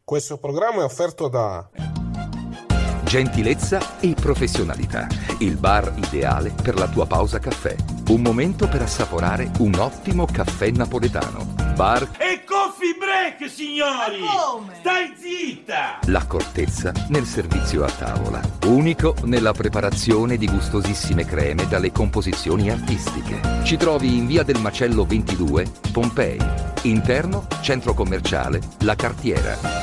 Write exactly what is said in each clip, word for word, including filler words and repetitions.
Questo programma è offerto da Gentilezza e professionalità. Il bar ideale per la tua pausa caffè. Un momento per assaporare un ottimo caffè napoletano. Bar e coffee break, signori! Stai zitta! L'accortezza nel servizio a tavola. Unico nella preparazione di gustosissime creme dalle composizioni artistiche. Ci trovi in via del Macello ventidue, Pompei. Interno, centro commerciale La Cartiera.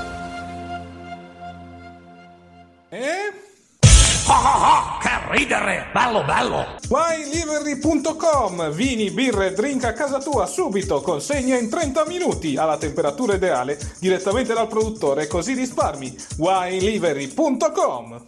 Che ridere! Bello, bello! wine livery punto com. Vini, birre e drink a casa tua subito, consegna in trenta minuti alla temperatura ideale direttamente dal produttore, così risparmi. wine livery punto com.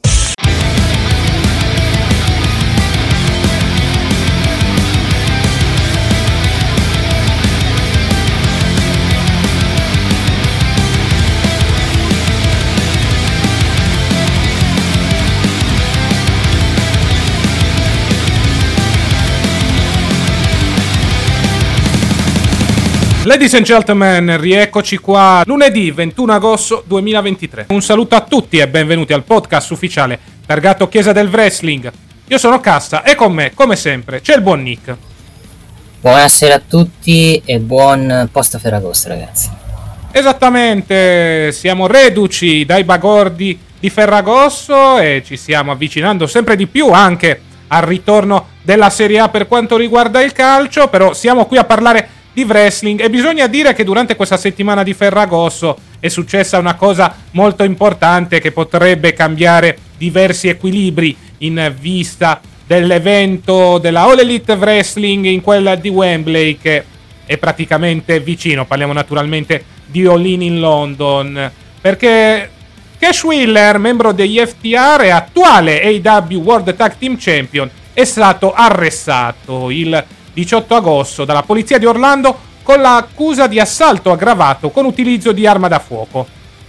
Ladies and gentlemen, rieccoci qua lunedì ventuno agosto duemilaventitré. Un saluto a tutti e benvenuti al podcast ufficiale targato Chiesa del Wrestling. Io sono Cassa e con me, come sempre, c'è il buon Nick. Buonasera a tutti e buon post Ferragosto, ragazzi. Esattamente, siamo reduci dai bagordi di Ferragosto e ci stiamo avvicinando sempre di più anche al ritorno della Serie A per quanto riguarda il calcio, però siamo qui a parlare di wrestling e bisogna dire che durante questa settimana di Ferragosto è successa una cosa molto importante che potrebbe cambiare diversi equilibri in vista dell'evento della All Elite Wrestling in quella di Wembley, che è praticamente vicino. Parliamo naturalmente di All In in London, perché Cash Wheeler, membro degli F T R e attuale A E W World Tag Team Champion, è stato arrestato il diciotto agosto dalla polizia di Orlando con l'accusa di assalto aggravato con utilizzo di arma da fuoco.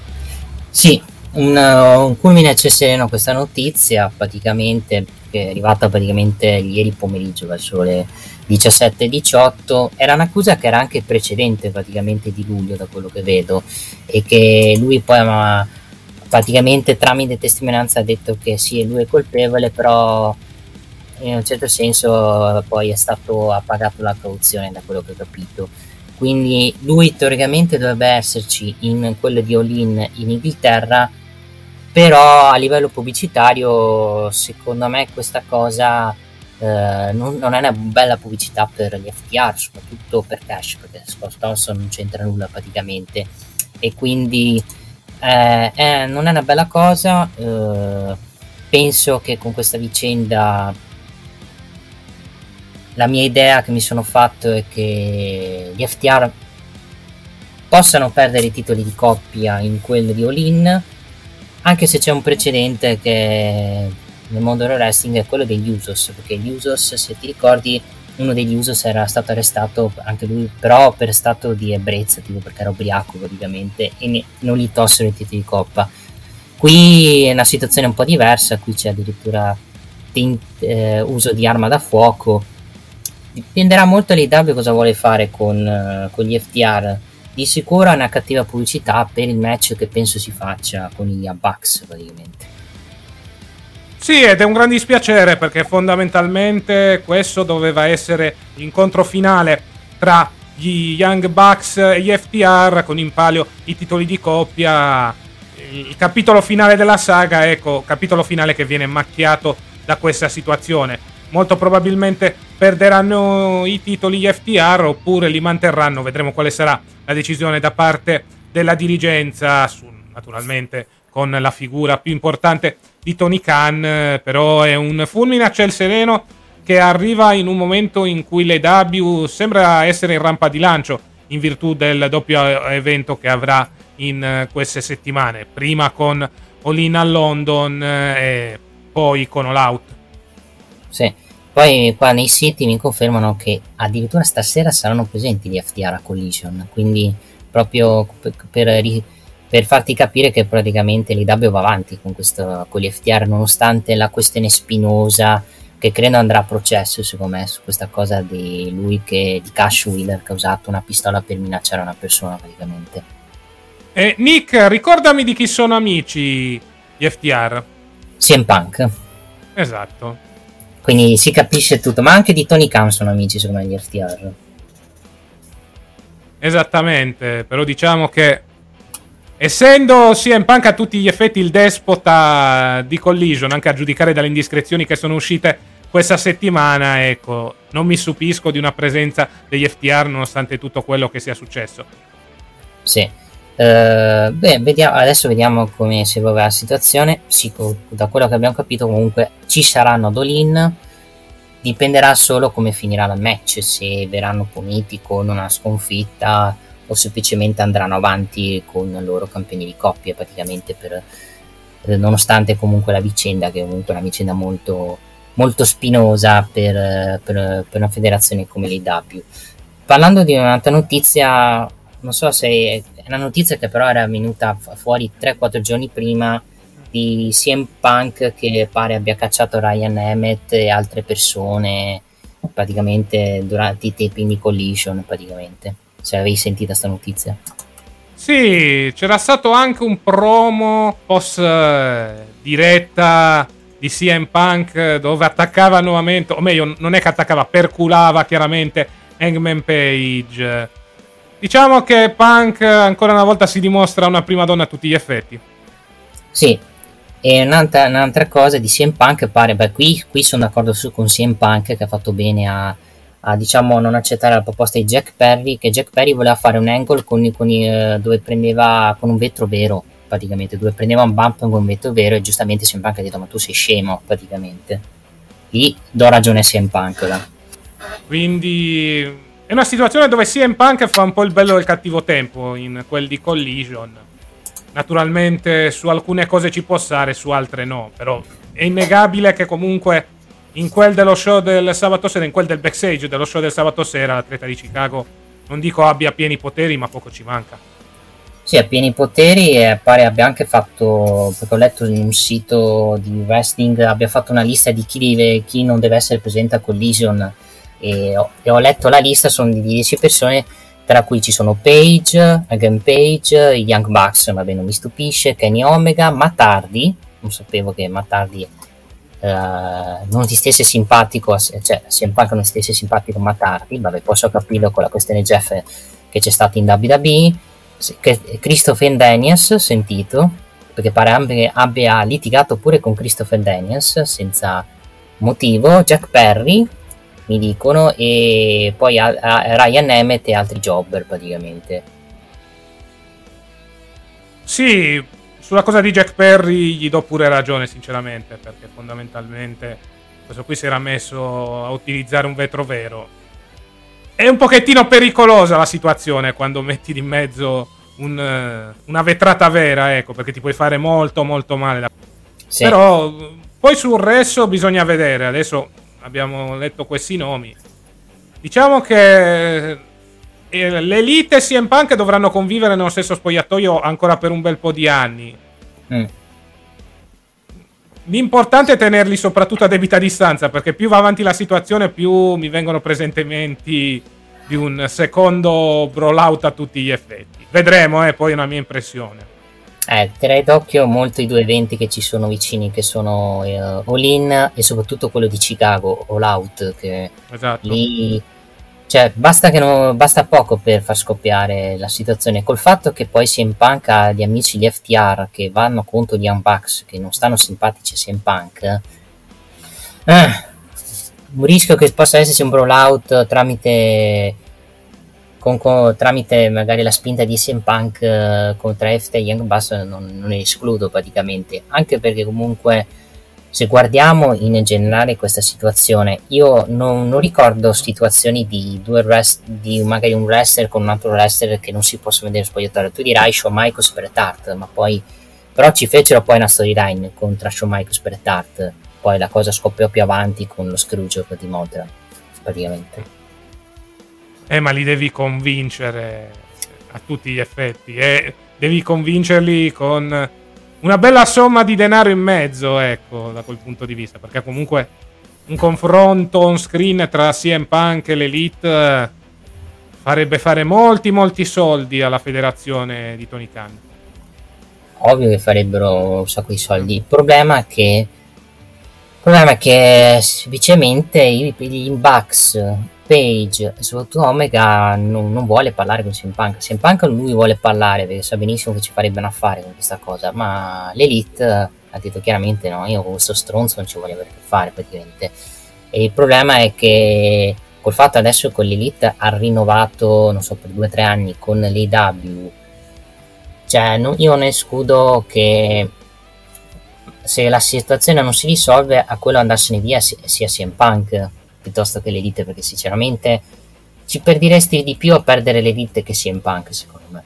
Sì, un, un culmine a ciel sereno questa notizia, praticamente, che è arrivata praticamente ieri pomeriggio verso le diciassette e diciotto. Era un'accusa che era anche precedente praticamente di luglio, da quello che vedo, e che lui poi ma, praticamente tramite testimonianza ha detto che sì, lui è colpevole, però in un certo senso poi è stato ha pagato la cauzione, da quello che ho capito. Quindi lui teoricamente dovrebbe esserci in quello di All In in Inghilterra, però a livello pubblicitario secondo me questa cosa eh, non, non è una bella pubblicità per gli F T R, soprattutto per Cash, perché Scott Thompson non c'entra nulla praticamente, e quindi eh, eh, non è una bella cosa. Eh, penso che con questa vicenda la mia idea che mi sono fatto è che gli F T R possano perdere i titoli di coppia in quello di All In, anche se c'è un precedente che nel mondo del wrestling è quello degli Usos, perché gli Usos, se ti ricordi, uno degli Usos era stato arrestato anche lui, però per stato di ebbrezza, tipo perché era ubriaco praticamente, e ne, non gli tossero i titoli di coppa. Qui è una situazione un po' diversa, qui c'è addirittura tint, eh, uso di arma da fuoco. Dipenderà molto l'A E W cosa vuole fare con, uh, con gli F T R. Di sicuro è una cattiva pubblicità per il match che penso si faccia con i Bucks praticamente. Sì, ed è un gran dispiacere, perché fondamentalmente questo doveva essere l'incontro finale tra gli Young Bucks e gli F T R, con in palio i titoli di coppia. Il capitolo finale della saga, ecco, capitolo finale che viene macchiato da questa situazione. Molto probabilmente perderanno i titoli gli F T R oppure li manterranno. Vedremo quale sarà la decisione da parte della dirigenza, su, naturalmente con la figura più importante di Tony Khan. Però è un fulmine a ciel sereno che arriva in un momento in cui l'A E W sembra essere in rampa di lancio in virtù del doppio evento che avrà in queste settimane, prima con All In a London e poi con All Out. Sì, poi qua nei siti mi confermano che addirittura stasera saranno presenti gli F T R a Collision, quindi proprio per, per, per farti capire che praticamente l'A E W va avanti con, questo, con gli F T R, nonostante la questione spinosa che credo andrà a processo, secondo me, su questa cosa di lui che di Cash Wheeler che ha usato una pistola per minacciare una persona praticamente. E Nick, ricordami di chi sono amici gli F T R. C M Punk. Esatto. Quindi si capisce tutto, ma anche di Tony Khan sono amici secondo me gli F T R. Esattamente, però diciamo che essendo C M Punk a tutti gli effetti il despota di Collision, anche a giudicare dalle indiscrezioni che sono uscite questa settimana, ecco, non mi stupisco di una presenza degli F T R nonostante tutto quello che sia successo. Sì. Uh, beh, vediamo, adesso vediamo come si evolve la situazione. Sì, da quello che abbiamo capito comunque ci saranno Dolin. Dipenderà solo come finirà la match, se verranno puniti con una sconfitta o semplicemente andranno avanti con i loro campioni di coppia praticamente, per, eh, nonostante comunque la vicenda, che è comunque una vicenda molto, molto spinosa per, per, per una federazione come l'A E W. Parlando di un'altra notizia, non so se è una notizia che però era venuta fuori tre quattro giorni prima, di C M Punk che pare abbia cacciato Ryan Emmett e altre persone praticamente durante i taping di Collision, praticamente. Se avevi sentito sta notizia. Sì, c'era stato anche un promo post eh, diretta di C M Punk dove attaccava nuovamente, o meglio non è che attaccava, perculava chiaramente Hangman Page. Diciamo che Punk ancora una volta si dimostra una prima donna a tutti gli effetti. Sì, e un'altra, un'altra cosa di C M Punk pare, beh, qui, qui sono d'accordo su, con C M Punk, che ha fatto bene a, a diciamo non accettare la proposta di Jack Perry, che Jack Perry voleva fare un angle con, con i, dove prendeva con un vetro vero, praticamente, dove prendeva un bump con un vetro vero, e giustamente C M Punk ha detto ma tu sei scemo, praticamente. Lì do ragione a C M Punk là. Quindi è una situazione dove C M Punk fa un po' il bello e il cattivo tempo in quel di Collision. Naturalmente su alcune cose ci può stare, su altre no, però è innegabile che comunque in quel dello show del sabato sera, in quel del backstage dello show del sabato sera, l'atleta di Chicago, non dico abbia pieni poteri, ma poco ci manca. Sì, ha pieni poteri, e pare abbia anche fatto, perché ho letto in un sito di wrestling, abbia fatto una lista di chi, deve, chi non deve essere presente a Collision, e ho, e ho letto la lista, sono di dieci persone, tra cui ci sono Page, Again Page, i Young Bucks, vabbè non mi stupisce, Kenny Omega, Matt Hardy, non sapevo che Matt Hardy uh, non ti stesse simpatico, cioè C M Punk non stesse simpatico a Matt Hardy, vabbè posso capirlo con la questione Jeff che c'è stata in W W E, Christopher Daniels, sentito, perché pare abbia, abbia litigato pure con Christopher Daniels senza motivo, Jack Perry, mi dicono, e poi a, a Ryan Emmett e altri jobber praticamente. Sì, sulla cosa di Jack Perry gli do pure ragione sinceramente, perché fondamentalmente questo qui si era messo a utilizzare un vetro vero. È un pochettino pericolosa la situazione quando metti di mezzo un, una vetrata vera, ecco, perché ti puoi fare molto molto male. Sì. Però poi sul resto bisogna vedere. Adesso abbiamo letto questi nomi. Diciamo che l'Elite e C M Punk dovranno convivere nello stesso spogliatoio ancora per un bel po' di anni. Mm. L'importante è tenerli soprattutto a debita distanza, perché più va avanti la situazione più mi vengono presentimenti di un secondo brawlout a tutti gli effetti. Vedremo, eh, poi è una mia impressione. Eh, terrei d'occhio molto i due eventi che ci sono vicini, che sono eh, All In e soprattutto quello di Chicago, All Out, che esatto. Lì, cioè, basta, che non, basta poco per far scoppiare la situazione, col fatto che poi C M Punk ha gli amici di F T R che vanno contro gli Young Bucks, che non stanno simpatici a C M Punk. Eh, un rischio che possa esserci un brawlout tramite Con, con, tramite magari la spinta di C M Punk uh, contro F T e Young Bucks non, non ne escludo praticamente, anche perché comunque se guardiamo in generale questa situazione, io non, non ricordo situazioni di due rest, di magari un wrestler con un altro wrestler che non si possono vedere spogliatoio. Tu dirai Shawn Michaels per Hart, ma poi però ci fecero poi una storyline contro Shawn Michaels per Hart, poi la cosa scoppiò più avanti con lo Scrooge di Montreal praticamente. Eh, ma li devi convincere a tutti gli effetti, e devi convincerli con una bella somma di denaro in mezzo, ecco, da quel punto di vista, perché comunque un confronto on screen tra C M Punk e l'Elite farebbe fare molti molti soldi alla federazione di Tony Khan. Ovvio che farebbero un sacco di soldi. Il problema è che il problema è che semplicemente i, i Bucks, Page e soprattutto Omega non, non vuole parlare con C M Punk. C M Punk lui vuole parlare perché sa benissimo che ci farebbe un affare con questa cosa, ma l'Elite ha detto chiaramente no, io con questo stronzo non ci voglio avere a che fare praticamente. E il problema è che col fatto adesso con l'Elite ha rinnovato, non so, per due o tre anni con l'A E W, cioè no, io non escludo che se la situazione non si risolve a quello andarsene via sia C M Punk piuttosto che l'Elite, perché sinceramente ci perderesti di più a perdere l'Elite che C M Punk, secondo me.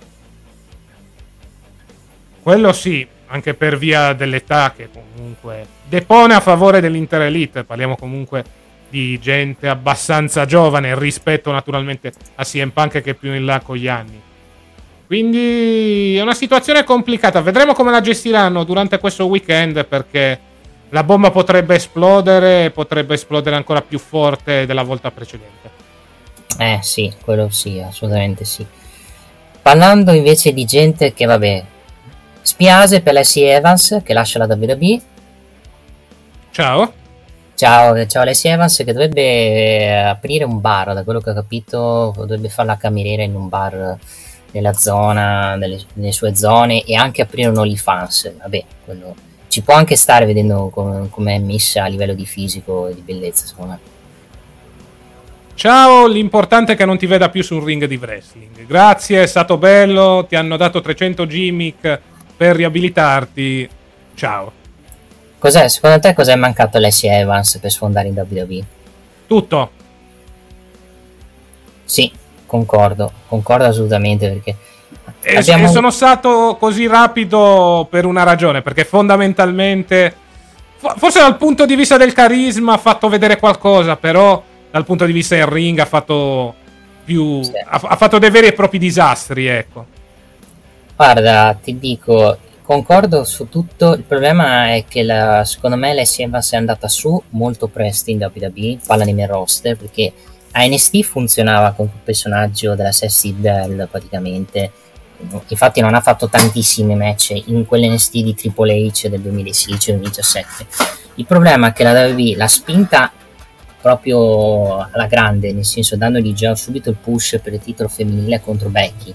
Quello sì, anche per via dell'età che comunque depone a favore dell'Inter Elite. Parliamo comunque di gente abbastanza giovane rispetto naturalmente a C M Punk che è più in là con gli anni. Quindi è una situazione complicata. Vedremo come la gestiranno durante questo weekend, perché la bomba potrebbe esplodere e potrebbe esplodere ancora più forte della volta precedente. Eh sì, quello sì, assolutamente sì. Parlando invece di gente che vabbè, spiase per Lacey Evans che lascia la W W E. Ciao. Ciao, ciao Lacey Evans che dovrebbe aprire un bar, da quello che ho capito dovrebbe fare la cameriera in un bar nella zona, nelle, nelle sue zone, e anche aprire un OnlyFans. Vabbè, quello ci può anche stare vedendo come com è messa a livello di fisico e di bellezza, secondo me. Ciao, l'importante è che non ti veda più sul ring di wrestling. Grazie, è stato bello, ti hanno dato trecento gimmick per riabilitarti. Ciao. Cos'è, secondo te cos'è mancato a Lacey Evans per sfondare in W W E? Tutto. Sì, concordo, concordo assolutamente, perché e, abbiamo... e sono stato così rapido per una ragione, perché fondamentalmente forse dal punto di vista del carisma ha fatto vedere qualcosa, però dal punto di vista del ring ha fatto più sì. ha, ha fatto dei veri e propri disastri, ecco. Guarda, ti dico, concordo su tutto. Il problema è che la, secondo me Lacey Evans è andata su molto presto in W W E, parla nei miei roster, perché a N X T funzionava con quel personaggio della Sassy Bell praticamente. Infatti non ha fatto tantissimi match in quell'N X T di Triple H del duemilasedici duemiladiciassette. Il problema è che la W W E l'ha spinta proprio alla grande, nel senso dandogli già subito il push per il titolo femminile contro Becky.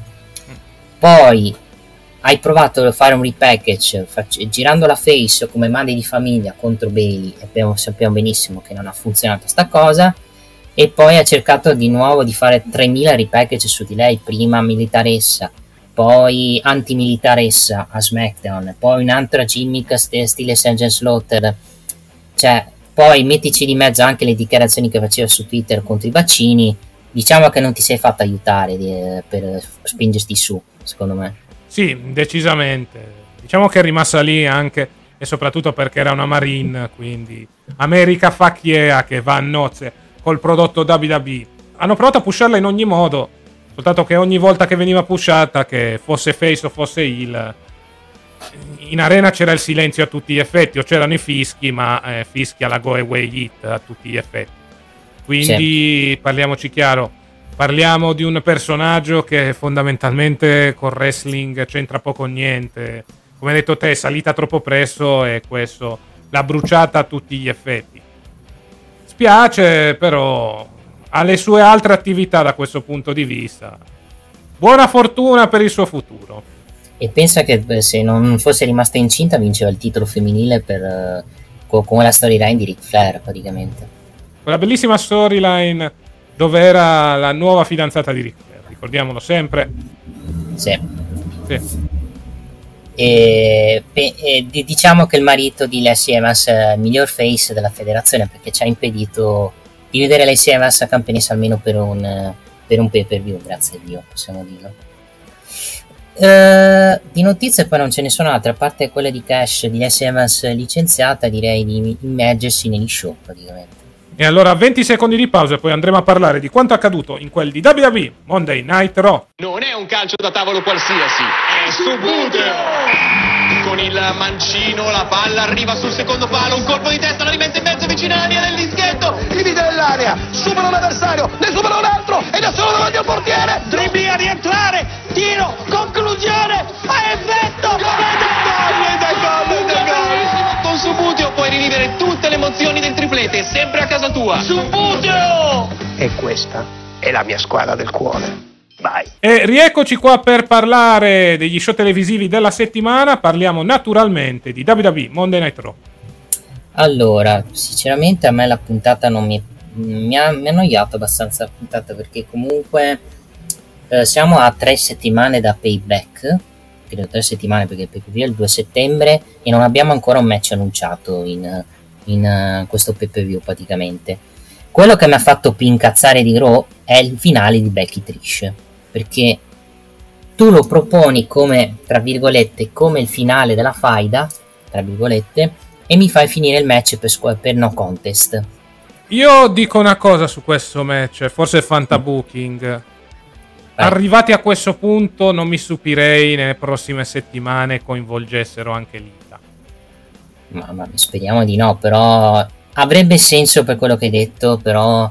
Poi hai provato a fare un repackage fac- girando la face come madre di famiglia contro Bayley, e abbiamo, sappiamo benissimo che non ha funzionato sta cosa, e poi ha cercato di nuovo di fare tremila repackage su di lei, prima militaressa, poi antimilitaressa a SmackDown, poi un'altra gimmick st- stile Sergeant Slaughter, cioè poi mettici di mezzo anche le dichiarazioni che faceva su Twitter contro i vaccini. Diciamo che non ti sei fatto aiutare di, per spingerti su, secondo me. Sì, decisamente. Diciamo che è rimasta lì anche e soprattutto perché era una Marine, quindi America fuck yeah, che va a nozze col prodotto W W E. Hanno provato a pusharla in ogni modo, soltanto che ogni volta che veniva pushata, che fosse face o fosse heel, in arena c'era il silenzio a tutti gli effetti, o c'erano i fischi, ma eh, fischi alla go away hit a tutti gli effetti. Quindi sì, parliamoci chiaro, parliamo di un personaggio che fondamentalmente col wrestling c'entra poco o niente. Come hai detto te, è salita troppo presto e questo l'ha bruciata a tutti gli effetti. Spiace, però ha le sue altre attività da questo punto di vista. Buona fortuna per il suo futuro. E pensa che se non fosse rimasta incinta vinceva il titolo femminile per uh, come la storyline di Ric Flair praticamente. Quella bellissima storyline dove era la nuova fidanzata di Ric Flair, ricordiamolo sempre. Sì. Sì. E, e diciamo che il marito di Lacey Evans è il miglior face della federazione, perché ci ha impedito di vedere Lacey Evans campionessa almeno per un, per un pay per view, grazie a Dio, possiamo dirlo. Uh, di notizie poi non ce ne sono altre, a parte quelle di Cash, di Lacey Evans licenziata, direi di immergersi negli show praticamente. E allora venti secondi di pausa e poi andremo a parlare di quanto accaduto in quel di W W E Monday Night Raw. Non è un calcio da tavolo qualsiasi, è Subbuteo! Con il mancino, la palla arriva sul secondo palo, un colpo di testa, la rimette in mezzo vicino alla linea del dischetto, divide nell'area, supera un avversario, ne supera un altro, ed è solo davanti al portiere, dribbling a rientrare, tiro, conclusione, a effetto, ed è gol, ed è gol! Con Subbuteo puoi rivivere tutte le emozioni del triplete, sempre a casa tua. Subbuteo! E questa è la mia squadra del cuore. Vai. E rieccoci qua per parlare degli show televisivi della settimana. Parliamo naturalmente di W W E Monday Night Raw. Allora, sinceramente a me la puntata non mi, mi ha, mi ha annoiato abbastanza la puntata, perché comunque eh, siamo a tre settimane da Payback, credo tre settimane perché il pay-per-view è il due settembre e non abbiamo ancora un match annunciato in, in uh, questo pay-per-view praticamente. Quello che mi ha fatto più incazzare di Raw è il finale di Becky Trish, perché tu lo proponi come, tra virgolette, come il finale della faida, tra virgolette, e mi fai finire il match per, squ- per no contest. Io dico una cosa su questo match, forse è fantabooking. Arrivati a questo punto non mi stupirei nelle prossime settimane coinvolgessero anche Lita. Ma, ma speriamo di no, però avrebbe senso per quello che hai detto, però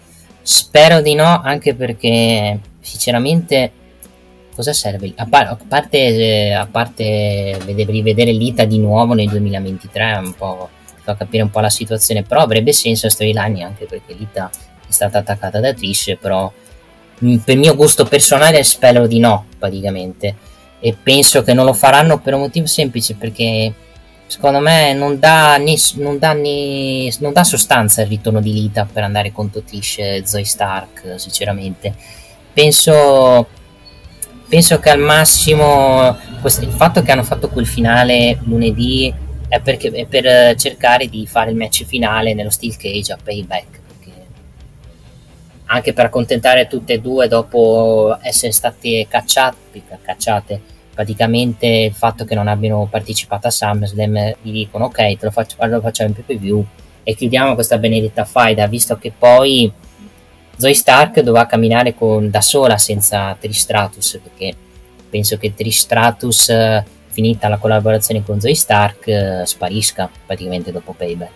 spero di no, anche perché sinceramente cosa serve? A, par- a parte a parte vede- rivedere Lita di nuovo nel duemilaventitré, un po' fa capire un po' la situazione, però avrebbe senso storyline, anche perché Lita è stata attaccata da Trish, però mh, per mio gusto personale spero di no praticamente, e penso che non lo faranno per un motivo semplice, perché secondo me non dà, né, non, dà né, non dà sostanza il ritorno di Lita per andare contro Trish e Zoe Stark. Sinceramente penso penso che al massimo questo, il fatto che hanno fatto quel finale lunedì è, perché, è per cercare di fare il match finale nello Steel Cage a Payback, perché anche per accontentare tutte e due dopo essere state cacciate, cacciate praticamente il fatto che non abbiano partecipato a SummerSlam, gli dicono ok, te lo, faccio, lo facciamo in pay-per-view e chiudiamo questa benedetta faida, visto che poi Zoe Stark dovrà camminare con, da sola senza Trish Stratus, perché penso che Trish Stratus, eh, finita la collaborazione con Zoe Stark, eh, sparisca praticamente dopo Payback.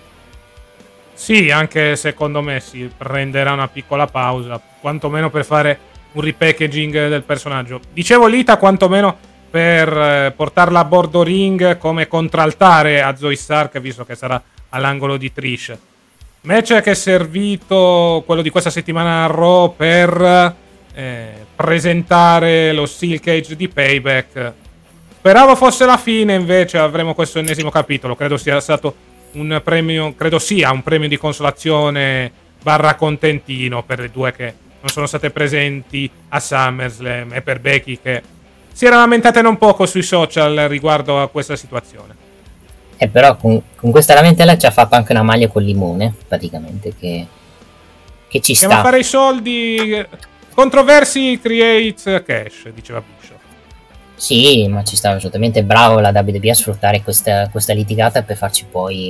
Sì, anche secondo me si prenderà una piccola pausa, quantomeno per fare un repackaging del personaggio. Dicevo Lita quantomeno per eh, portarla a bordo ring come contraltare a Zoe Stark, visto che sarà all'angolo di Trish. Match che è servito, quello di questa settimana a Raw, per eh, presentare lo Steel Cage di Payback. Speravo fosse la fine, invece avremo questo ennesimo capitolo. Credo sia stato un premio, credo sia un premio di consolazione barra contentino per le due che non sono state presenti a SummerSlam, e per Becky che si era lamentate non poco sui social riguardo a questa situazione. E eh, però con, con questa lamentela ci ha fatto anche una maglia con limone, praticamente, che, che ci sta. Andiamo a fare i soldi, controversi creates cash, diceva Bishop. Sì, ma ci sta assolutamente, bravo la W W E a sfruttare questa, questa litigata per farci poi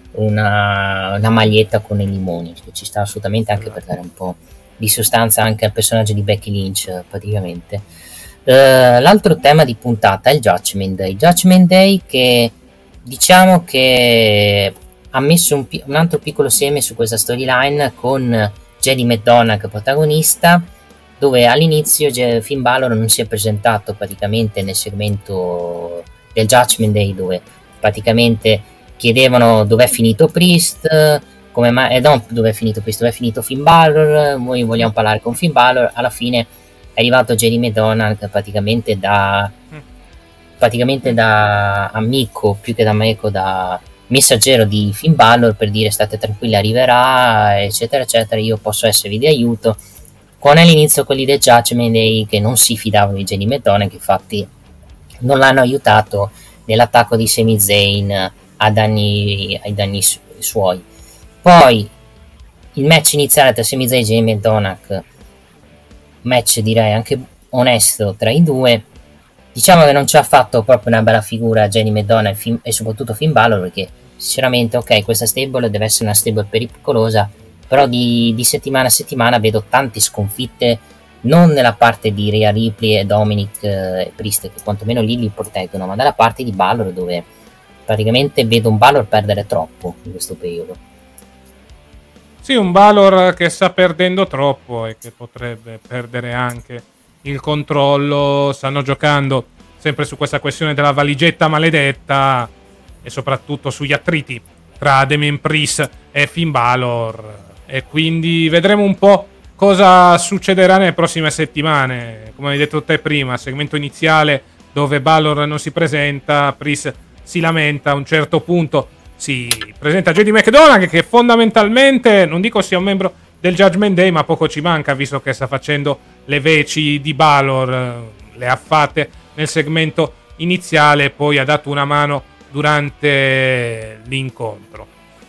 una, una maglietta con i limoni, che ci sta assolutamente, anche per dare un po' di sostanza anche al personaggio di Becky Lynch praticamente. Uh, l'altro tema di puntata è il Judgment Day. Judgment Day che diciamo che ha messo un, un altro piccolo seme su questa storyline, con Jedi McDonagh protagonista, dove all'inizio Finn Balor non si è presentato praticamente nel segmento del Judgment Day, dove praticamente chiedevano dov'è finito Priest, come mai, eh, no, dove è finito Priest, dove è finito Finn Balor, noi vogliamo parlare con Finn Balor. Alla fine è arrivato Jedi McDonagh praticamente da praticamente da amico, più che da amico, da messaggero di Finn Balor, per dire state tranquilli, arriverà, eccetera eccetera, io posso esservi di aiuto, con all'inizio quelli del Judgment Day che non si fidavano di Jedi McDonagh, che infatti non l'hanno aiutato nell'attacco di Sami Zayn a danni, ai danni su- suoi. Poi il match iniziale tra Sami Zayn e Jedi McDonagh, match direi anche onesto tra i due. Diciamo che non ci ha fatto proprio una bella figura Jedi McDonagh e, Finn, e soprattutto Finn Balor, perché sinceramente, ok, questa stable deve essere una stable pericolosa, però di, di settimana a settimana vedo tante sconfitte, non nella parte di Rhea Ripley e Dominic eh, e Priest, che quantomeno lì li proteggono, ma dalla parte di Balor, dove praticamente vedo un Balor perdere troppo in questo periodo. Sì, un Balor che sta perdendo troppo e che potrebbe perdere anche il controllo. Stanno giocando sempre su questa questione della valigetta maledetta e soprattutto sugli attriti tra Damien Priest e Finn Balor, e quindi vedremo un po' cosa succederà nelle prossime settimane. Come hai detto te prima, segmento iniziale dove Balor non si presenta, Priest si lamenta, a un certo punto si presenta J D McDonagh, che fondamentalmente non dico sia un membro del Judgment Day, ma poco ci manca, visto che sta facendo le veci di Balor, le ha fatte nel segmento iniziale, poi ha dato una mano durante l'incontro.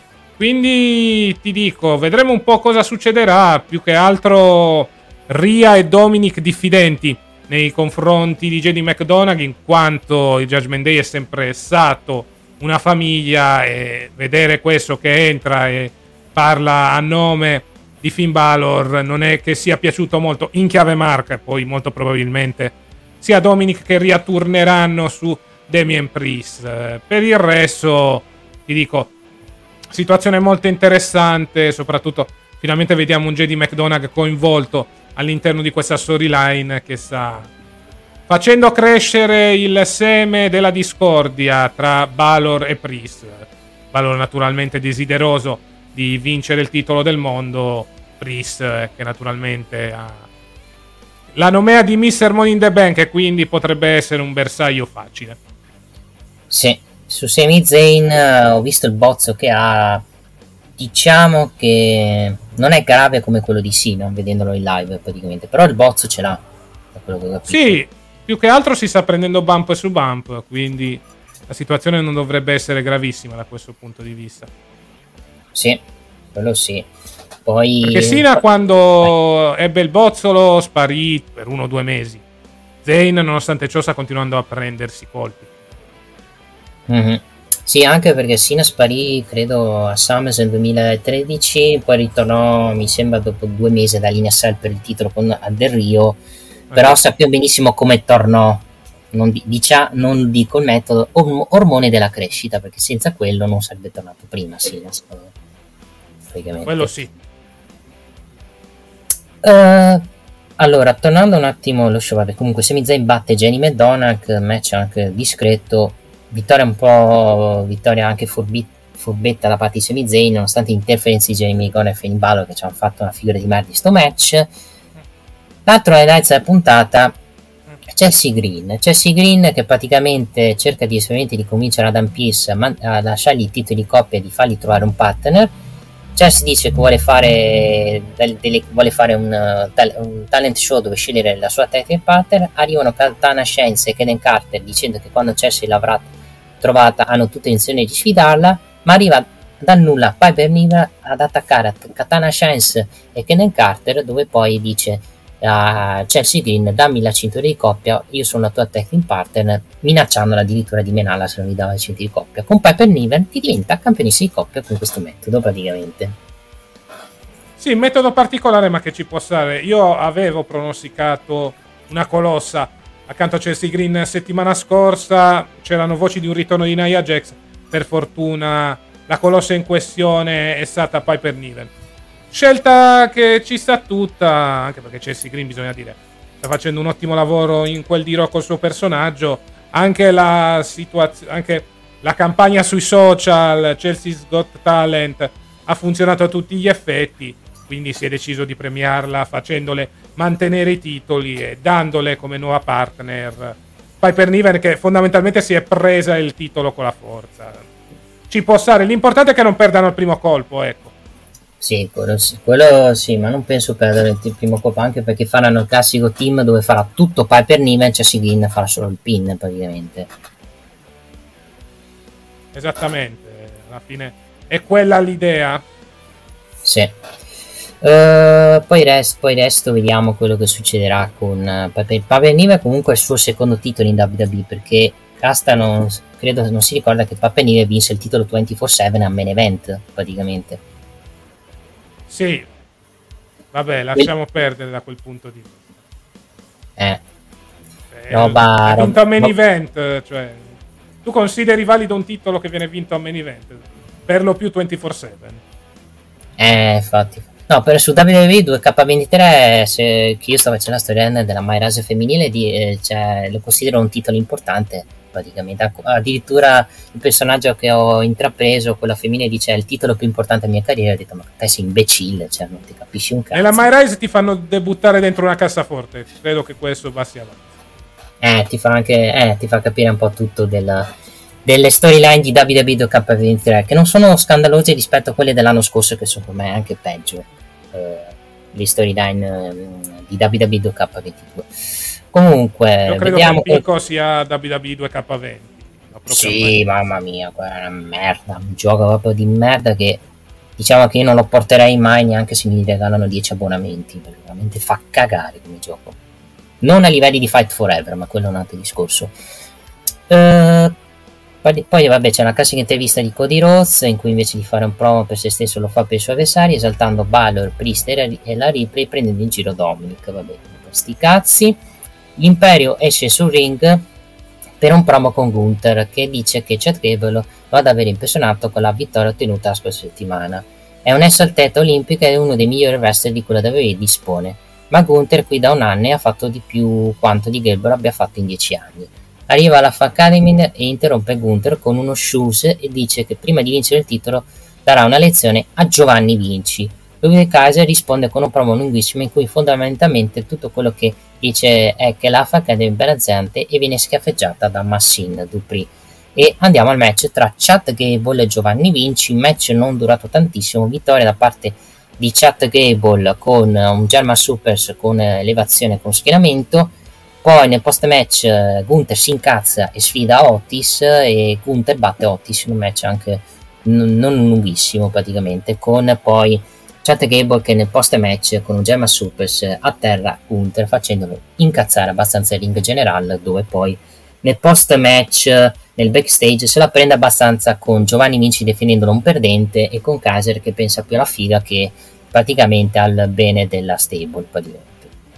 Quindi ti dico, vedremo un po' cosa succederà. Più che altro Rhea e Dominic diffidenti nei confronti di J D McDonagh, in quanto il Judgment Day è sempre stato una famiglia, e vedere questo che entra e parla a nome di Finn Balor non è che sia piaciuto molto in chiave marca. Poi molto probabilmente sia Dominic che Rhea turneranno su Damien Priest. Per il resto ti dico, situazione molto interessante, soprattutto finalmente vediamo un J D McDonagh coinvolto all'interno di questa storyline che sta facendo crescere il seme della discordia tra Balor e Priest. Balor naturalmente desideroso di vincere il titolo del mondo, Priest che naturalmente ha la nomea di mister Money in the Bank, e quindi potrebbe essere un bersaglio facile. Sì, su Sami Zayn uh, ho visto il bozzo che ha, diciamo che non è grave come quello di Cena, vedendolo in live praticamente, però il bozzo ce l'ha, da quello che ho capito. Sì, più che altro si sta prendendo bump su bump, quindi la situazione non dovrebbe essere gravissima da questo punto di vista. Sì, quello sì. Poi perché Cena quando ebbe il bozzolo sparì per uno o due mesi. Zayn nonostante ciò sta continuando a prendersi colpi. Mm-hmm. Sì, anche perché Cena sparì credo a SummerSlam duemilatredici, poi ritornò mi sembra dopo due mesi da linea Cell per il titolo con Del Rio, però okay. Sappiamo benissimo come tornò, non, di, dicia, non dico il metodo or, ormone della crescita, perché senza quello non sarebbe tornato prima Cena, quello sì. Uh, allora, tornando un attimo allo show, vabbè, comunque Sami Zayn batte Jenny McDonagh, match anche discreto, vittoria un po' vittoria anche furbi, furbetta da parte di Sami Zayn, nonostante interferenze di Jenny McDonagh e Finn Balor che ci hanno fatto una figura di merda di sto match. L'altro highlights della puntata, Chelsea Green Chelsea Green che praticamente cerca di esperimenti di convincere Adam Pearce a, man- a lasciargli il titolo di coppia e di fargli trovare un partner. Chelsea dice che vuole fare, delle, vuole fare un, un talent show dove scegliere la sua tag team partner. Arrivano Katana Chance e Kenen Carter dicendo che quando Chelsea l'avrà trovata hanno tutte intenzione di sfidarla, ma arriva dal nulla Piper Niven ad attaccare Katana Chance e Kenen Carter, dove poi dice a Chelsea Green: dammi la cintura di coppia, io sono la tua tag team partner, minacciandola addirittura di menarla se non gli dava la cintura di coppia, con Piper Niven che diventa campionessa di coppia con questo metodo praticamente. Sì, metodo particolare ma che ci può stare. Io avevo pronosticato una colossa accanto a Chelsea Green settimana scorsa, c'erano voci di un ritorno di Nia Jax, per fortuna la colossa in questione è stata Piper Niven. Scelta che ci sta tutta, anche perché Chelsea Green, bisogna dire, sta facendo un ottimo lavoro in quel di Raw col suo personaggio. Anche la situazione, anche la campagna sui social, Chelsea's Got Talent, ha funzionato a tutti gli effetti, quindi si è deciso di premiarla facendole mantenere i titoli e dandole come nuova partner Piper Niven, che fondamentalmente si è presa il titolo con la forza. Ci può stare, l'importante è che non perdano il primo colpo, ecco. Sì, quello sì, quello sì, ma non penso perdere il primo colpo, anche perché faranno il classico team dove farà tutto Piper Niven, Chelsea Green farà solo il pin praticamente. Esattamente, alla fine è quella l'idea. Sì. Uh, poi, rest, poi resto vediamo quello che succederà con uh, Piper, Piper Niven. Comunque è il suo secondo titolo in W W E, perché Casta non, credo non si ricorda che Papa Nive vinse il titolo ventiquattro sette a main event praticamente. Sì, vabbè, lasciamo e... perdere da quel punto di vista. Eh, eh roba, ha vinto a main roba... event, cioè tu consideri valido un titolo che viene vinto a main event, per lo più ventiquattro sette. Eh, infatti. No, per su W W E due K ventitré, se, che io sto facendo la storia della My Rise femminile, di, eh, cioè, lo considero un titolo importante, praticamente. Addirittura il personaggio che ho intrapreso, quella femminile, dice è il titolo più importante della mia carriera. Ho detto, ma te sei imbecille, cioè non ti capisci un cazzo. Nella My Rise ti fanno debuttare dentro una cassaforte, credo che questo passi avanti. Eh, ti fa anche, eh, ti fa capire un po' tutto della... delle storyline di W W E due K ventitré, che non sono scandalose rispetto a quelle dell'anno scorso, che secondo me è anche peggio, eh, le storyline eh, di W W E due K ventidue. Comunque io credo vediamo che il picco sia W W E due K venti. Sì, mamma mia, quella è una merda, un gioco proprio di merda che diciamo che io non lo porterei mai neanche se mi regalano dieci abbonamenti, perché veramente fa cagare come gioco, non a livelli di Fight Forever, ma quello è un altro discorso. eh Poi vabbè c'è una classica intervista di Cody Rhodes in cui invece di fare un promo per se stesso lo fa per i suoi avversari, esaltando Balor, Priest e la Ripley, prendendo in giro Dominic. Vabbè, sti cazzi. L'Imperio esce sul ring per un promo con Gunther che dice che Chad Gable lo ad aver impressionato con la vittoria ottenuta la scorsa settimana. È un ex atleta olimpico e uno dei migliori wrestler di cui la W W E dispone, ma Gunther qui da un anno ha fatto di più quanto di Gable abbia fatto in dieci anni. Arriva alla F Academy e interrompe Gunther con uno shoes e dice che prima di vincere il titolo darà una lezione a Giovanni Vinci. Ludwig Kaiser risponde con un promo lunghissimo in cui fondamentalmente tutto quello che dice è che la F Academy è imbarazzante e viene schiaffeggiata da Massin Dupri. E andiamo al match tra Chad Gable e Giovanni Vinci, match non durato tantissimo, vittoria da parte di Chad Gable con un German Supers con elevazione con schienamento. Poi nel post match Gunther si incazza e sfida Otis e Gunther batte Otis in un match anche n- non lunghissimo praticamente, con poi Chad Gable che nel post match con un German Supers atterra Gunther facendolo incazzare abbastanza il ring general, dove poi nel post match nel backstage se la prende abbastanza con Giovanni Vinci definendolo un perdente e con Kaiser che pensa più alla figa che praticamente al bene della stable praticamente.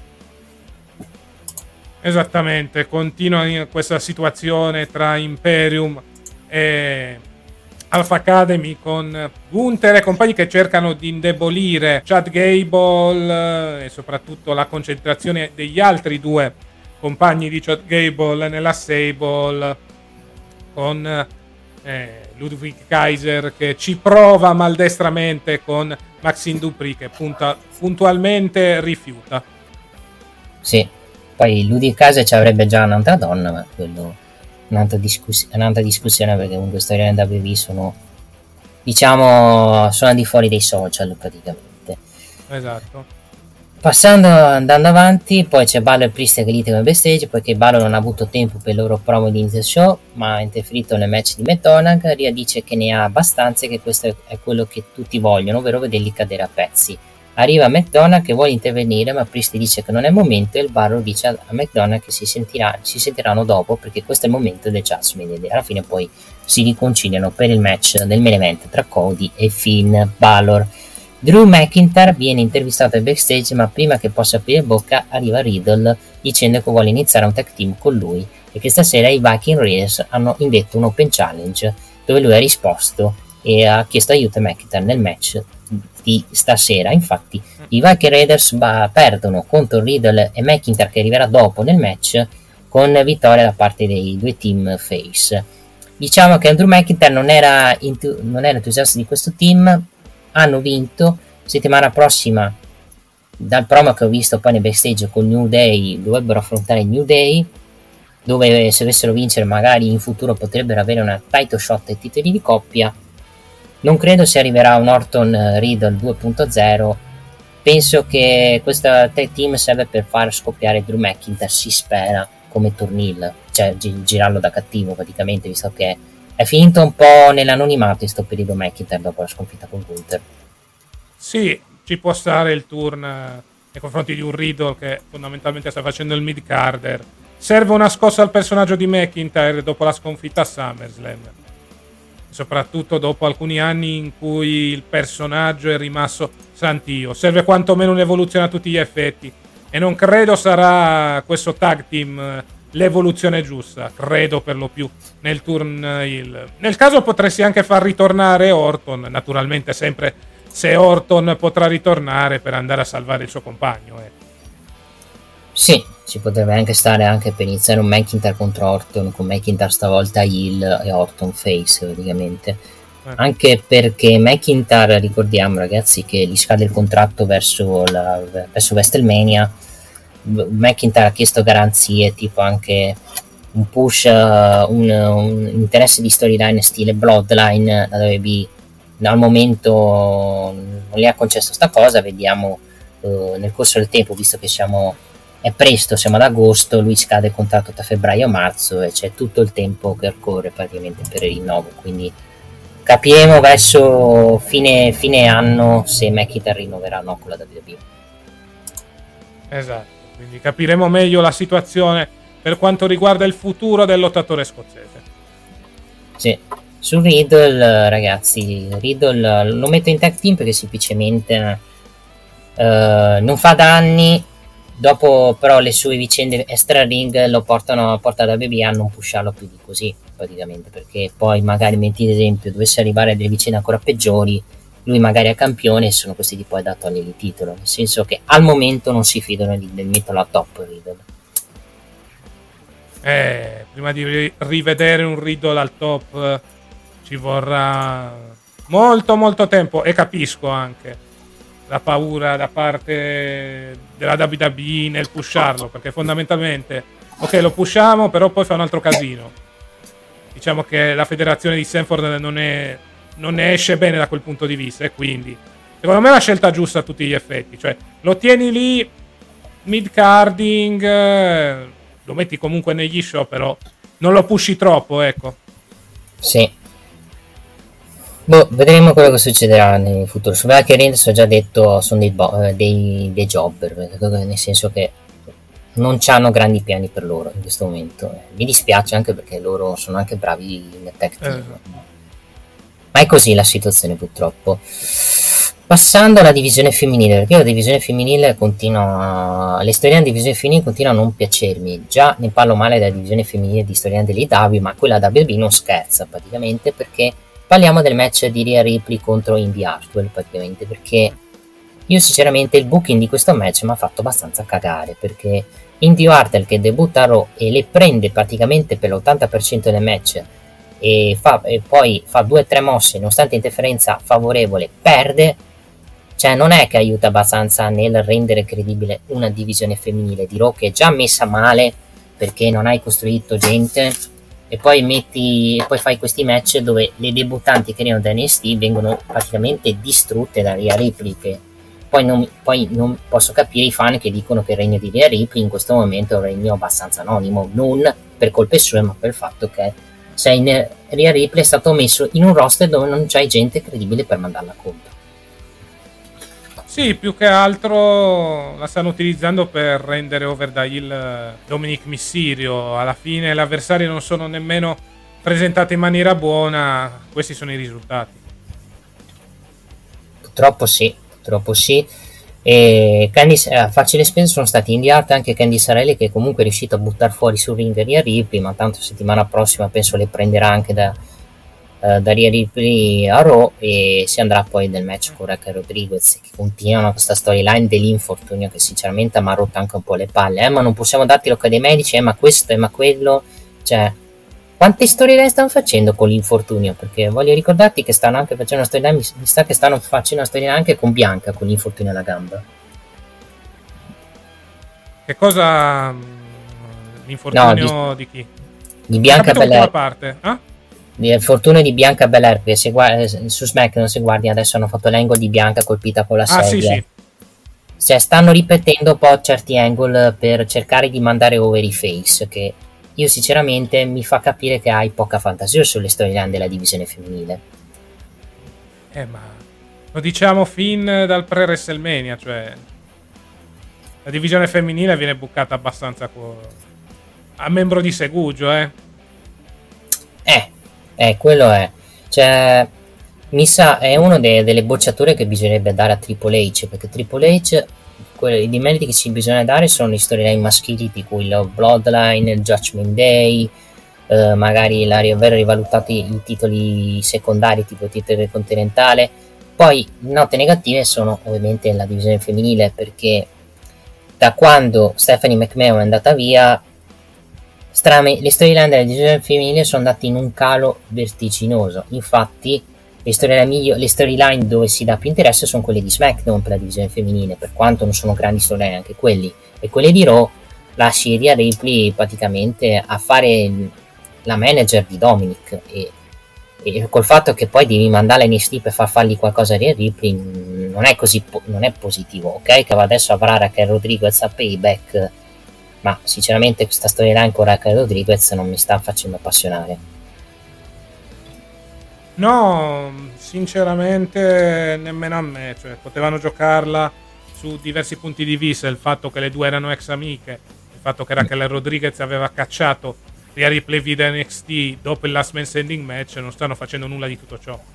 Esattamente, continua questa situazione tra Imperium e Alpha Academy con Gunther e compagni che cercano di indebolire Chad Gable e soprattutto la concentrazione degli altri due compagni di Chad Gable nella stable, con eh, Ludwig Kaiser che ci prova maldestramente con Maxine Dupri che punta, puntualmente rifiuta. Sì. Poi Ludwig Kaiser ci avrebbe già un'altra donna, ma quello è un'altra, discuss- un'altra discussione, perché comunque storie W W E sono, diciamo, sono al di fuori dei social praticamente. Esatto. Passando, andando avanti, poi c'è Balor e Priest che litigano backstage, poiché Balor non ha avuto tempo per il loro promo di inizio show, ma ha interferito nel match di McDonagh. Rhea dice che ne ha abbastanza e che questo è quello che tutti vogliono, ovvero vederli cadere a pezzi. Arriva McDonagh che vuole intervenire, ma Priest dice che non è il momento e il Balor dice a McDonagh che si, sentirà, si sentiranno dopo perché questo è il momento del Judgment Day. Alla fine poi si riconciliano per il match del main event tra Cody e Finn Balor. Drew McIntyre viene intervistato al backstage, ma prima che possa aprire bocca arriva Riddle dicendo che vuole iniziare un tag team con lui e che stasera i Viking Raiders hanno indetto un open challenge dove lui ha risposto e ha chiesto aiuto a McIntyre nel match di stasera. Infatti i Viking Raiders ba- perdono contro Riddle e McIntyre, che arriverà dopo nel match, con vittoria da parte dei due team face. Diciamo che Drew McIntyre non era, intu- non era entusiasta di questo team, hanno vinto. Settimana prossima, dal promo che ho visto poi nei backstage con New Day, dovrebbero affrontare New Day, dove se dovessero vincere magari in futuro potrebbero avere una title shot ai titoli di coppia. Non credo si arriverà a un Orton Riddle due punto zero. Penso che questa tag team serve per far scoppiare Drew McIntyre, si spera, come Turnil, cioè gi- girarlo da cattivo praticamente, visto che è finito un po' nell'anonimato in questo periodo McIntyre dopo la sconfitta con Gunther. Sì, ci può stare il turn nei confronti di un Riddle che fondamentalmente sta facendo il mid-carder serve una scossa al personaggio di McIntyre dopo la sconfitta a SummerSlam, soprattutto dopo alcuni anni in cui il personaggio è rimasto santio. Serve quantomeno un'evoluzione a tutti gli effetti, e non credo sarà questo tag team l'evoluzione giusta, credo per lo più nel turn heel. Nel caso potresti anche far ritornare Orton, naturalmente sempre se Orton potrà ritornare per andare a salvare il suo compagno. Eh. Sì, ci potrebbe anche stare anche per iniziare un McIntyre contro Orton, con McIntyre stavolta heel e Orton face praticamente. Eh. Anche perché McIntyre, ricordiamo ragazzi che gli scade il contratto verso, la, verso WrestleMania. McIntyre ha chiesto garanzie tipo anche un push, uh, un, un interesse di storyline stile Bloodline. La W W E al momento non le ha concesso sta cosa, vediamo uh, nel corso del tempo, visto che siamo è presto, siamo ad agosto, lui scade il contratto tra febbraio e marzo e c'è tutto il tempo che occorre praticamente per il rinnovo, quindi capiremo verso fine, fine anno se McIntyre rinnoverà o no con la W W E. Esatto, quindi capiremo meglio la situazione per quanto riguarda il futuro del lottatore scozzese. Sì, su Riddle ragazzi, Riddle lo metto in tag team perché semplicemente uh, non fa danni. Dopo però le sue vicende extra ring lo portano porta da W W E a non pusharlo più di così praticamente, perché poi magari metti ad esempio dovesse arrivare a delle vicende ancora peggiori, lui magari è campione e sono questi di poi da togliere il titolo, nel senso che al momento non si fidano di, del metterlo a top Riddle. Eh, prima di rivedere un Riddle al top ci vorrà molto molto tempo, e capisco anche la paura da parte della W W E nel pusharlo, perché fondamentalmente ok, lo pushiamo, però poi fa un altro casino. Diciamo che la federazione di Sanford non, è, non ne esce bene da quel punto di vista, e quindi secondo me è la scelta giusta a tutti gli effetti, cioè lo tieni lì mid-carding, lo metti comunque negli show, però non lo pushi troppo, ecco. Sì. Boh, vedremo quello che succederà nel futuro. Su Black Reigns ho già detto, sono dei, bo- dei, dei jobber, nel senso che non hanno grandi piani per loro in questo momento. Mi dispiace anche perché loro sono anche bravi nel tag team. Eh. Ma è così la situazione purtroppo. Passando alla divisione femminile, perché la divisione femminile continua, le storie di divisione femminile continuano a non piacermi. Già ne parlo male della divisione femminile di storie dell'I W, ma quella W W E non scherza praticamente, perché parliamo del match di Rhea Ripley contro Indi Hartwell praticamente, perché io sinceramente il booking di questo match mi ha fatto abbastanza cagare, perché Indi Hartwell che debutta a Raw e le prende praticamente per l'ottanta per cento del match e, fa, e poi fa due o tre mosse nonostante interferenza favorevole, perde, cioè non è che aiuta abbastanza nel rendere credibile una divisione femminile di Raw che è già messa male perché non hai costruito gente, e poi metti poi fai questi match dove le debuttanti che erano da N X T vengono praticamente distrutte da Rhea Ripley, che poi non, poi non posso capire i fan che dicono che il regno di Rhea Ripley in questo momento è un regno abbastanza anonimo, non per colpe sue ma per il fatto che sei in, Rhea Ripley è stato messo in un roster dove non c'hai gente credibile per mandarla contro. Sì, più che altro la stanno utilizzando per rendere over da heel Dominic Mysterio. Alla fine gli avversari non sono nemmeno presentati in maniera buona, questi sono i risultati. Purtroppo sì, purtroppo sì. E Candice, a farci le spese sono stati Indi Hartwell e anche Candice Sarelli, che comunque è riuscito a buttare fuori sul ring Rhea Ripley, ma tanto settimana prossima penso le prenderà anche da Uh, da Rhea Ripley a Raw, e si andrà poi nel match con Raquel Rodriguez, che continuano questa storyline dell'infortunio che sinceramente mi ha rotto anche un po' le palle, eh, ma non possiamo darti l'occhio dei medici, eh, ma questo, eh, ma quello, cioè quante storyline stanno facendo con l'infortunio, perché voglio ricordarti che stanno anche facendo una storyline, mi sa che stanno facendo una storyline anche con Bianca con l'infortunio alla gamba. Che cosa? L'infortunio no, di, di chi? Di Bianca Belair. parte eh? Il fortuna di Bianca Belair, perché se guardi, su SmackDown se guardi adesso hanno fatto l'angle di Bianca colpita con la ah, sedia, sì, sì. Cioè stanno ripetendo un po' certi angle per cercare di mandare over i face, che io sinceramente mi fa capire che hai poca fantasia sulle storyline della divisione femminile. Eh ma lo diciamo fin dal pre-WrestleMania, cioè la divisione femminile viene bucata abbastanza co- a membro di Segugio, eh. Eh, eh, quello è. Cioè, mi sa, è una delle bocciature che bisognerebbe dare a Triple H, perché Triple H, quelli, i meriti che ci bisogna dare sono le storyline maschili, di cui il Bloodline, il Judgment Day, eh, magari la, aver rivalutato i titoli secondari, tipo il titolo continentale. Poi, note negative sono ovviamente la divisione femminile, perché da quando Stephanie McMahon è andata via, strame, le storyline della divisione femminile sono andate in un calo vertiginoso. Infatti le storyline, le storyline dove si dà più interesse sono quelle di SmackDown per la divisione femminile, per quanto non sono grandi storyline anche quelli, e quelle di Raw lasci Rhea Ripley praticamente a fare la manager di Dominic, e, e col fatto che poi devi mandarla in N X T per far fargli qualcosa a Rhea Ripley non è così, non è positivo. Ok, che adesso avrà Raquel Rodriguez a Payback, ma sinceramente questa storyline con Raquel Rodriguez non mi sta facendo appassionare. No, sinceramente nemmeno a me, cioè potevano giocarla su diversi punti di vista, il fatto che le due erano ex amiche, il fatto che Raquel Rodriguez aveva cacciato Rhea Ripley via N X T dopo il Last Man Standing match, non stanno facendo nulla di tutto ciò.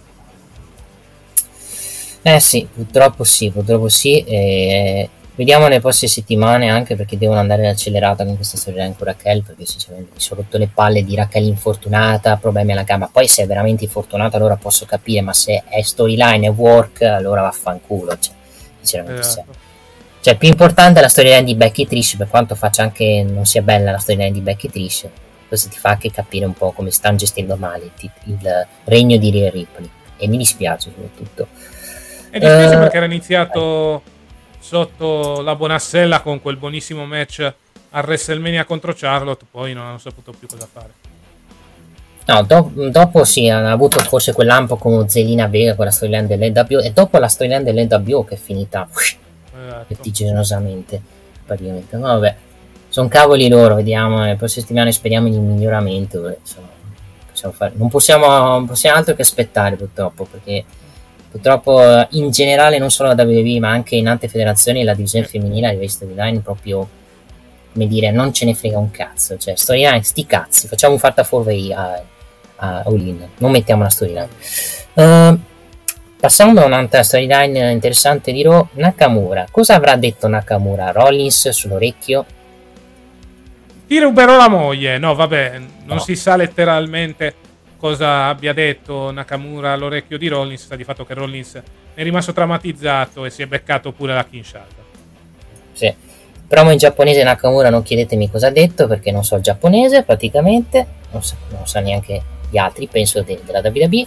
Eh sì, purtroppo sì, purtroppo sì, e vediamo nelle prossime settimane, anche perché devono andare accelerata con questa storyline con Raquel, perché sinceramente mi sono rotto le palle di Raquel infortunata, problemi alla gamba. Poi se è veramente infortunata allora posso capire, ma se è storyline e work allora vaffanculo, cioè, sinceramente esatto. Cioè, più importante è la storyline di Becky Trish, per quanto faccia anche non sia bella la storyline di Becky Trish, questo ti fa anche capire un po' come stanno gestendo male il, il regno di Rhea Ripley, e mi dispiace soprattutto. E dispiace uh, perché era iniziato sotto la buonassella con quel buonissimo match a WrestleMania contro Charlotte, poi non hanno saputo più cosa fare. No, do- dopo sì, hanno avuto forse quel lampo con Zelina Vega con la storyline dell'N W O, e dopo la storyline dell'N W O che è finita Esatto. vertiginosamente, praticamente. Ma vabbè, sono cavoli loro, vediamo, nelle prossime settimane speriamo in un miglioramento. Insomma, possiamo fare, non possiamo, non possiamo altro che aspettare, purtroppo, perché purtroppo in generale non solo la W W E ma anche in altre federazioni la divisione femminile a livello di storyline proprio, come dire, non ce ne frega un cazzo. Cioè storyline, sti cazzi, facciamo un fatta four way a, a All-In, non mettiamo la storyline. uh, Passando a un'altra storyline interessante di Raw, Nakamura. Cosa avrà detto Nakamura? Rollins sull'orecchio? Ti ruberò la moglie. No, vabbè, non No. si sa letteralmente cosa abbia detto Nakamura all'orecchio di Rollins. Sta di fatto che Rollins è rimasto traumatizzato e si è beccato pure la Kinshasa. Sì. Promo in giapponese Nakamura, non chiedetemi cosa ha detto perché non so il giapponese praticamente, non so, non so neanche gli altri, penso de- della W W E.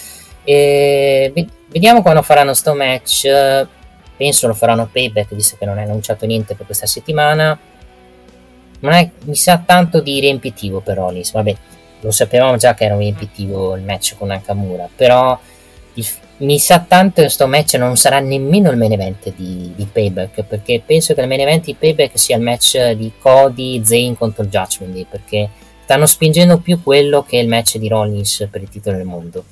E vediamo quando faranno sto match. Penso lo faranno a Payback, visto che non è annunciato niente per questa settimana. Non è, mi sa tanto di riempitivo per Rollins. Vabbè, lo sapevamo già che era un riempitivo il match con Nakamura, però il, mi sa tanto che sto match non sarà nemmeno il main event di, di Payback, perché penso che il main event di Payback sia il match di Cody Zayn contro il Judgment Day, perché stanno spingendo più quello che il match di Rollins per il titolo del mondo.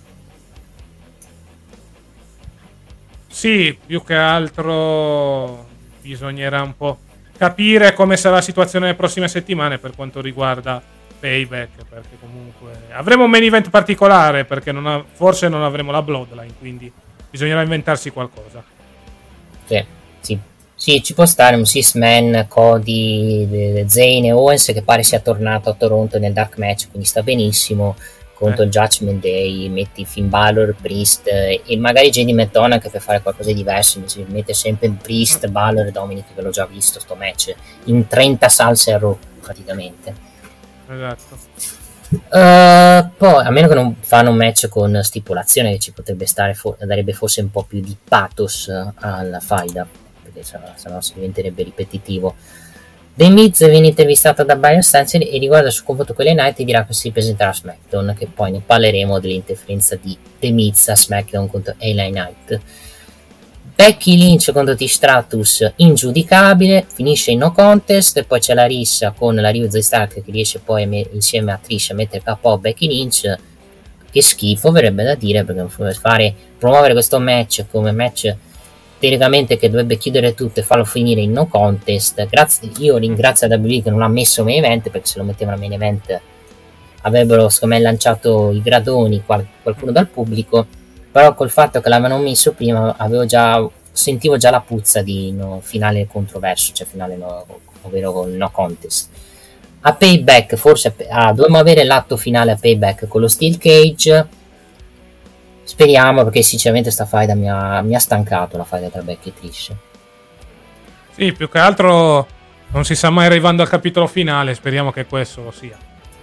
Sì, più che altro bisognerà un po' capire come sarà la situazione nelle prossime settimane per quanto riguarda Payback, perché comunque avremo un main event particolare, perché non ha, forse non avremo la Bloodline, quindi bisognerà inventarsi qualcosa. Sì, sì, sì, ci può stare un six-man Cody, Zayn e Owens che pare sia tornato a Toronto nel dark match, quindi sta benissimo. Contro eh. il Judgment Day metti Finn Balor, Priest e magari J D McDonagh per fare qualcosa di diverso, invece mette sempre Priest, Balor e Dominic, che l'ho già visto sto match in trenta salse a Raw praticamente. Esatto. Uh, poi a meno che non fanno un match con stipulazione, che ci potrebbe stare, for- darebbe forse un po' più di pathos alla faida, perché sennò si diventerebbe ripetitivo. The Miz viene intervistata da Brian Stanley e riguarda sul confronto con le Night e dirà che si presenterà a SmackDown, che poi ne parleremo dell'interferenza di The Miz a SmackDown contro L A Knight. Becky Lynch contro Trish Stratus ingiudicabile, finisce in no contest, e poi c'è la rissa con la Rio Zoe Stark che riesce poi a me- insieme a Trish a mettere K O Becky Lynch. Che schifo, verrebbe da dire, perché fare promuovere questo match come match teoricamente che dovrebbe chiudere tutto e farlo finire in no contest. Grazie, io ringrazio la W W E che non l'ha messo main event, perché se lo mettevano main event avrebbero secondo me lanciato i gradoni qual- qualcuno dal pubblico, però col fatto che l'avevano messo prima avevo già sentivo già la puzza di no, finale controverso, cioè finale no, ovvero no contest. A Payback forse ah, dovremmo avere l'atto finale a Payback con lo Steel Cage, speriamo, perché sinceramente sta faida mi ha, mi ha stancato, la faida tra Becky e Trish. Sì, più che altro non si sa mai arrivando al capitolo finale, speriamo che questo lo sia.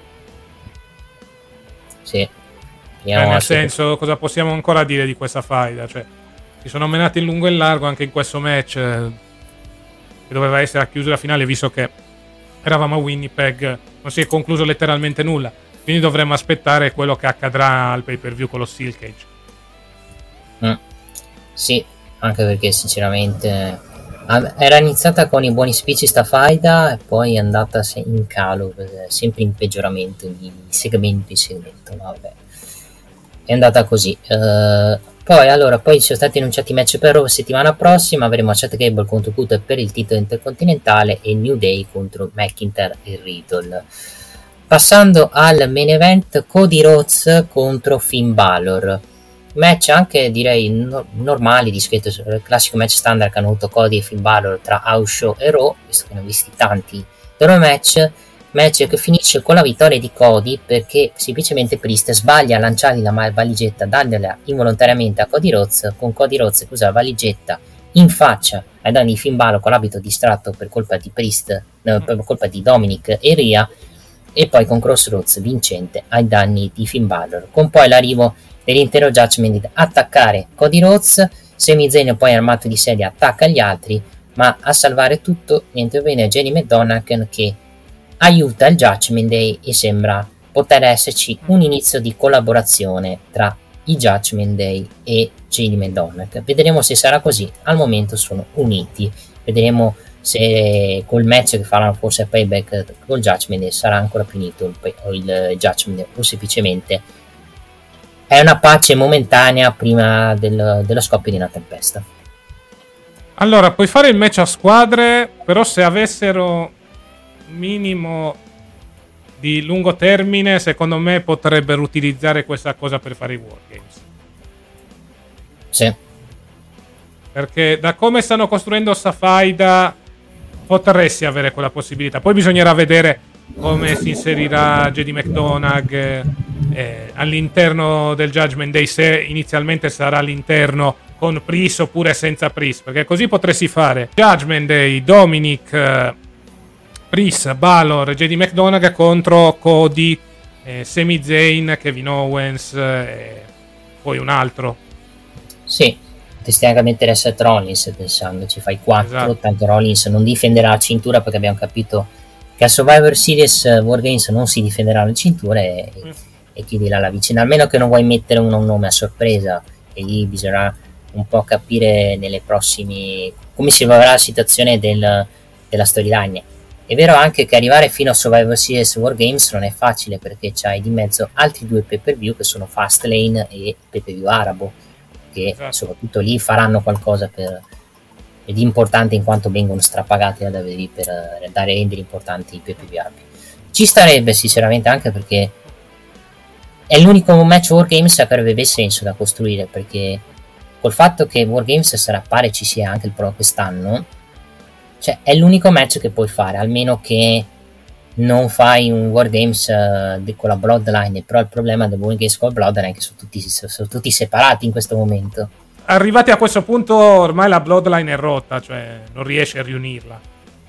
Sì. Cioè, nel senso, cosa possiamo ancora dire di questa faida? Cioè, si sono menati in lungo e in largo anche in questo match, eh, che doveva essere a chiusura finale, visto che eravamo a Winnipeg, non si è concluso letteralmente nulla, quindi dovremmo aspettare quello che accadrà al pay per view con lo Steel Cage. Mm. Sì, anche perché sinceramente era iniziata con i buoni spicci sta faida e poi è andata in calo, sempre in peggioramento di segmento in segmento, ma vabbè, è andata così. Uh, poi allora poi ci sono stati annunciati match per Raw. Settimana prossima avremo Chad Gable contro Gunther per il titolo intercontinentale e New Day contro McIntyre e Riddle. Passando al main event, Cody Rhodes contro Finn Balor, match anche direi no- normali, discreto, il classico match standard che hanno avuto Cody e Finn Balor tra House Show e Raw, visto che ne ho visti tanti loro match. Match che finisce con la vittoria di Cody perché semplicemente Priest sbaglia a lanciargli la valigetta, dandola involontariamente a Cody Rhodes, con Cody Rhodes che usa la valigetta in faccia ai danni di Finn Balor con l'abito distratto per colpa di Priest, no, per colpa di Dominic e Rhea, e poi con Crossroads vincente ai danni di Finn Balor, con poi l'arrivo dell'intero Judgment ad attaccare Cody Rhodes. Sami Zayn poi armato di sedia attacca gli altri, ma a salvare tutto interviene Jenny McDonagh che aiuta il Judgment Day e sembra poter esserci un inizio di collaborazione tra i Judgment Day e Jenny McDonagh. Vedremo se sarà così, al momento sono uniti, vedremo se col match che faranno forse a Payback col Judgment Day sarà ancora più unito il, il Judgment Day o semplicemente è una pace momentanea prima del, dello scoppio di una tempesta. Allora, puoi fare il match a squadre, però se avessero minimo di lungo termine, secondo me potrebbero utilizzare questa cosa per fare i Wargames. Sì. Perché da come stanno costruendo sta faida potresti avere quella possibilità. Poi bisognerà vedere come si inserirà J D McDonagh eh, all'interno del Judgment Day, se inizialmente sarà all'interno con Priest oppure senza Priest, perché così potresti fare Judgment Day, Dominic, eh, Priest, Balor, J D McDonagh contro Cody, eh, Sami Zayn, Kevin Owens e eh, poi un altro. Sì, potresti anche mettere Seth Rollins pensando, ci fai quattro, esatto. Tanto Rollins non difenderà la cintura perché abbiamo capito che a Survivor Series Wargames non si difenderà la cintura e, mm. e chiudi la vicina, almeno che non vuoi mettere un, un nome a sorpresa, e lì bisognerà un po' capire nelle prossime come si evolverà la situazione del, della storyline. È vero anche che arrivare fino a Survivor Series Wargames non è facile perché c'hai di mezzo altri due pay per view che sono Fastlane e pay per view arabo, che esatto. Soprattutto lì faranno qualcosa per ed importante in quanto vengono strapagati da W W E per uh, dare rendere importanti i pay per view arabi. Ci starebbe sinceramente, anche perché è l'unico match Wargames che avrebbe senso da costruire, perché col fatto che Wargames sarà pare ci sia anche il pro quest'anno, cioè è l'unico match che puoi fare, almeno che non fai un Wargames uh, con la Bloodline. Però il problema del Wargames con la Bloodline è che sono tutti, sono tutti separati in questo momento. Arrivati a questo punto ormai la Bloodline è rotta, cioè non riesci a riunirla.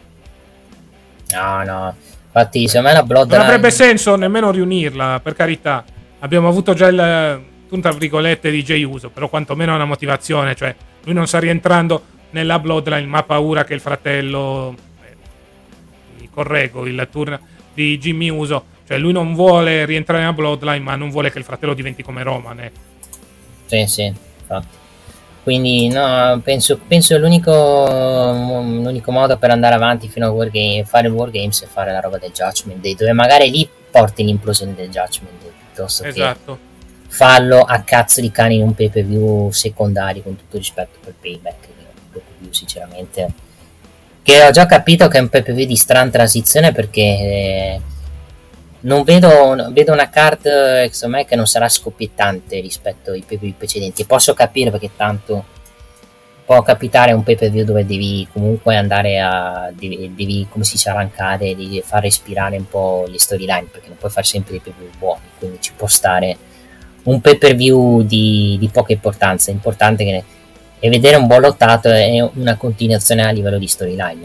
No, no, infatti secondo me la Bloodline non avrebbe senso nemmeno riunirla, per carità. Abbiamo avuto già il tra virgolette di Jey Uso, però quantomeno ha una motivazione, cioè lui non sta rientrando nella Bloodline, ma ha paura che il fratello eh, correggo il turn di Jimmy Uso, cioè lui non vuole rientrare nella Bloodline, ma non vuole che il fratello diventi come Roman. Eh. Sì, sì, infatti. Quindi no, penso, penso l'unico, l'unico modo per andare avanti fino a Wargame, fare il Wargames, è fare la roba del Judgment Day, dove magari lì porti l'implosione del Judgment Day piuttosto esatto. che farlo a cazzo di cane in un pay per view secondario, con tutto rispetto per Payback. view sinceramente, che ho già capito che è un pay per view di strana transizione, perché eh, non vedo, vedo una card eh, secondo me che non sarà scoppiettante rispetto ai pay per view precedenti. Posso capire, perché tanto può capitare un pay per view dove devi comunque andare a devi, devi come si dice arrancare, devi far respirare un po' le storyline, perché non puoi fare sempre dei pay per view buoni, quindi ci può stare un pay per view di, di poca importanza. Importante che è vedere un buon lottato e una continuazione a livello di storyline.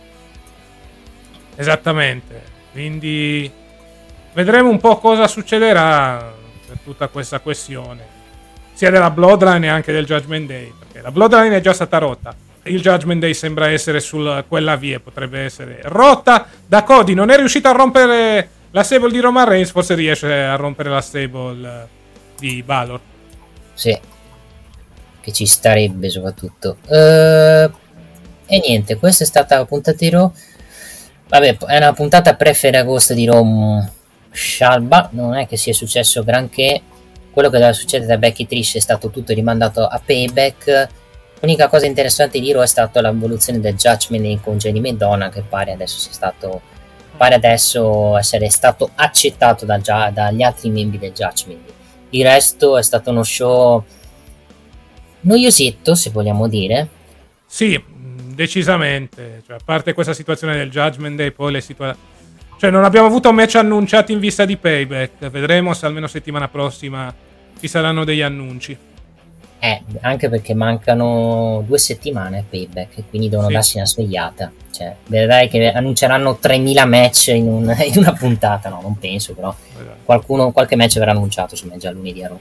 Esattamente, quindi vedremo un po' cosa succederà per tutta questa questione, sia della Bloodline e anche del Judgment Day, perché la Bloodline è già stata rotta, il Judgment Day sembra essere su quella via, potrebbe essere rotta da Cody. Non è riuscito a rompere la stable di Roman Reigns, forse riesce a rompere la stable di Balor. Sì, che ci starebbe soprattutto. Uh, e niente, questa è stata la puntata di Raw. Vabbè, è una puntata pre-Ferragosto di Raw scialba, non è che sia successo granché. Quello che doveva succedere da Becky Trish è stato tutto rimandato a Payback. L'unica cosa interessante di Raw è stata l'evoluzione del Judgment Day con Jenny Madonna, che pare adesso sia stato pare adesso essere stato accettato da, dagli altri membri del Judgment Day. Il resto è stato uno show noiosetto, se vogliamo dire. Sì, decisamente. Cioè, a parte questa situazione del Judgment Day, poi le situazioni, cioè non abbiamo avuto match annunciati in vista di Payback. Vedremo se almeno settimana prossima ci saranno degli annunci. Eh, anche perché mancano due settimane a Payback, quindi devono sì. darsi una svegliata. Cioè, vedrai che annunceranno tremila match in, un, in una puntata. No, non penso, però esatto. Qualcuno, qualche match verrà annunciato, insomma, già lunedì a Raw.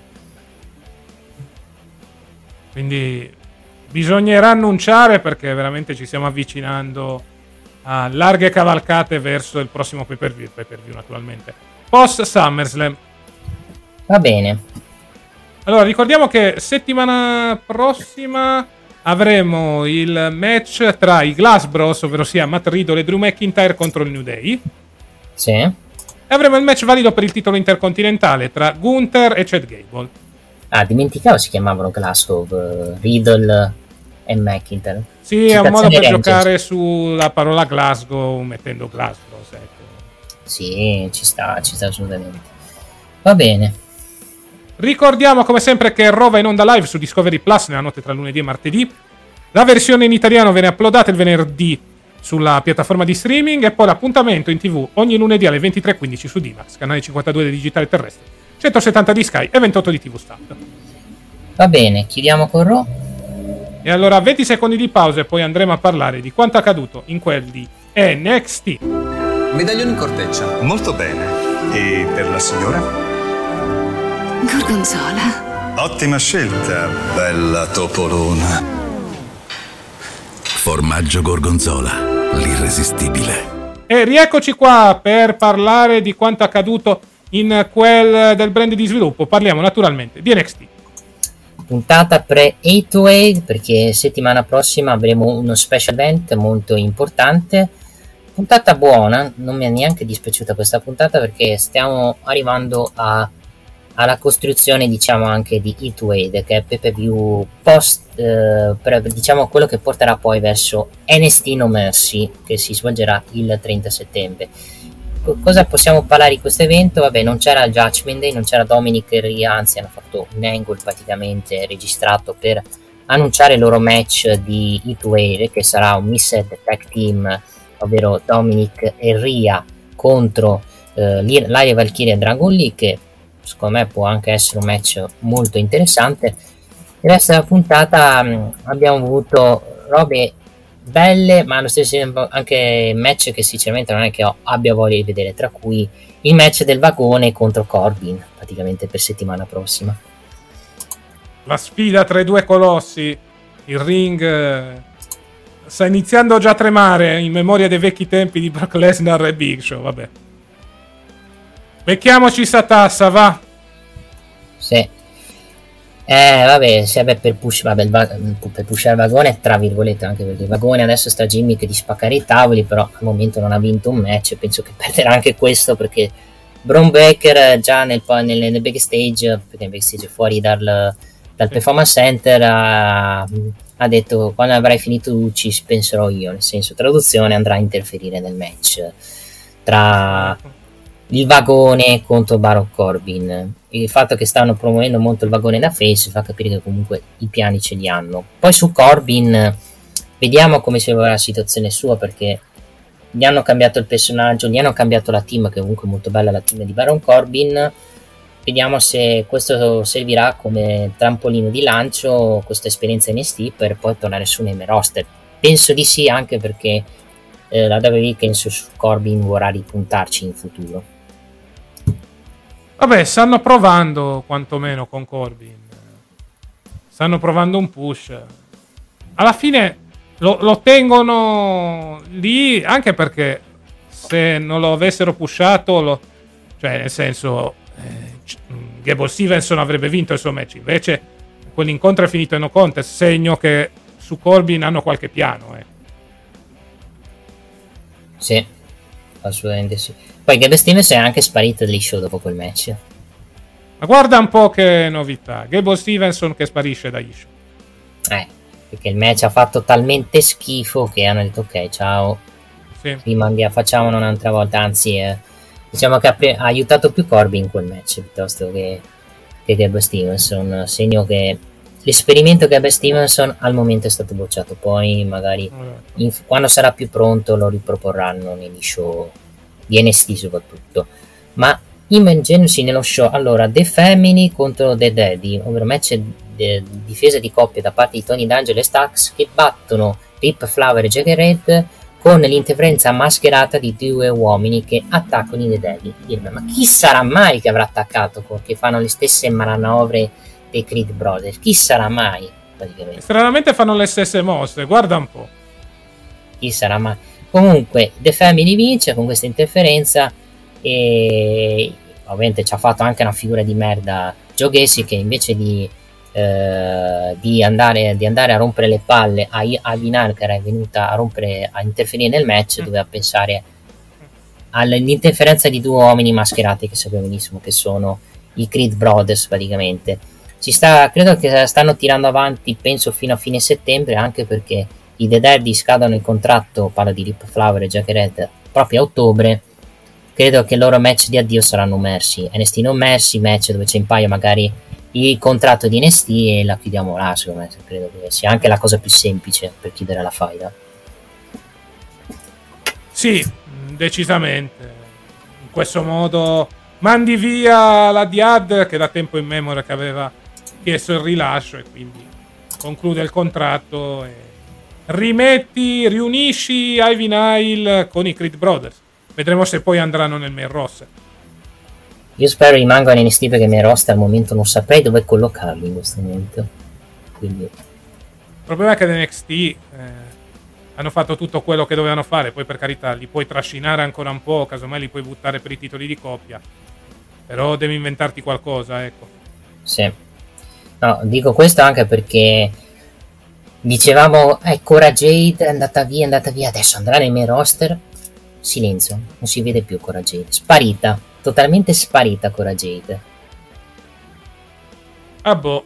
Quindi bisognerà annunciare, perché veramente ci stiamo avvicinando a larghe cavalcate verso il prossimo pay per view, pay per view naturalmente post SummerSlam. Va bene. Allora ricordiamo che settimana prossima avremo il match tra i Glass Bros, ovvero sia Matt Riddle e Drew McIntyre contro il New Day. Sì. E avremo il match valido per il titolo intercontinentale tra Gunther e Chad Gable. Ah, dimenticavo si chiamavano Glasgow, uh, Riddle e McIntyre. Sì, è un modo per Rangers. Giocare sulla parola Glasgow mettendo Glasgow, ecco. Sì, ci sta, ci sta assolutamente. Va bene. Ricordiamo come sempre che Raw va in onda live su Discovery Plus nella notte tra lunedì e martedì. La versione in italiano viene uploadata il venerdì sulla piattaforma di streaming, e poi l'appuntamento in tv ogni lunedì alle ventitré e quindici su D-Max, canale cinquantadue del digitale terrestre, centosettanta di Sky e ventotto di T V Stat. Va bene, chiudiamo con Raw. E allora venti secondi di pausa e poi andremo a parlare di quanto accaduto in quel di N X T. Medaglione in corteccia. Molto bene. E per la signora? Gorgonzola. Ottima scelta, bella topolona. Formaggio Gorgonzola, l'irresistibile. E rieccoci qua per parlare di quanto accaduto in quel del brand di sviluppo. Parliamo naturalmente di N X T. Puntata pre otto way, perché settimana prossima avremo uno special event molto importante. Puntata buona, non mi è neanche dispiaciuta questa puntata, perché stiamo arrivando a, alla costruzione, diciamo, anche di otto way, che è pay per view post, eh, per, diciamo quello che porterà poi verso N X T No Mercy, che si svolgerà il trenta settembre. Cosa possiamo parlare di questo evento? Vabbè, non c'era il Judgment Day, non c'era Dominic e Rhea, anzi hanno fatto un angle praticamente registrato per annunciare il loro match di otto way, che sarà un Missed Tag Team, ovvero Dominic e Rhea contro eh, Lyra Valkyria e Dragon Lee, che secondo me può anche essere un match molto interessante. Il resto della puntata mh, abbiamo avuto robe belle, ma allo stesso tempo anche match che sinceramente non è che ho, abbia voglia di vedere, tra cui il match del vagone contro Corbin, praticamente per settimana prossima. La sfida tra i due colossi, il ring eh, sta iniziando già a tremare in memoria dei vecchi tempi di Brock Lesnar e Big Show. Vabbè, becchiamoci sta tassa, va. Sì. Eh vabbè, serve per push, vabbè, il va- per pushare il vagone, tra virgolette, anche perché il vagone adesso sta gimmick di spaccare i tavoli, però al momento non ha vinto un match, penso che perderà anche questo, perché Braun Breaker già nel, nel, nel backstage, perché nel backstage fuori dal, dal performance center ha, ha detto quando avrai finito tu ci penserò io, nel senso, traduzione, andrà a interferire nel match tra il vagone contro Baron Corbin. Il fatto che stanno promuovendo molto il vagone da face fa capire che comunque i piani ce li hanno. Poi su Corbin vediamo come si evolverà la situazione sua, perché gli hanno cambiato il personaggio, gli hanno cambiato la team, che è comunque molto bella la team di Baron Corbin. Vediamo se questo servirà come trampolino di lancio, questa esperienza N X T, per poi tornare su nei main roster. Penso di sì, anche perché eh, la W W E penso su Corbin vorrà ripuntarci in futuro. Vabbè, stanno provando quantomeno con Corbin. Stanno provando un push. Alla fine lo, lo tengono lì, anche perché se non lo avessero pushato, lo, cioè nel senso, eh, Gable Stevenson avrebbe vinto il suo match. Invece quell'incontro è finito in no contest, segno che su Corbin hanno qualche piano. Eh. Sì, assolutamente sì. Poi Gable Stevenson è anche sparito dagli show dopo quel match. Ma guarda un po' che novità. Gable Stevenson che sparisce dagli show. Eh, perché il match ha fatto talmente schifo che hanno detto ok, ciao. Sì. Rimandiamo, facciamolo un'altra volta. Anzi, eh, diciamo che ha, pre- ha aiutato più Corbin quel match piuttosto che, che Gable Stevenson. Segno che l'esperimento Gable Stevenson al momento è stato bocciato. Poi magari in, quando sarà più pronto lo riproporranno negli show di N X T soprattutto. Ma immergendosi nello show, allora The Family contro The Daddy, ovvero match di difesa di coppia da parte di Tony D'Angelo e Stax, che battono Rip Flower e Jagger Red con l'interferenza mascherata di due uomini che attaccano i The Daddy. Dirmi, ma chi sarà mai che avrà attaccato, che fanno le stesse manovre dei Creed Brothers? Chi sarà mai? Stranamente fanno le stesse mosse, guarda un po'. Chi sarà mai? Comunque The Family vince con questa interferenza e ovviamente ci ha fatto anche una figura di merda Joe Gacy, che invece di, eh, di, andare, di andare a rompere le palle a, a Vinar, che era venuta a rompere, a interferire nel match, doveva pensare all'interferenza di due uomini mascherati che sappiamo benissimo che sono i Creed Brothers praticamente. Si sta, credo che stanno tirando avanti, penso fino a fine settembre, anche perché i The Daddy scadono il contratto, parlo di Rip Flower e Jack Red, proprio a ottobre. Credo che i loro match di addio saranno Mercy, N X T non Mercy, match dove c'è in paio magari il contratto di N X T e la chiudiamo là, secondo me. Credo che sia anche la cosa più semplice per chiudere la faida. Sì, decisamente. In questo modo mandi via la Diad, che da tempo in memoria che aveva chiesto il rilascio, e quindi conclude il contratto e rimetti, riunisci Ivy Nile con i Creed Brothers. Vedremo se poi andranno nel main roster. Io spero rimangano in N X T, perché main roster al momento non saprei dove collocarli in questo momento. Quindi il problema è che N X T eh, hanno fatto tutto quello che dovevano fare. Poi per carità li puoi trascinare ancora un po', casomai li puoi buttare per i titoli di coppia, però devi inventarti qualcosa, ecco. Sì. No, dico questo anche perché dicevamo eh, Cora Jade è andata via, è andata via, adesso andrà nel main roster. Silenzio, non si vede più Cora Jade, sparita, totalmente sparita Cora Jade. Ah boh,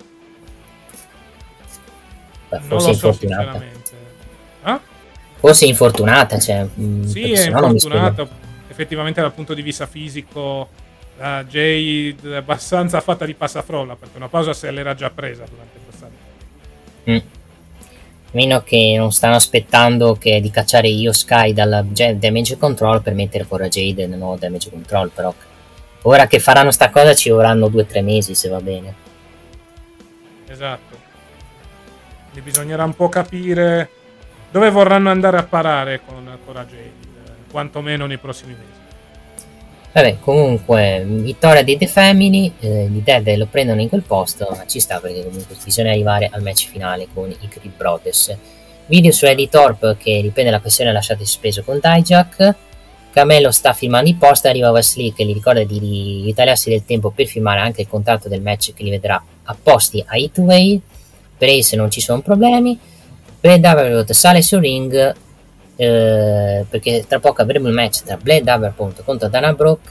Beh, non forse lo so infortunata. sinceramente. Ah? Forse infortunata, cioè, sì, è infortunata effettivamente dal punto di vista fisico. La Jade è abbastanza fatta di passafrolla, perché una pausa se l'era già presa durante questa. Mm. Meno che non stanno aspettando che di cacciare Io Sky dalla Damage Control per mettere Cora Jade nel nuovo Damage Control, però ora che faranno sta cosa ci vorranno due o tre mesi se va bene. Esatto. Quindi bisognerà un po' capire dove vorranno andare a parare con Cora Jade, quantomeno nei prossimi mesi. Vabbè, comunque vittoria dei The Family, eh, gli Dead lo prendono in quel posto, ma ci sta perché comunque bisogna arrivare al match finale con i Creed Brothers. Video su Eddie Thorpe che riprende la questione lasciata in sospeso con Dijak. Camelo sta filmando i post, arriva Wesley che gli ricorda di ritagliarsi del tempo per firmare anche il contratto del match che li vedrà apposti a Hitway. Per Ace non ci sono problemi. Per Davenport sale sul ring, Eh, perché tra poco avremo il match tra Blade Davenport contro Dana Brooke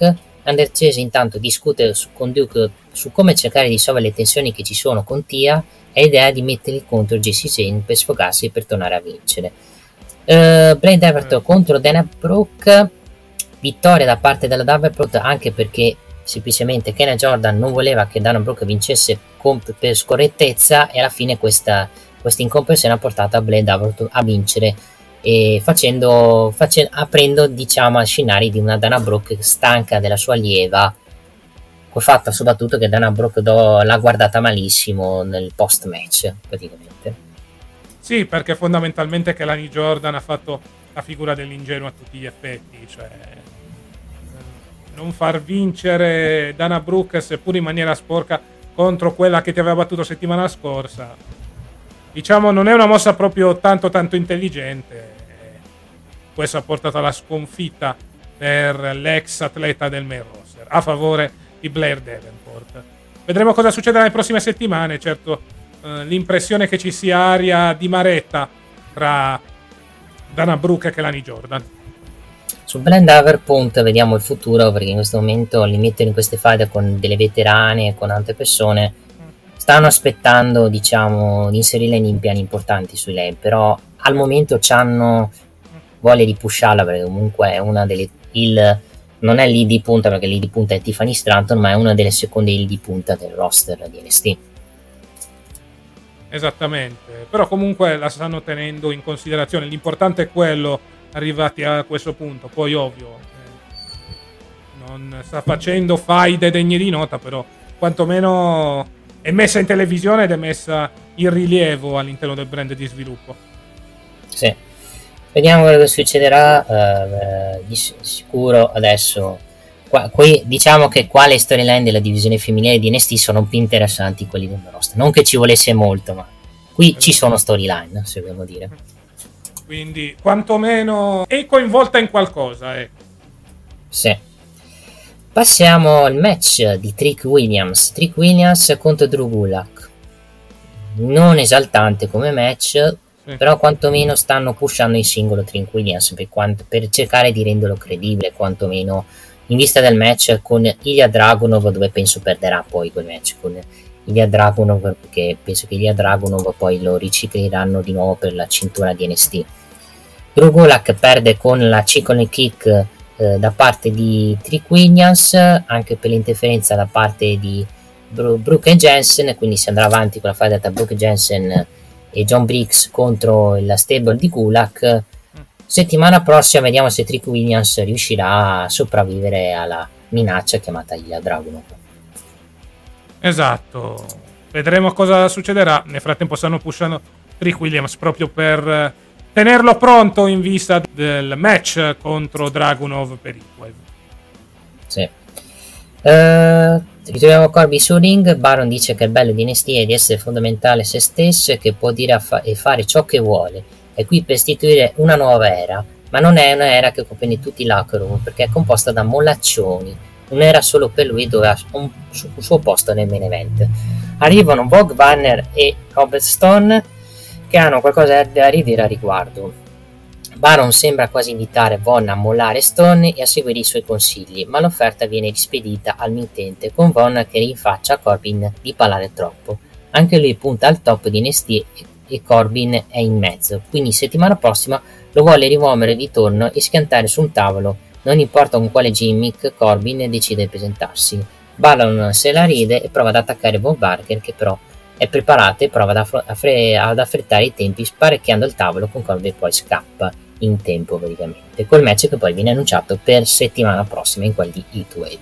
Underchase intanto discute su, con Duke su come cercare di risolvere le tensioni che ci sono con Tia e l'idea di metterli contro Jessie Jane per sfogarsi e per tornare a vincere. Uh, Blaine Davenport contro Dana Brooke, vittoria da parte della Davenport, anche perché semplicemente Kenna Jordan non voleva che Dana Brooke vincesse con, per scorrettezza, e alla fine questa, questa incomprensione ha portato a Blaine Davenport a vincere, e facendo, facendo aprendo, diciamo, a scenari di una Dana Brooke stanca della sua allieva, col fatto soprattutto che Dana Brooke do, l'ha guardata malissimo nel post match praticamente. Sì, perché fondamentalmente Kelani Jordan ha fatto la figura dell'ingenuo a tutti gli effetti, cioè non far vincere Dana Brooke, seppur in maniera sporca, contro quella che ti aveva battuto settimana scorsa, diciamo non è una mossa proprio tanto tanto intelligente. Questo ha portato alla sconfitta per l'ex atleta del main roster a favore di Blair Davenport. Vedremo cosa succederà nelle prossime settimane. Certo, eh, l'impressione che ci sia aria di maretta tra Dana Brooke e Kelani Jordan. Su Blair Davenport vediamo il futuro, perché in questo momento li mettono in queste faide con delle veterane e con altre persone. Stanno aspettando, diciamo, di inserirla in piani importanti su lei, però al momento c'hanno voglia di pusharla, perché comunque è una delle il non è lì di punta, perché lì di punta è Tiffany Stratton, ma è una delle seconde lì di punta del roster di N X T. Esattamente, però comunque la stanno tenendo in considerazione, l'importante è quello, arrivati a questo punto. Poi ovvio eh, non sta facendo faide degne di nota, però quantomeno è messa in televisione ed è messa in rilievo all'interno del brand di sviluppo. Sì. Vediamo quello che succederà. Uh, di sicuro adesso qua, qui diciamo che qua le storyline della divisione femminile di N X T sono più interessanti di quelli del roster. Non che ci volesse molto, ma qui esatto. Ci sono storyline, se vogliamo dire. Quindi quantomeno è coinvolta in qualcosa, ecco. Sì. Passiamo al match di Trick Williams. Trick Williams contro Drew Gulak. Non esaltante come match, sì. Però quantomeno stanno pushando il singolo Trick Williams per, quanto, per cercare di renderlo credibile, quantomeno in vista del match con Ilya Dragunov, dove penso perderà poi quel match con Ilya Dragunov, perché penso che Ilya Dragunov poi lo ricicleranno di nuovo per la cintura di N X T. Drew Gulak perde con la chicken kick eh, da parte di Trick Williams, anche per l'interferenza da parte di Bro- Brooke e Jensen, quindi si andrà avanti con la fight tra Brooke Jensen e John Briggs contro la stable di Gulak. Settimana prossima vediamo se Trick Williams riuscirà a sopravvivere alla minaccia chiamata Ilya Dragunov. Esatto, vedremo cosa succederà. Nel frattempo stanno pushando Trick Williams proprio per tenerlo pronto in vista del match contro Dragunov per Heatwave. Sì. Uh, ritroviamo Corby su ring. Baron dice che il bello di N X T è di essere fondamentale a se stesso e che può dire a fa- e fare ciò che vuole. È qui per istituire una nuova era, ma non è un'era che comprende tutti i locker room, perché è composta da molaccioni. Un'era solo per lui, dove ha un, un suo posto nel main event. Arrivano Vogue Warner e Robert Stone, che hanno qualcosa da ridire a riguardo. Baron sembra quasi invitare Von a mollare Stone e a seguire i suoi consigli, ma l'offerta viene rispedita al mittente, con Von che rinfaccia a Corbin di parlare troppo. Anche lui punta al top di N X T e Corbin è in mezzo, quindi settimana prossima lo vuole rimuovere di torno e schiantare su un tavolo. Non importa con quale gimmick, Corbin decide di presentarsi. Baron se la ride e prova ad attaccare Von Barker, che però è preparato e prova ad, affr- affre- ad affrettare i tempi sparecchiando il tavolo, con Corbin poi scappa in tempo praticamente, col match che poi viene annunciato per settimana prossima in quel di Heatwave.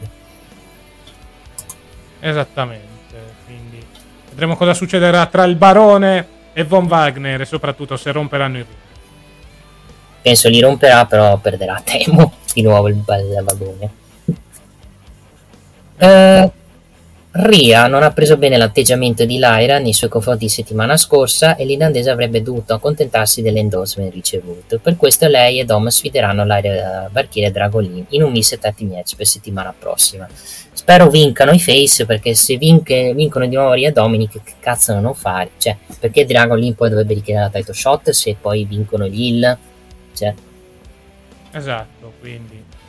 Esattamente, quindi vedremo cosa succederà tra il Barone e Von Wagner e soprattutto se romperanno il ring. Penso li romperà, però perderà, temo di nuovo il, il vagone. Uh, Rhea non ha preso bene l'atteggiamento di Lyra nei suoi confronti settimana scorsa e l'irlandese avrebbe dovuto accontentarsi dell'endorsement ricevuto. Per questo lei e Dom sfideranno Lyra Valkyria e Dragon in un miss tag match per settimana prossima. Spero vincano i face, perché se vinc- vincono di nuovo Rhea e Dominic, che cazzo non fare? Cioè, perché Dragon Lee poi dovrebbe richiedere la title shot se poi vincono gli Hill? Cioè. Esatto, quindi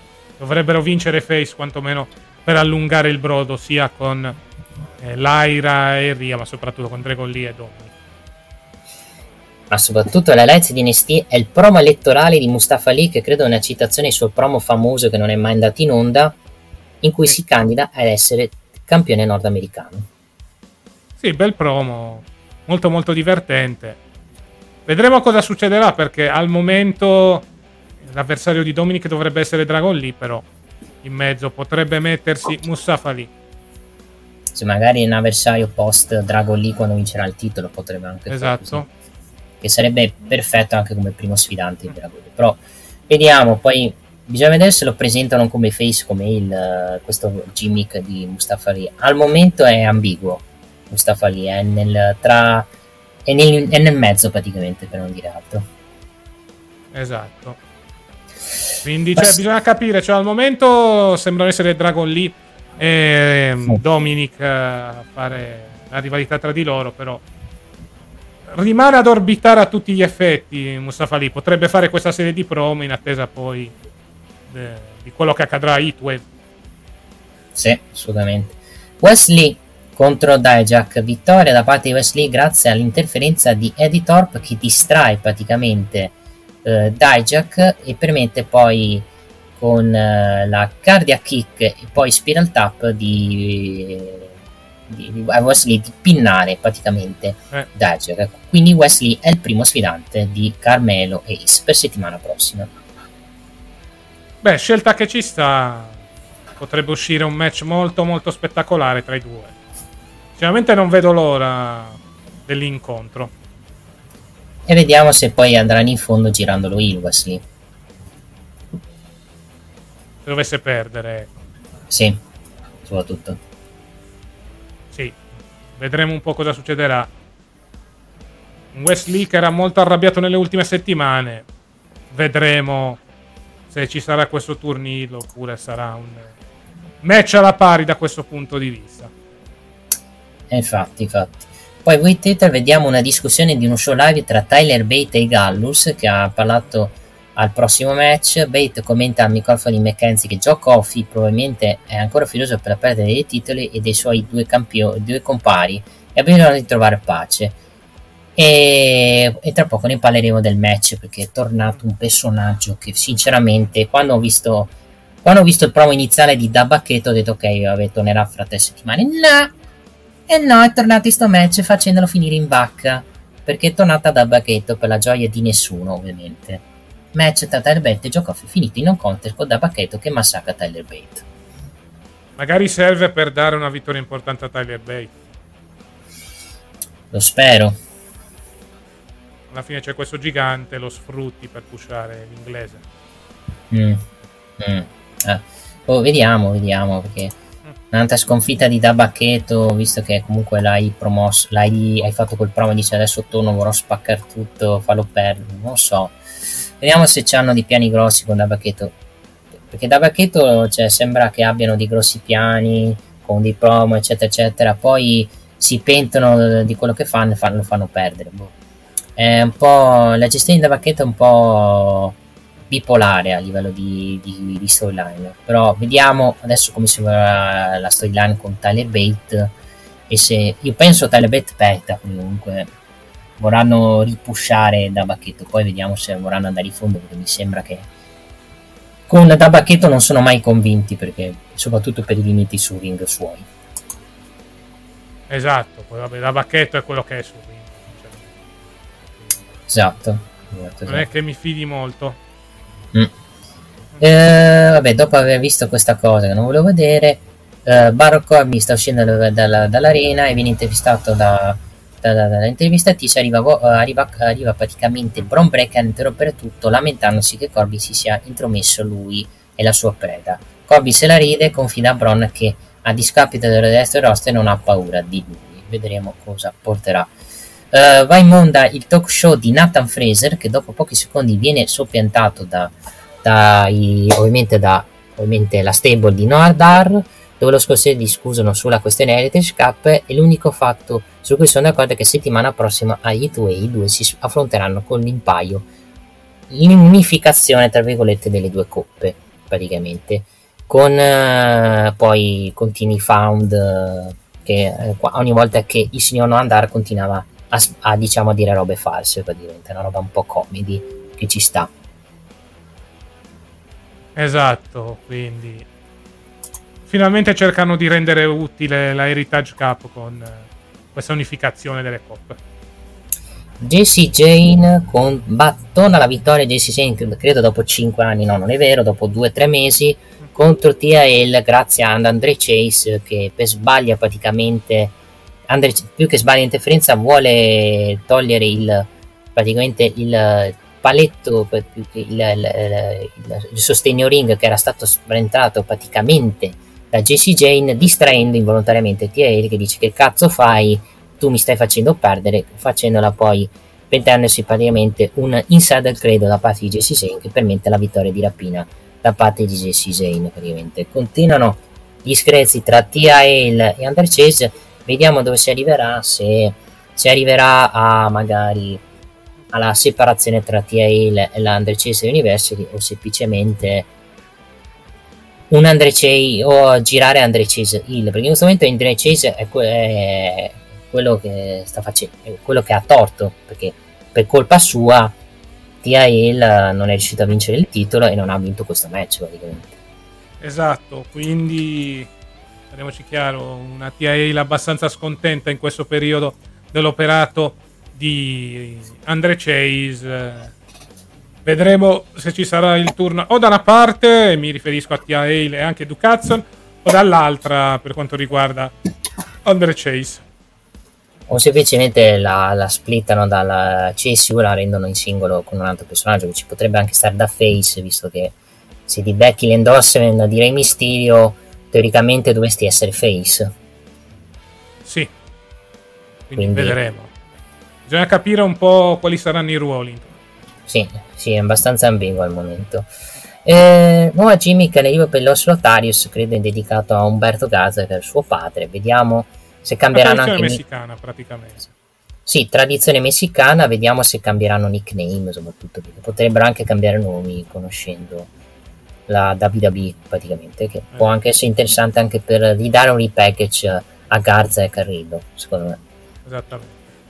dovrebbero vincere face quantomeno per allungare il brodo sia con eh, Lyra e Rhea, ma soprattutto con Dragon Lee e Dominic. Ma soprattutto l'highlights di N X T è il promo elettorale di Mustafa Ali, che credo è una citazione sul promo famoso che non è mai andato in onda, in cui si candida ad essere campione nordamericano. Sì, bel promo, molto molto divertente. Vedremo cosa succederà, perché al momento l'avversario di Dominic dovrebbe essere Dragon Lee, però in mezzo potrebbe mettersi Mustafa Ali. Se magari un avversario post Dragon Lee quando vincerà il titolo potrebbe anche esatto fare così, che sarebbe perfetto anche come primo sfidante di Dragon Lee. Però vediamo, poi bisogna vedere se lo presentano come face, come il questo gimmick di Mustafa Ali. Al momento è ambiguo. Mustafa Ali è nel tra è nel, è nel mezzo praticamente, per non dire altro. Esatto. Quindi cioè, bisogna capire, cioè al momento sembrano essere Dragon Lee e um, Dominic a fare la rivalità tra di loro, però rimane ad orbitare a tutti gli effetti Mustafa Ali. Potrebbe fare questa serie di promo in attesa poi de, di quello che accadrà a Heatwave. Sì, assolutamente. Wesley contro Dijak, vittoria da parte di Wesley grazie all'interferenza di Eddie Thorpe, che distrae praticamente eh, Dijak e permette poi con eh, la cardiac kick e poi spiral tap di, di, di Wesley di pinnare praticamente eh. Dijak. Quindi Wesley è il primo sfidante di Carmelo Ace per settimana prossima. Beh, scelta che ci sta. Potrebbe uscire un match molto molto spettacolare tra i due. Sinceramente non vedo l'ora dell'incontro. E vediamo se poi andranno in fondo girandolo il Wesley. Se dovesse perdere. Sì, soprattutto. Sì, vedremo un po' cosa succederà. Un Wesley che era molto arrabbiato nelle ultime settimane. Vedremo se ci sarà questo turnillo oppure sarà un match alla pari da questo punto di vista. E infatti, infatti. Poi voi Tether vediamo una discussione di uno show live tra Tyler Bate e Gallus, che ha parlato al prossimo match. Bate commenta al microfono di McKenzie che Joe Coffey probabilmente è ancora fiducioso per la perdita dei titoli e dei suoi due, campio- due compari e ha bisogno di trovare pace. E, e tra poco ne parleremo del match, perché è tornato un personaggio che sinceramente quando ho visto quando ho visto il promo iniziale di Dabba-Kato ho detto ok, vabbè, tornerà fra tre settimane. No! E no, è tornato in sto match facendolo finire in vacca, perché è tornata Dabba-Kato per la gioia di nessuno, ovviamente. Match tra Tyler Bate e Joe Coffey finito in un contest con Dabba-Kato che massacra Tyler Bate. Magari serve per dare una vittoria importante a Tyler Bate. Lo spero. Alla fine c'è questo gigante, lo sfrutti per pushare l'inglese. Mm. Mm. Ah. Oh, vediamo, vediamo, perché un'altra sconfitta di Dabba-Kato, visto che comunque l'hai promosso, l'hai hai fatto quel promo e dice adesso torno, vorrò spaccare tutto, fallo perdere, non so. Vediamo se c'hanno dei piani grossi con Dabba-Kato, perché Dabba-Kato, cioè, sembra che abbiano dei grossi piani con dei promo eccetera eccetera, poi si pentono di quello che fanno e fanno, lo fanno perdere. Boh. È un po' la gestione di Dabba-Kato è un po' bipolare a livello di, di, di storyline, però vediamo adesso come si va la storyline con Tyler Bate, e se io penso Tyler Bate perda, comunque vorranno ripushare Dabba-Kato, poi vediamo se vorranno andare in fondo, perché mi sembra che con Dabba-Kato non sono mai convinti, perché soprattutto per i limiti su ring suoi. Esatto, poi vabbè, Dabba-Kato è quello che è su ring, cioè. esatto, esatto non è che mi fidi molto. Mm. Eh, vabbè, dopo aver visto questa cosa che non volevo vedere, eh, Baron Corbin sta uscendo da, da, dall'arena e viene intervistato da, da, da, dall'intervistatrice. Arriva, arriva, arriva praticamente Bron Breakker a interrompere tutto, lamentandosi che Corbin si sia intromesso lui e la sua preda. Corbin se la ride e confida a Bron che a discapito del resto del roster non ha paura di lui. Vedremo cosa porterà. Uh, va in onda il talk show di Nathan Fraser, che dopo pochi secondi viene soppiantato da, da i, ovviamente da ovviamente la stable di Noah Dar, dove lo scorso discusano sulla questione Heritage Cup, e l'unico fatto su cui sono d'accordo è che settimana prossima a Heatwave i due si affronteranno con l'impaio, l'unificazione tra virgolette delle due coppe, praticamente, con uh, poi continui found uh, che uh, ogni volta che il signor Noandar continuava a, a diciamo a dire robe false, praticamente una roba un po' comedy che ci sta. Esatto, quindi finalmente cercano di rendere utile la Heritage Cup con uh, questa unificazione delle coppe. Jessie Jane con ba- torna alla vittoria. Jessie Jane credo dopo cinque anni, no non è vero, dopo due o tre mesi contro T I L, grazie ad Andre Chase che per sbaglia praticamente Andre, più che sbaglia interferenza, vuole togliere il praticamente il paletto, più che il, il, il, il sostegno ring che era stato sbrentato praticamente da Jessie Jane, distraendo involontariamente T I L, che dice: che cazzo fai, tu mi stai facendo perdere, facendola poi prendendosi praticamente un insider credo da parte di Jessie Jane, che permette la vittoria di rapina da parte di Jessie Jane. Praticamente continuano gli screzi tra T I L e Andre Chase, vediamo dove si arriverà, se si arriverà a magari alla separazione tra T I L e la Andre Chase University, o semplicemente un Andre Chase, o girare Andre Chase Hill, perché in questo momento Andre Chase è, que- è quello che sta facendo, quello che ha torto, perché per colpa sua T I L non è riuscito a vincere il titolo e non ha vinto questo match praticamente. Esatto, quindi parliamoci chiaro, una T I L abbastanza scontenta in questo periodo dell'operato di Andre Chase. Vedremo se ci sarà il turno o da una parte, mi riferisco a T I L e anche Duke Hudson, o dall'altra per quanto riguarda Andre Chase. O semplicemente la, la splittano dalla C S U, la rendono in singolo con un altro personaggio, che ci potrebbe anche stare da face, visto che se ti becchi l'endorsement di Rey Mysterio teoricamente dovresti essere face. Sì, quindi, quindi vedremo, bisogna capire un po' quali saranno i ruoli. Sì, sì, è abbastanza ambiguo al momento. Eh, nuova gimmick nel libro per l'Os Lotarius, credo è dedicato a Umberto Garza, che è il suo padre. Vediamo se cambieranno anche messicana nick- praticamente. Sì, tradizione messicana, vediamo se cambieranno nickname, soprattutto perché potrebbero anche cambiare nomi conoscendo la W W E praticamente, che eh. può anche essere interessante anche per ridare un repackage a Garza e Carrillo, secondo me. Esattamente.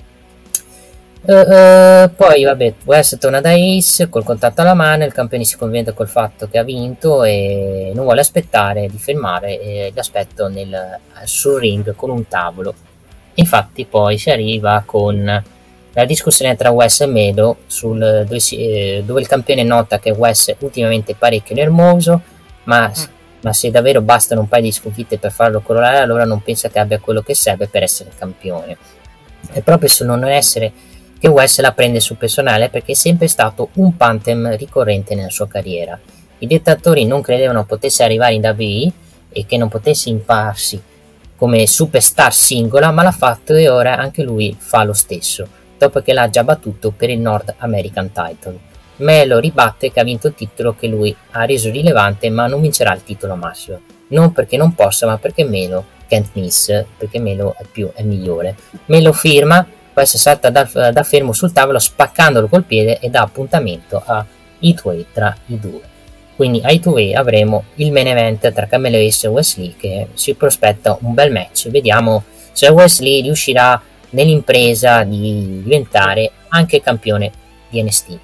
Uh, uh, poi vabbè, West torna da Ace col contatto alla mano, il campione si convince col fatto che ha vinto e non vuole aspettare di fermare eh, l'aspetto nel, sul ring con un tavolo. Infatti poi si arriva con la discussione tra Wes e Melo sul, dove, si, eh, dove il campione nota che Wes è ultimamente parecchio nervoso, ma, mm. ma se davvero bastano un paio di sconfitte per farlo colorare, allora non pensa che abbia quello che serve per essere campione. E proprio su non essere che Wes la prende sul personale, perché è sempre stato un pantem ricorrente nella sua carriera. I dettatori non credevano potesse arrivare in W W E e che non potesse imparsi come superstar singola, ma l'ha fatto e ora anche lui fa lo stesso, dopo che l'ha già battuto per il North American Title. Melo ribatte che ha vinto il titolo che lui ha reso rilevante, ma non vincerà il titolo massimo. Non perché non possa, ma perché Melo can't miss, perché Melo è più è migliore. Melo firma, poi si salta da, da fermo sul tavolo spaccandolo col piede e dà appuntamento a Heatwave tra i due. Quindi a Heatwave avremo il main event tra Carmelo Hayes e Wes Lee, che si prospetta un bel match. Vediamo se Wes Lee riuscirà nell'impresa di diventare anche campione di N X T.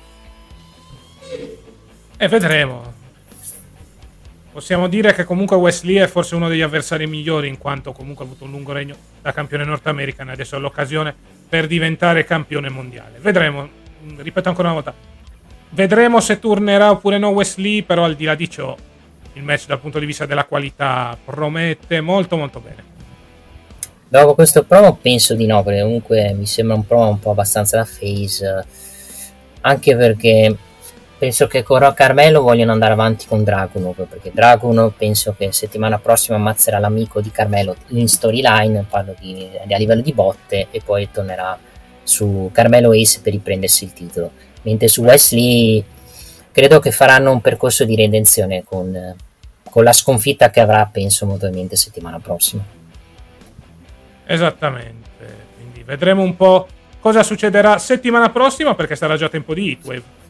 E vedremo. Possiamo dire che comunque Wes Lee è forse uno degli avversari migliori, in quanto comunque ha avuto un lungo regno da campione North American e adesso ha l'occasione per diventare campione mondiale. Vedremo, ripeto ancora una volta, vedremo se tornerà oppure no Wes Lee, però al di là di ciò il match dal punto di vista della qualità promette molto molto bene. Dopo questo promo penso di no, perché comunque mi sembra un promo un po' abbastanza da face, anche perché penso che con Carmelo vogliono andare avanti con Dragunov, perché Dragunov penso che settimana prossima ammazzerà l'amico di Carmelo in storyline, parlo di, a livello di botte, e poi tornerà su Carmelo Ace per riprendersi il titolo. Mentre su Wes Lee credo che faranno un percorso di redenzione con, con la sconfitta che avrà, penso, molto probabilmente settimana prossima. Esattamente, quindi vedremo un po' cosa succederà settimana prossima, perché sarà già tempo di Heatwave.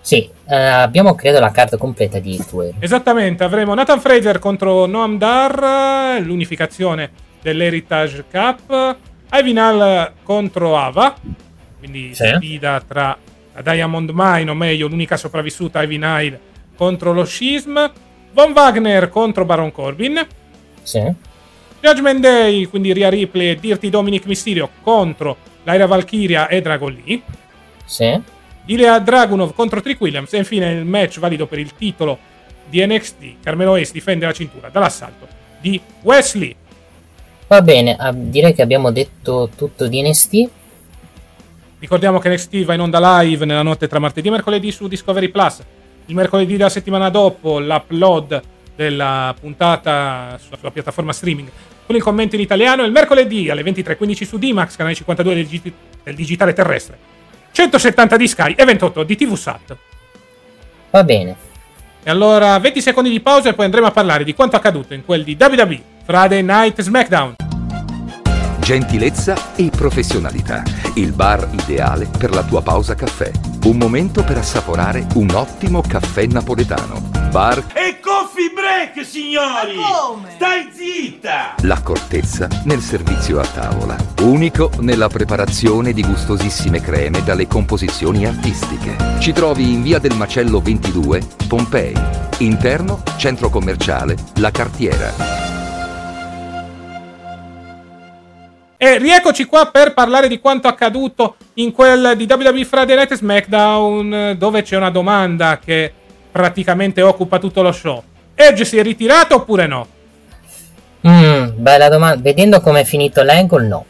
Sì, eh, abbiamo credo la carta completa di Tuero. Esattamente, avremo Nathan Fraser contro Noam Dar, l'unificazione dell'Heritage Cup, Ivinal contro Ava, quindi sì. sfida tra la Diamond Mine, o meglio l'unica sopravvissuta Ivinal contro lo Schism, Von Wagner contro Baron Corbin, sì. Judgment Day, quindi Rhea Ripley e Dirty Dominic Mysterio contro Lyra Valkyria e Dragon Lee, sì. Ilya Dragunov contro Trick Williams e infine il match valido per il titolo di N X T. Carmelo Hayes difende la cintura dall'assalto di Wesley. Va bene, direi che abbiamo detto tutto di N X T. Ricordiamo che N X T va in onda live nella notte tra martedì e mercoledì su Discovery Plus. Il mercoledì della settimana dopo l'upload della puntata sulla sua piattaforma streaming con il commento in italiano. Il mercoledì alle ventitré e quindici su D Max, canale cinquantadue del, G- del digitale terrestre, centosettanta di Sky e ventotto di T V Sat. Va bene. E allora venti secondi di pausa e poi andremo a parlare di quanto accaduto in quel di W W E Friday Night SmackDown. Gentilezza e professionalità. Il bar ideale per la tua pausa caffè. Un momento per assaporare un ottimo caffè napoletano. Bar E coffee break, signori! Come? Stai zitta! L'accortezza nel servizio a tavola. Unico nella preparazione di gustosissime creme dalle composizioni artistiche. Ci trovi in via del Macello ventidue, Pompei. Interno, centro commerciale, La Cartiera. E rieccoci qua per parlare di quanto accaduto in quel di W W E Friday Night SmackDown, dove c'è una domanda che praticamente occupa tutto lo show. Edge si è ritirato oppure no? Mm, bella domanda. Vedendo come è finito l'angle, no.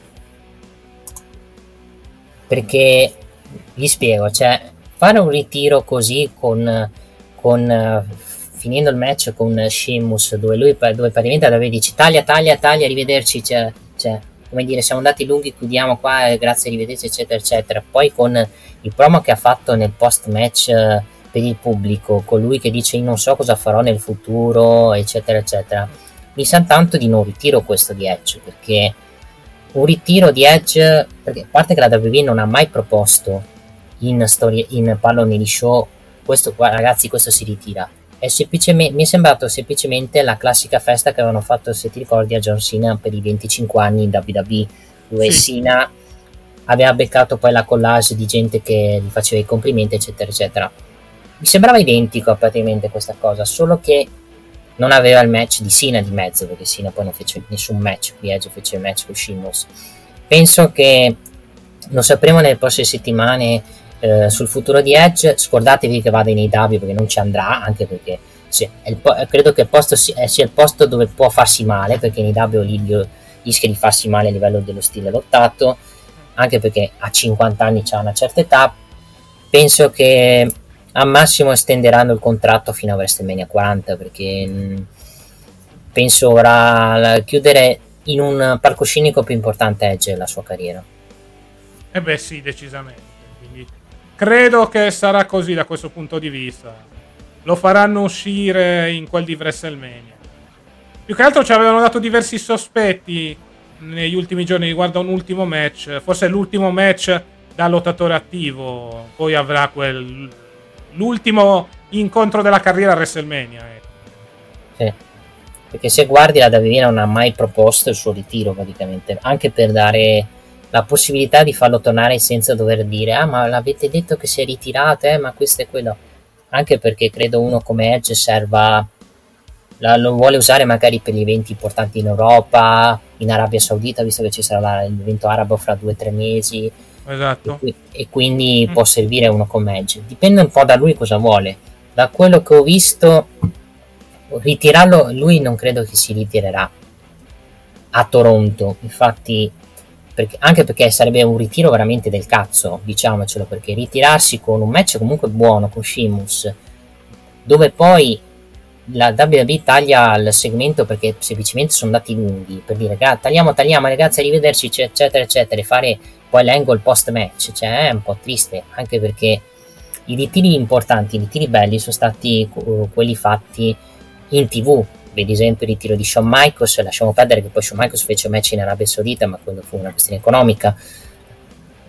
Perché, vi spiego, cioè, fare un ritiro così con... con finendo il match con Sheamus, dove lui dove praticamente dove dice taglia, taglia, taglia, arrivederci, cioè... cioè come dire, siamo andati lunghi, chiudiamo qua, eh, grazie, arrivederci, eccetera, eccetera. Poi con il promo che ha fatto nel post-match eh, per il pubblico, con lui che dice io non so cosa farò nel futuro, eccetera, eccetera, mi sa tanto di non ritiro questo di Edge, perché un ritiro di Edge, perché a parte che la W W E non ha mai proposto in, story, in parlo negli show, questo qua, ragazzi, questo si ritira. È semplicemente, mi è sembrato semplicemente la classica festa che avevano fatto, se ti ricordi, a John Cena per i venticinque anni in W W E, dove sì. Cena aveva beccato poi la collage di gente che gli faceva i complimenti, eccetera, eccetera. Mi sembrava identico praticamente questa cosa, solo che non aveva il match di Cena di mezzo, perché Cena poi non fece nessun match, qui Edge fece il match con Sheamus. Penso che lo sapremo nelle prossime settimane. Eh, sul futuro di Edge, scordatevi che vada in A E W perché non ci andrà, anche perché sì, è il po- credo che il posto sia, sia il posto dove può farsi male, perché in A E W gli rischia di farsi male a livello dello stile lottato, anche perché a cinquanta anni c'ha una certa età. Penso che al massimo estenderanno il contratto fino a WrestleMania quaranta, perché mh, penso ora chiudere in un palcoscenico più importante Edge la sua carriera. Eh beh sì, decisamente. Quindi credo che sarà così da questo punto di vista. Lo faranno uscire in quel di WrestleMania. Più che altro ci avevano dato diversi sospetti negli ultimi giorni riguardo a un ultimo match. Forse l'ultimo match da lottatore attivo. Poi avrà quel l'ultimo incontro della carriera a WrestleMania. Ecco. Sì. Perché se guardi, la W W E non ha mai proposto il suo ritiro praticamente. Anche per dare la possibilità di farlo tornare senza dover dire ah ma l'avete detto che si è ritirato, eh, ma questo è quello, anche perché credo uno come Edge serva, la, lo vuole usare magari per gli eventi importanti in Europa, in Arabia Saudita, visto che ci sarà l'evento arabo fra due o tre mesi, esatto, e, e quindi mm. può servire uno come Edge. Dipende un po' da lui cosa vuole. Da quello che ho visto, ritirarlo, lui non credo che si ritirerà a Toronto, infatti, perché, anche perché sarebbe un ritiro veramente del cazzo, diciamocelo, perché ritirarsi con un match comunque buono con Sheamus, dove poi la W W E taglia il segmento perché semplicemente sono andati lunghi, per dire tagliamo, tagliamo ragazzi, arrivederci, eccetera, eccetera, e fare poi l'angle post match, cioè è un po' triste, anche perché i ritiri importanti, i ritiri belli sono stati uh, quelli fatti in tv. Ad esempio il ritiro di Shawn Michaels, lasciamo perdere che poi Shawn Michaels fece un match in Arabia Saudita, ma quello fu una questione economica.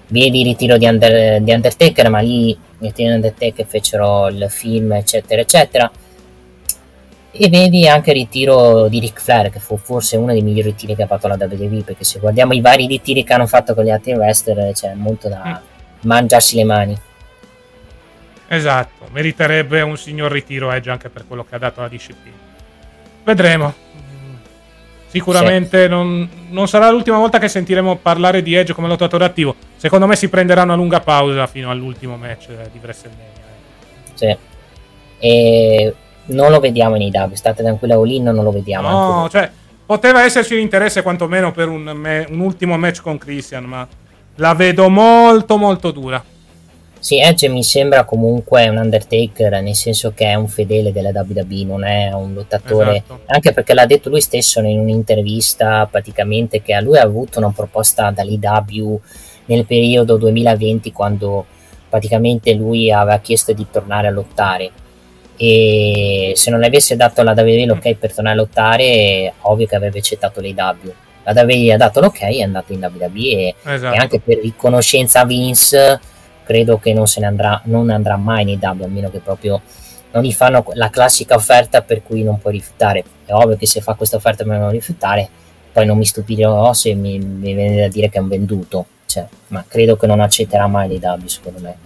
vedi il ritiro di, Under, di Undertaker, ma lì il ritiro di Undertaker fecero il film eccetera eccetera, e vedi anche il ritiro di Ric Flair, che fu forse uno dei migliori ritiri che ha fatto la W W E, perché se guardiamo i vari ritiri che hanno fatto con gli altri wrestler c'è molto da mm. mangiarsi le mani. Esatto, meriterebbe un signor ritiro Edge anche per quello che ha dato alla disciplina. Vedremo. Sicuramente sì. non, non sarà l'ultima volta che sentiremo parlare di Edge come lottatore attivo. Secondo me si prenderà una lunga pausa fino all'ultimo match di WrestleMania. Sì. E non lo vediamo in A E W, state tranquilla, All-In non lo vediamo. No, cioè, poteva esserci l'interesse quantomeno per un, me, un ultimo match con Christian, ma la vedo molto molto dura. Sì, Edge mi sembra comunque un Undertaker, nel senso che è un fedele della W W E, non è un lottatore, esatto. Anche perché l'ha detto lui stesso in un'intervista praticamente, che a lui ha avuto una proposta dall'I W nel periodo duemilaventi, quando praticamente lui aveva chiesto di tornare a lottare, e se non avesse dato alla W W E l'ok per tornare a lottare, ovvio che avrebbe accettato l'I W. La W W E ha dato l'ok, è andato in W W E, esatto. E anche per riconoscenza a Vince credo che non se ne andrà, non andrà mai nei W, a meno che proprio non gli fanno la classica offerta per cui non puoi rifiutare. È ovvio che se fa questa offerta per non rifiutare, poi non mi stupirò se mi, mi viene da dire che è un venduto, cioè, ma credo che non accetterà mai nei W, secondo me.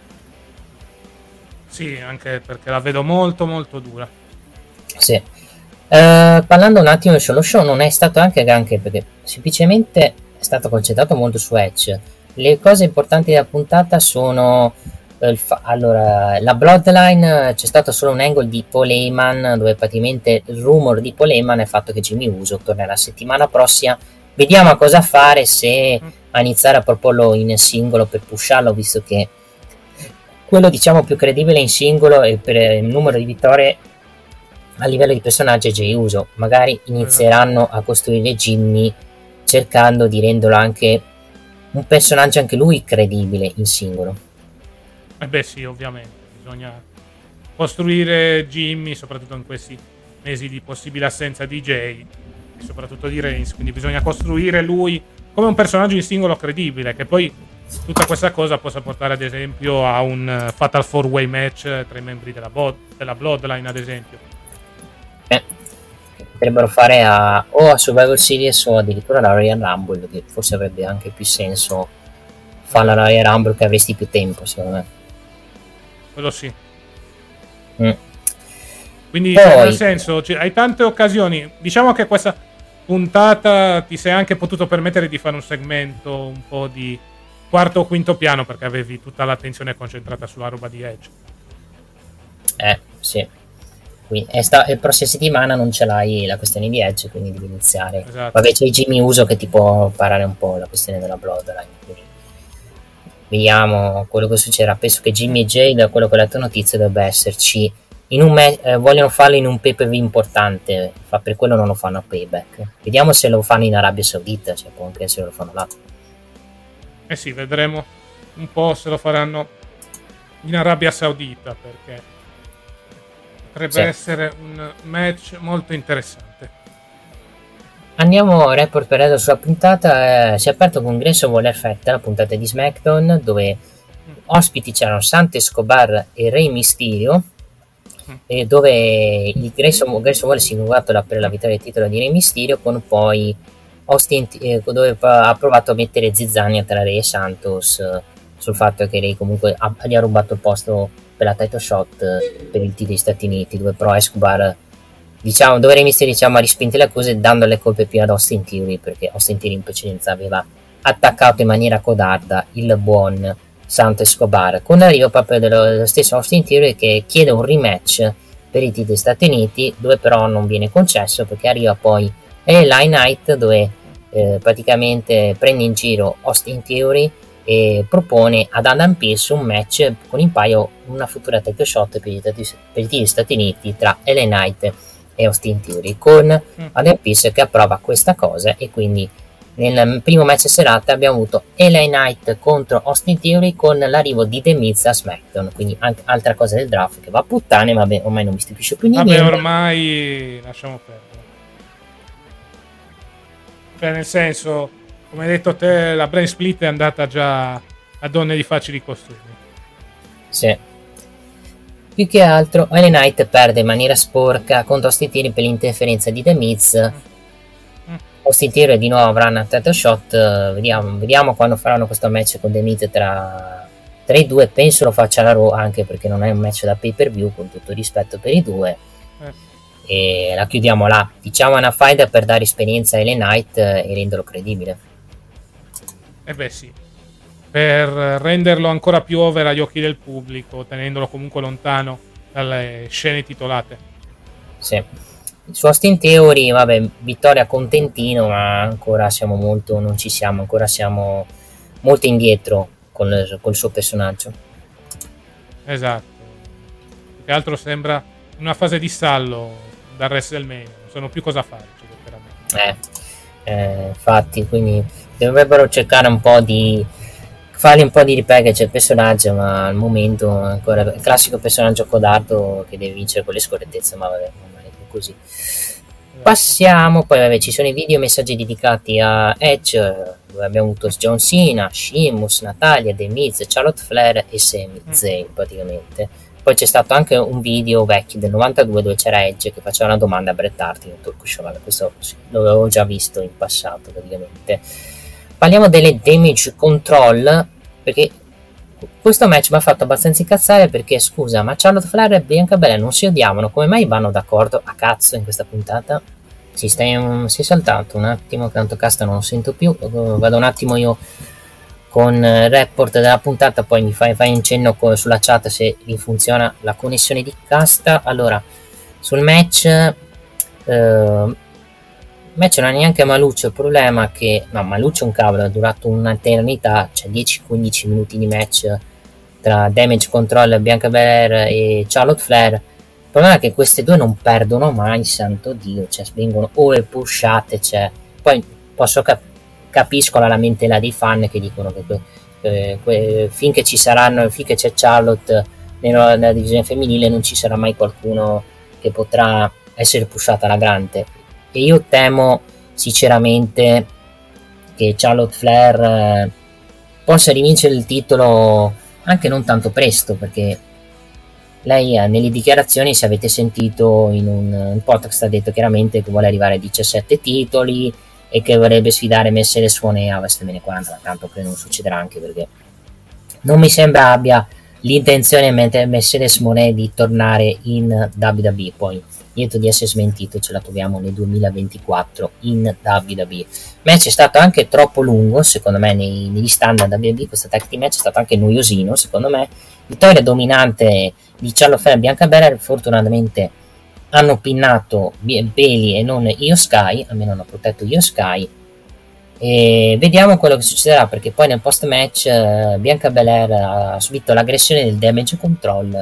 Sì, anche perché la vedo molto molto dura. Sì. Uh, parlando un attimo sullo show, non è stato anche granché, perché semplicemente è stato concentrato molto su Edge. Le cose importanti della puntata sono eh, fa- allora, la Bloodline. C'è stato solo un angle di Paul Heyman, dove praticamente il rumor di Paul Heyman è il fatto che Jimmy Uso tornerà la settimana prossima. Vediamo a cosa fare, se a iniziare a proporlo in singolo per pusharlo, visto che quello diciamo più credibile in singolo e per il numero di vittorie a livello di personaggio è Jey Uso. Magari inizieranno a costruire Jimmy cercando di renderlo anche un personaggio anche lui credibile in singolo. Eh beh sì, ovviamente bisogna costruire Jimmy, soprattutto in questi mesi di possibile assenza di Jay e soprattutto di Reigns, quindi bisogna costruire lui come un personaggio in singolo credibile, che poi tutta questa cosa possa portare ad esempio a un Fatal four way match tra i membri della, bo- della Bloodline ad esempio. Eh, potrebbero fare a, o a Survivor Series o addirittura la Royal Rumble, che forse avrebbe anche più senso fare la Royal Rumble, che avresti più tempo secondo me. Quello sì. Mm. Quindi poi, nel senso, cioè, hai tante occasioni. Diciamo che questa puntata ti sei anche potuto permettere di fare un segmento un po' di quarto o quinto piano, perché avevi tutta l'attenzione concentrata sulla roba di Edge. Eh, sì. Quindi, e sta, e prossima settimana non ce l'hai la questione di Edge, quindi devi iniziare. Esatto. Vabbè, c'è Jimmy Uso che ti può parare un po' la questione della Bloodline. Quindi vediamo quello che succederà. Penso che Jimmy e Jay, da quello che ho letto notizie, dovrebbe esserci in un me- eh, vogliono farlo in un pay per view importante, fa per quello non lo fanno a Payback. Vediamo se lo fanno in Arabia Saudita, cioè può anche se lo fanno là. Eh sì, vedremo un po' se lo faranno in Arabia Saudita, perché potrebbe sì. essere un match molto interessante. Andiamo a report per adesso sulla puntata. Eh, si è aperto con Grace of Waller Fetta, la puntata di SmackDown, dove mm. ospiti c'erano Santos Escobar e Rey Mysterio, mm. e dove il Grace of, Grace of Waller si è congratulato per la vittoria del titolo di Rey Mysterio, con poi Austin, eh, dove ha provato a mettere zizzania tra Rey e Santos eh, sul fatto che Rey comunque ha, gli ha rubato il posto per la title shot eh, per il titolo degli Stati Uniti, dove però Escobar, diciamo, dove Rey Mysterio diciamo, ha rispinto le accuse dando le colpe più ad Austin Theory, perché Austin Theory in precedenza aveva attaccato in maniera codarda il buon Santos Escobar, con l'arrivo proprio dello, dello stesso Austin Theory che chiede un rematch per i titoli degli Stati Uniti, dove però non viene concesso, perché arriva poi L A Knight, dove Eh, praticamente prende in giro Austin Theory e propone ad Adam Pearce un match con in paio una futura title shot per i titoli Stati Uniti tra L A Knight e Austin Theory, con mm. Adam Pearce che approva questa cosa, e quindi nel primo match serata abbiamo avuto L A Knight contro Austin Theory con l'arrivo di The Miz a SmackDown, quindi anche altra cosa del draft che va a puttane, ma beh, ormai non mi stupisce più niente. Vabbè, ormai lasciamo perdere. Cioè, nel senso, come hai detto te, la brand split è andata già a donne di facili costumi. Sì. Più che altro L A Knight perde in maniera sporca contro Austin Theory per l'interferenza di The Miz. Mm. Austin Theory di nuovo avrà un title shot. Vediamo, vediamo quando faranno questo match con The Miz tra, tra i due. Penso lo faccia la Raw, anche perché non è un match da pay per view, con tutto rispetto per i due. Eh. E la chiudiamo là. Diciamo una fight per dare esperienza a L A Knight e renderlo credibile. Eh beh sì, per renderlo ancora più over agli occhi del pubblico, tenendolo comunque lontano dalle scene titolate. Sì. Su Austin Theory, vabbè, vittoria contentino, ma ancora siamo molto, non ci siamo, ancora siamo molto indietro con col suo personaggio. Esatto. Più che altro sembra una fase di stallo dal WrestleMania, non sanno più cosa fare. Eh, eh, infatti, quindi dovrebbero cercare un po' di fargli un po' di ripackage al personaggio, ma al momento ancora il classico personaggio codardo che deve vincere con le scorrettezze, ma vabbè, non è più così. Passiamo, poi vabbè, ci sono i video messaggi dedicati a Edge, dove abbiamo avuto John Cena, Sheamus, Natalia, The Miz, Charlotte Flair e Sami Zayn praticamente. Poi c'è stato anche un video vecchio del novantadue dove c'era Edge che faceva una domanda a Bret Hart in Turco Show. Questo l'avevo già visto in passato praticamente. Parliamo delle Damage Control, perché questo match mi ha fatto abbastanza incazzare, perché scusa, ma Charlotte Flair e Bianca Belair non si odiavano, come mai vanno d'accordo a cazzo in questa puntata? Si stai, si è saltato un attimo, che tanto casta non lo sento più, vado un attimo io con il report della puntata, poi mi fai, fai un cenno co- sulla chat se vi funziona la connessione di casta. Allora, sul match eh, match non è neanche maluccio, il problema è che no, maluccio un cavolo, è durato un'eternità, cioè dieci quindici minuti di match tra Damage Control, Bianca Belair e Charlotte Flair. Il problema è che queste due non perdono mai, santo Dio, cioè vengono ove pushate, cioè poi posso capire, capisco la lamentela dei fan che dicono che que, que, que, finché ci saranno, finché c'è Charlotte nella, nella divisione femminile non ci sarà mai qualcuno che potrà essere pushata alla grande, e io temo sinceramente che Charlotte Flair eh, possa rivincere il titolo anche non tanto presto, perché lei eh, nelle dichiarazioni, se avete sentito in un, un podcast, ha detto chiaramente che vuole arrivare a diciassette titoli e che vorrebbe sfidare Mercedes Moné a WrestleMania quaranta, ma tanto che non succederà, anche perché non mi sembra abbia l'intenzione Mercedes Moné di tornare in W W E. Poi lieto di essere smentito, ce la troviamo nel duemilaventiquattro in W W E. Il match è stato anche troppo lungo secondo me nei, negli standard W W E, questo tag team match è stato anche noiosino secondo me. Vittoria dominante di Charlotte Flair e Bianca Belair, fortunatamente hanno pinnato Bayley e non Io Sky, almeno hanno protetto Io Sky, e vediamo quello che succederà, perché poi nel post match eh, Bianca Belair ha subito l'aggressione del Damage Control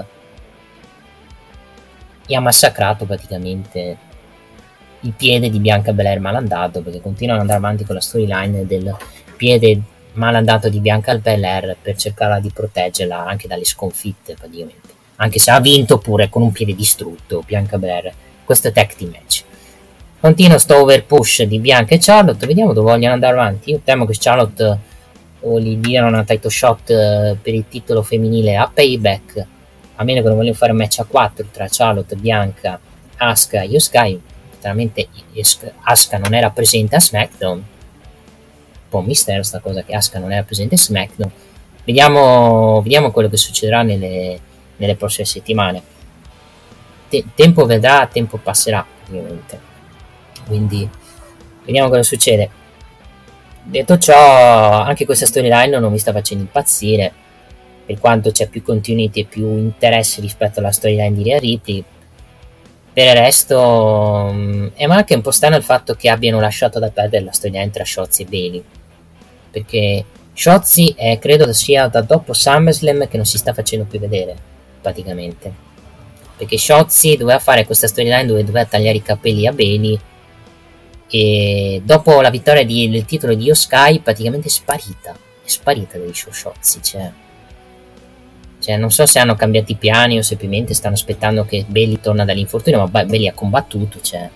e ha massacrato praticamente il piede di Bianca Belair malandato, perché continuano ad andare avanti con la storyline del piede malandato di Bianca Belair per cercare di proteggerla anche dalle sconfitte praticamente, anche se ha vinto pure con un piede distrutto Bianca Belair questo tag team match. Continua sto over push di Bianca e Charlotte, vediamo dove vogliono andare avanti. Io temo che Charlotte o gli diano una title shot uh, per il titolo femminile a Payback, a meno che non vogliono fare un match a quattro tra Charlotte, Bianca, Asuka e Io Sky. Chiaramente Asuka non era presente a SmackDown, un po' un mistero sta cosa che Asuka non era presente a SmackDown. Vediamo, vediamo quello che succederà nelle nelle prossime settimane. Te- tempo vedrà, tempo passerà ovviamente, quindi vediamo cosa succede. Detto ciò, anche questa storyline non mi sta facendo impazzire, per quanto c'è più continuity e più interesse rispetto alla storyline di Rhea Ripley. Per il resto mh, è anche un po' strano il fatto che abbiano lasciato da perdere la storyline tra Shotzi e Bayley, perché Shotzi è, credo sia da dopo SummerSlam che non si sta facendo più vedere praticamente, perché Shotzi doveva fare questa storyline dove doveva tagliare i capelli a Bayley, e dopo la vittoria di, del titolo di Io Sky praticamente è sparita è sparita dai show Shotzi, cioè, cioè non so se hanno cambiato i piani o semplicemente stanno aspettando che Bayley torna dall'infortunio, ma Bayley ha combattuto, cioè,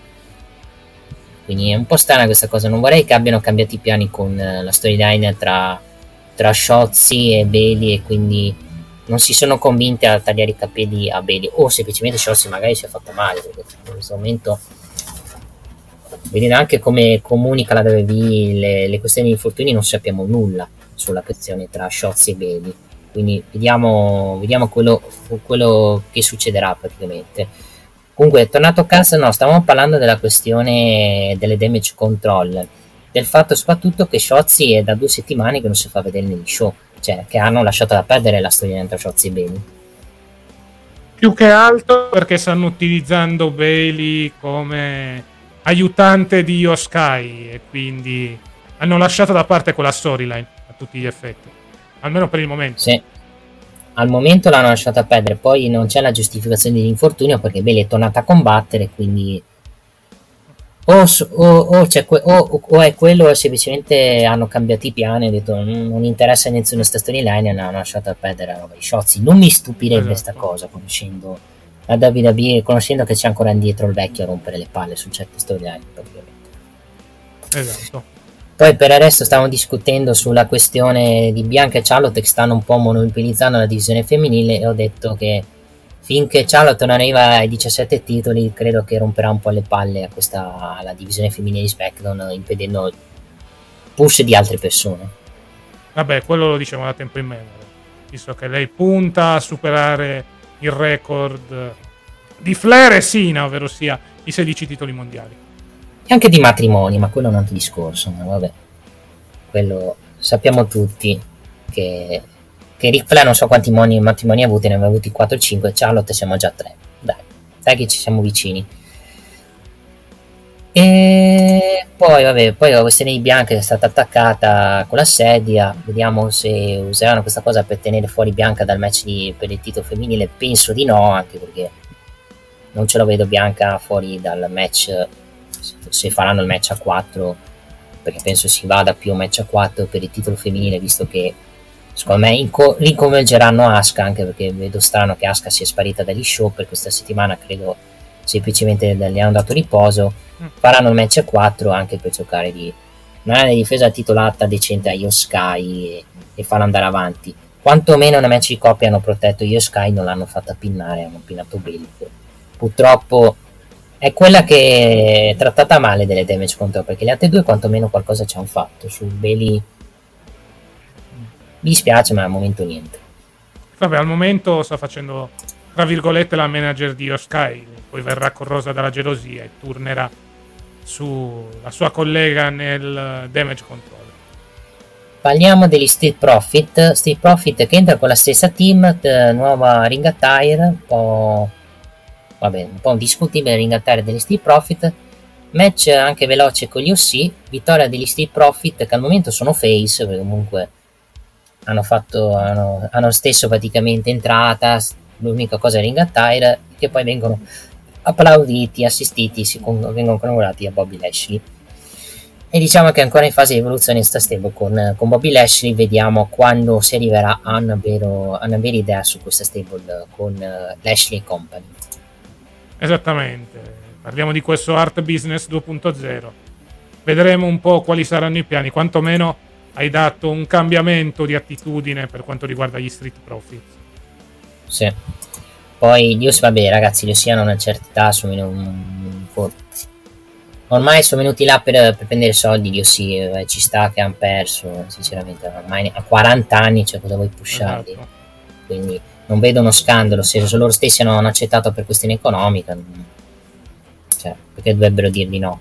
quindi è un po' strana questa cosa. Non vorrei che abbiano cambiato i piani con la storyline tra tra Shotzi e Bailey, e quindi non si sono convinte a tagliare i capelli a Bailey, o semplicemente Shotzi magari si è fatta male, perché in questo momento vedendo anche come comunica la W W E le, le questioni di infortuni non sappiamo nulla sulla questione tra Shotzi e Bailey, quindi vediamo, vediamo quello, quello che succederà praticamente. Comunque, tornato a casa, no, stavamo parlando della questione delle damage control, del fatto soprattutto che Shotzi è da due settimane che non si fa vedere negli show, cioè che hanno lasciato da perdere la storia tra Shotzi e Bailey. Più che altro perché stanno utilizzando Bailey come aiutante di Io Sky e quindi hanno lasciato da parte quella storyline a tutti gli effetti, almeno per il momento. Sì, al momento l'hanno lasciata perdere, poi non c'è la giustificazione dell'infortunio perché Bailey è tornata a combattere, quindi o, o, o, c'è que- o, o è quello o semplicemente hanno cambiato i piani e hanno detto non, non interessa nessuno questa storyline e l'hanno lasciata perdere a i Shotzi. Non mi stupirebbe questa esatto. cosa, conoscendo la W W E, conoscendo che c'è ancora indietro il vecchio a rompere le palle su certe storyline praticamente. Esatto. Poi per il resto stavamo discutendo sulla questione di Bianca e Charlotte che stanno un po' monopolizzando la divisione femminile, e ho detto che finché Charlotte non arriva ai diciassette titoli credo che romperà un po' le palle a questa alla divisione femminile di SmackDown, impedendo il push di altre persone. Vabbè, quello lo diciamo da tempo in memoria, visto che lei punta a superare il record di Flair e Sina, ovvero sia i sedici titoli mondiali. E anche di matrimoni, ma quello è un altro discorso, ma vabbè. Quello sappiamo tutti che, che Ric Flair non so quanti moni, matrimoni ha avuti, ne aveva avuti quattro o cinque, Charlotte siamo già tre. Dai, dai che ci siamo vicini. E poi vabbè, poi la questione di Bianca è stata attaccata con la sedia, vediamo se useranno questa cosa per tenere fuori Bianca dal match di, per il titolo femminile. Penso di no, anche perché non ce lo vedo Bianca fuori dal match se faranno il match a quattro, perché penso si vada più a match a quattro per il titolo femminile, visto che secondo me inco- riconvergeranno Asuka, anche perché vedo strano che Asuka sia sparita dagli show per questa settimana, credo semplicemente gli hanno dato riposo. Faranno il match a quattro anche per cercare di una difesa titolata decente a Io Sky e, e farlo andare avanti. Quantomeno nel match di coppia hanno protetto Io Sky, non l'hanno fatta pinnare, hanno pinnato Bailey. Purtroppo è quella che è trattata male delle damage control, perché le altre due quantomeno qualcosa ci hanno fatto. Su Bailey mi dispiace, ma al momento niente. Vabbè, al momento sta facendo tra virgolette la manager di Io Sky, poi verrà corrosa dalla gelosia e tornerà sulla sua collega nel damage control. Parliamo degli Street Profit Street Profit che entra con la stessa team, t- nuova ring attire, un po' vabbè, un po' discutibile ring attire degli Street Profit, match anche veloce con gli O C, vittoria degli Street Profit che al momento sono face, perché comunque hanno fatto hanno, hanno stesso praticamente entrata, l'unica cosa è ring attire, che poi vengono applauditi, assistiti, si con- vengono collaborati a Bobby Lashley. E diciamo che è ancora in fase di evoluzione sta stable con, con Bobby Lashley, vediamo quando si arriverà a una, vero, a una vera idea su questa stable con uh, Lashley Company. Esattamente, parliamo di questo Art Business due punto zero, vedremo un po' quali saranno i piani, quantomeno hai dato un cambiamento di attitudine per quanto riguarda gli Street Profits. Sì. Poi Dio vabbè ragazzi, gli hanno una certa età, sono un, un po'... ormai sono venuti là per, per prendere soldi, Dio sì, eh, ci sta che hanno perso, sinceramente ormai a quaranta anni, cioè cosa vuoi pusharli? Esatto. Quindi non vedo uno scandalo, se loro stessi hanno accettato per questione economica, cioè perché dovrebbero dirgli no,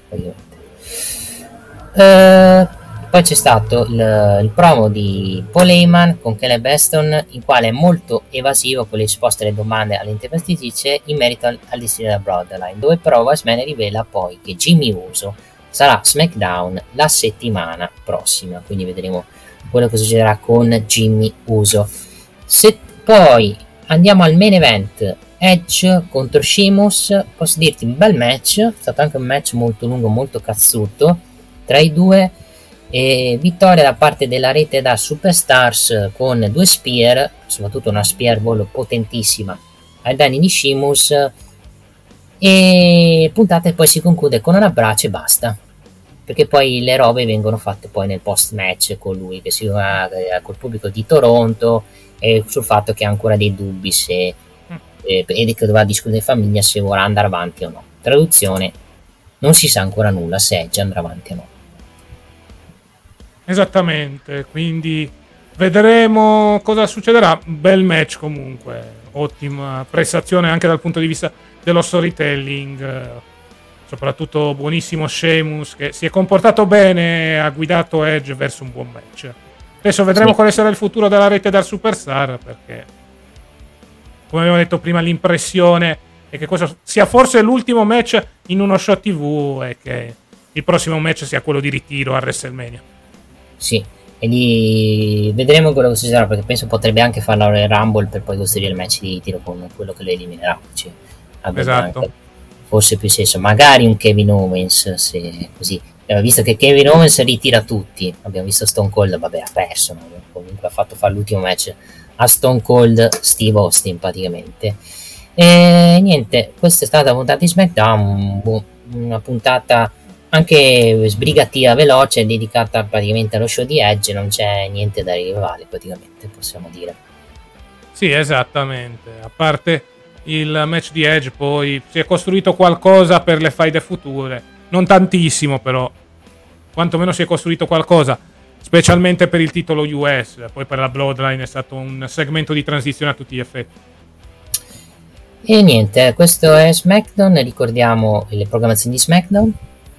eh, poi c'è stato il, il promo di Paul Heyman con Caleb Aston, in quale è molto evasivo con le risposte alle domande all'intervistatrice in merito al, al destino della Bloodline, dove però Wiseman rivela poi che Jimmy Uso sarà SmackDown la settimana prossima, quindi vedremo quello che succederà con Jimmy Uso. Se poi andiamo al main event, Edge contro Sheamus, posso dirti un bel match, è stato anche un match molto lungo, molto cazzuto tra i due. E vittoria da parte della rete da Superstars con due spear, soprattutto una spear volo potentissima ai danni di Sheamus, e puntata e poi si conclude con un abbraccio e basta perché poi le robe vengono fatte poi nel post match con lui, che si va col pubblico di Toronto, e sul fatto che ha ancora dei dubbi se mm. eh, e che doveva discutere in famiglia se vorrà andare avanti o no. Traduzione: non si sa ancora nulla se Edge andrà avanti o no. Esattamente, quindi vedremo cosa succederà. Bel match comunque, ottima prestazione anche dal punto di vista dello storytelling, soprattutto buonissimo Sheamus che si è comportato bene, ha guidato Edge verso un buon match. Adesso vedremo sì. quale sarà il futuro della rete dal Superstar, perché come abbiamo detto prima l'impressione è che questo sia forse l'ultimo match in uno show tivù e che il prossimo match sia quello di ritiro a WrestleMania. Sì, e lì vedremo quello che succederà, perché penso potrebbe anche farla al Rumble per poi costruire il match di ritiro con quello che lo eliminerà. Cioè, esatto. Forse più senso, magari un Kevin Owens, se così. Abbiamo visto che Kevin Owens ritira tutti, abbiamo visto Stone Cold, vabbè, ha perso, no? Comunque ha fatto fare l'ultimo match a Stone Cold Steve Austin praticamente. E niente, questa è stata la puntata di SmackDown, una puntata anche sbrigativa, veloce, dedicata praticamente allo show di Edge. Non c'è niente da rilevare praticamente, possiamo dire. Sì, esattamente, a parte il match di Edge poi si è costruito qualcosa per le faide future, non tantissimo però, quantomeno si è costruito qualcosa, specialmente per il titolo U S. Poi per la Bloodline è stato un segmento di transizione a tutti gli effetti. E niente, questo è SmackDown. Ricordiamo le programmazioni di SmackDown.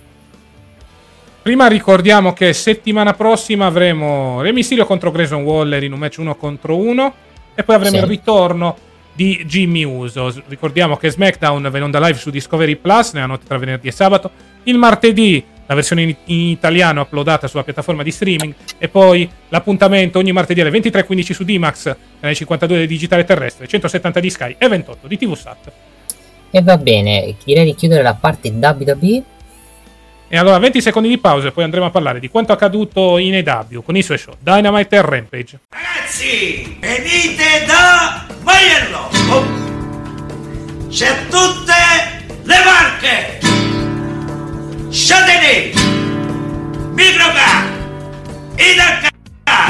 Prima ricordiamo che settimana prossima avremo Re Mysterio contro Grayson Waller in un match uno contro uno, e poi avremo sì. il ritorno di Jimmy Uso. Ricordiamo che SmackDown va in onda live su Discovery Plus nella notte tra venerdì e sabato. Il martedì la versione in, in italiano uploadata sulla piattaforma di streaming, e poi l'appuntamento ogni martedì alle ventitré e quindici su D-Max, canale cinquantadue del digitale terrestre, centosettanta di Sky e ventotto di T V Sat. E va bene, direi di chiudere la parte W W E. E allora venti secondi di pausa e poi andremo a parlare di quanto accaduto in A E W con i suoi show Dynamite e Rampage. Ragazzi, venite da Maiello! Oh. C'è tutte le marche! Châtelet, Microcar, Idacar,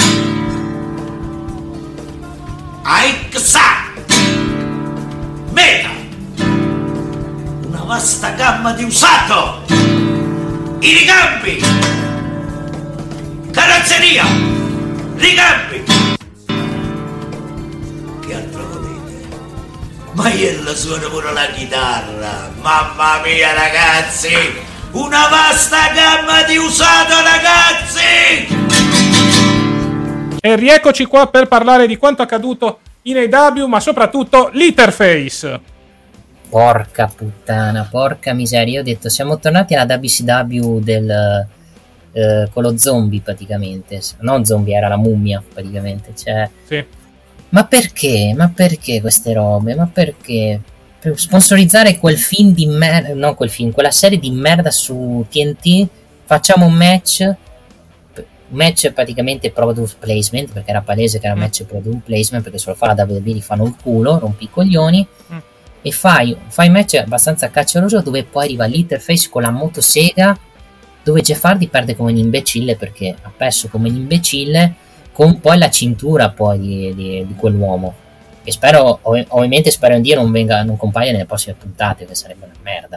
Aixa, Meta, una vasta gamma di usato, i ricambi, carrozzeria, ricambi. Che altro volete? Maiello suona pure la chitarra, mamma mia ragazzi! Una vasta gamma di usato, ragazzi! E rieccoci qua per parlare di quanto accaduto in A E W, ma soprattutto l'Interface. Porca puttana, porca miseria. Io ho detto, siamo tornati alla W C W del eh, con lo zombie praticamente. Non zombie, era la mummia praticamente. Cioè, sì. Ma perché? Ma perché queste robe? Ma perché? Per sponsorizzare quel film di merda, no quel film, quella serie di merda su T N T, facciamo un match, un match praticamente product placement, perché era palese che era un mm. match product placement, perché se lo fa la W W E gli fanno il culo, rompi i coglioni, mm. e fai, fai un match abbastanza caccioroso dove poi arriva l'Interface con la motosega, dove Jeff Hardy perde come un imbecille, perché ha perso come un imbecille, con poi la cintura poi di, di, di quell'uomo. E spero, ov- ovviamente spero in Dio non venga, non compaia nelle prossime puntate, che sarebbe una merda.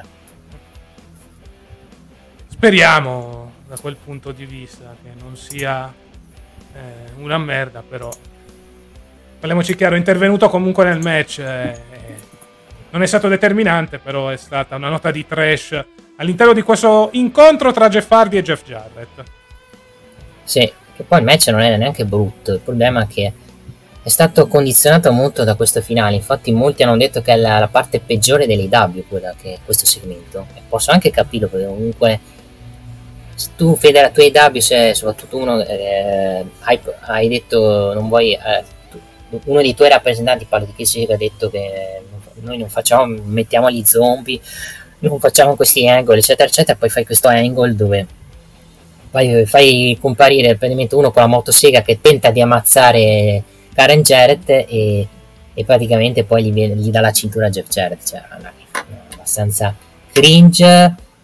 Speriamo da quel punto di vista che non sia eh, una merda, però parliamoci chiaro, è intervenuto comunque nel match, eh, non è stato determinante, però è stata una nota di trash all'interno di questo incontro tra Jeff Hardy e Jeff Jarrett. Sì, che poi il match non era neanche brutto, il problema è che è stato condizionato molto da questo finale. Infatti molti hanno detto che è la, la parte peggiore dell'A E W, quella che è questo segmento, e posso anche capirlo, perché comunque se tu fede alla tua A E W, se soprattutto uno eh, hai, hai detto non vuoi eh, tu, uno dei tuoi rappresentanti, parlo di Chris, che ha detto che noi non facciamo, mettiamo gli zombie, non facciamo questi angle eccetera eccetera, poi fai questo angle dove fai, fai comparire praticamente uno con la motosega che tenta di ammazzare Karen Jarrett e, e praticamente poi gli, viene, gli dà la cintura a Jeff Jarrett. Cioè, no, abbastanza cringe,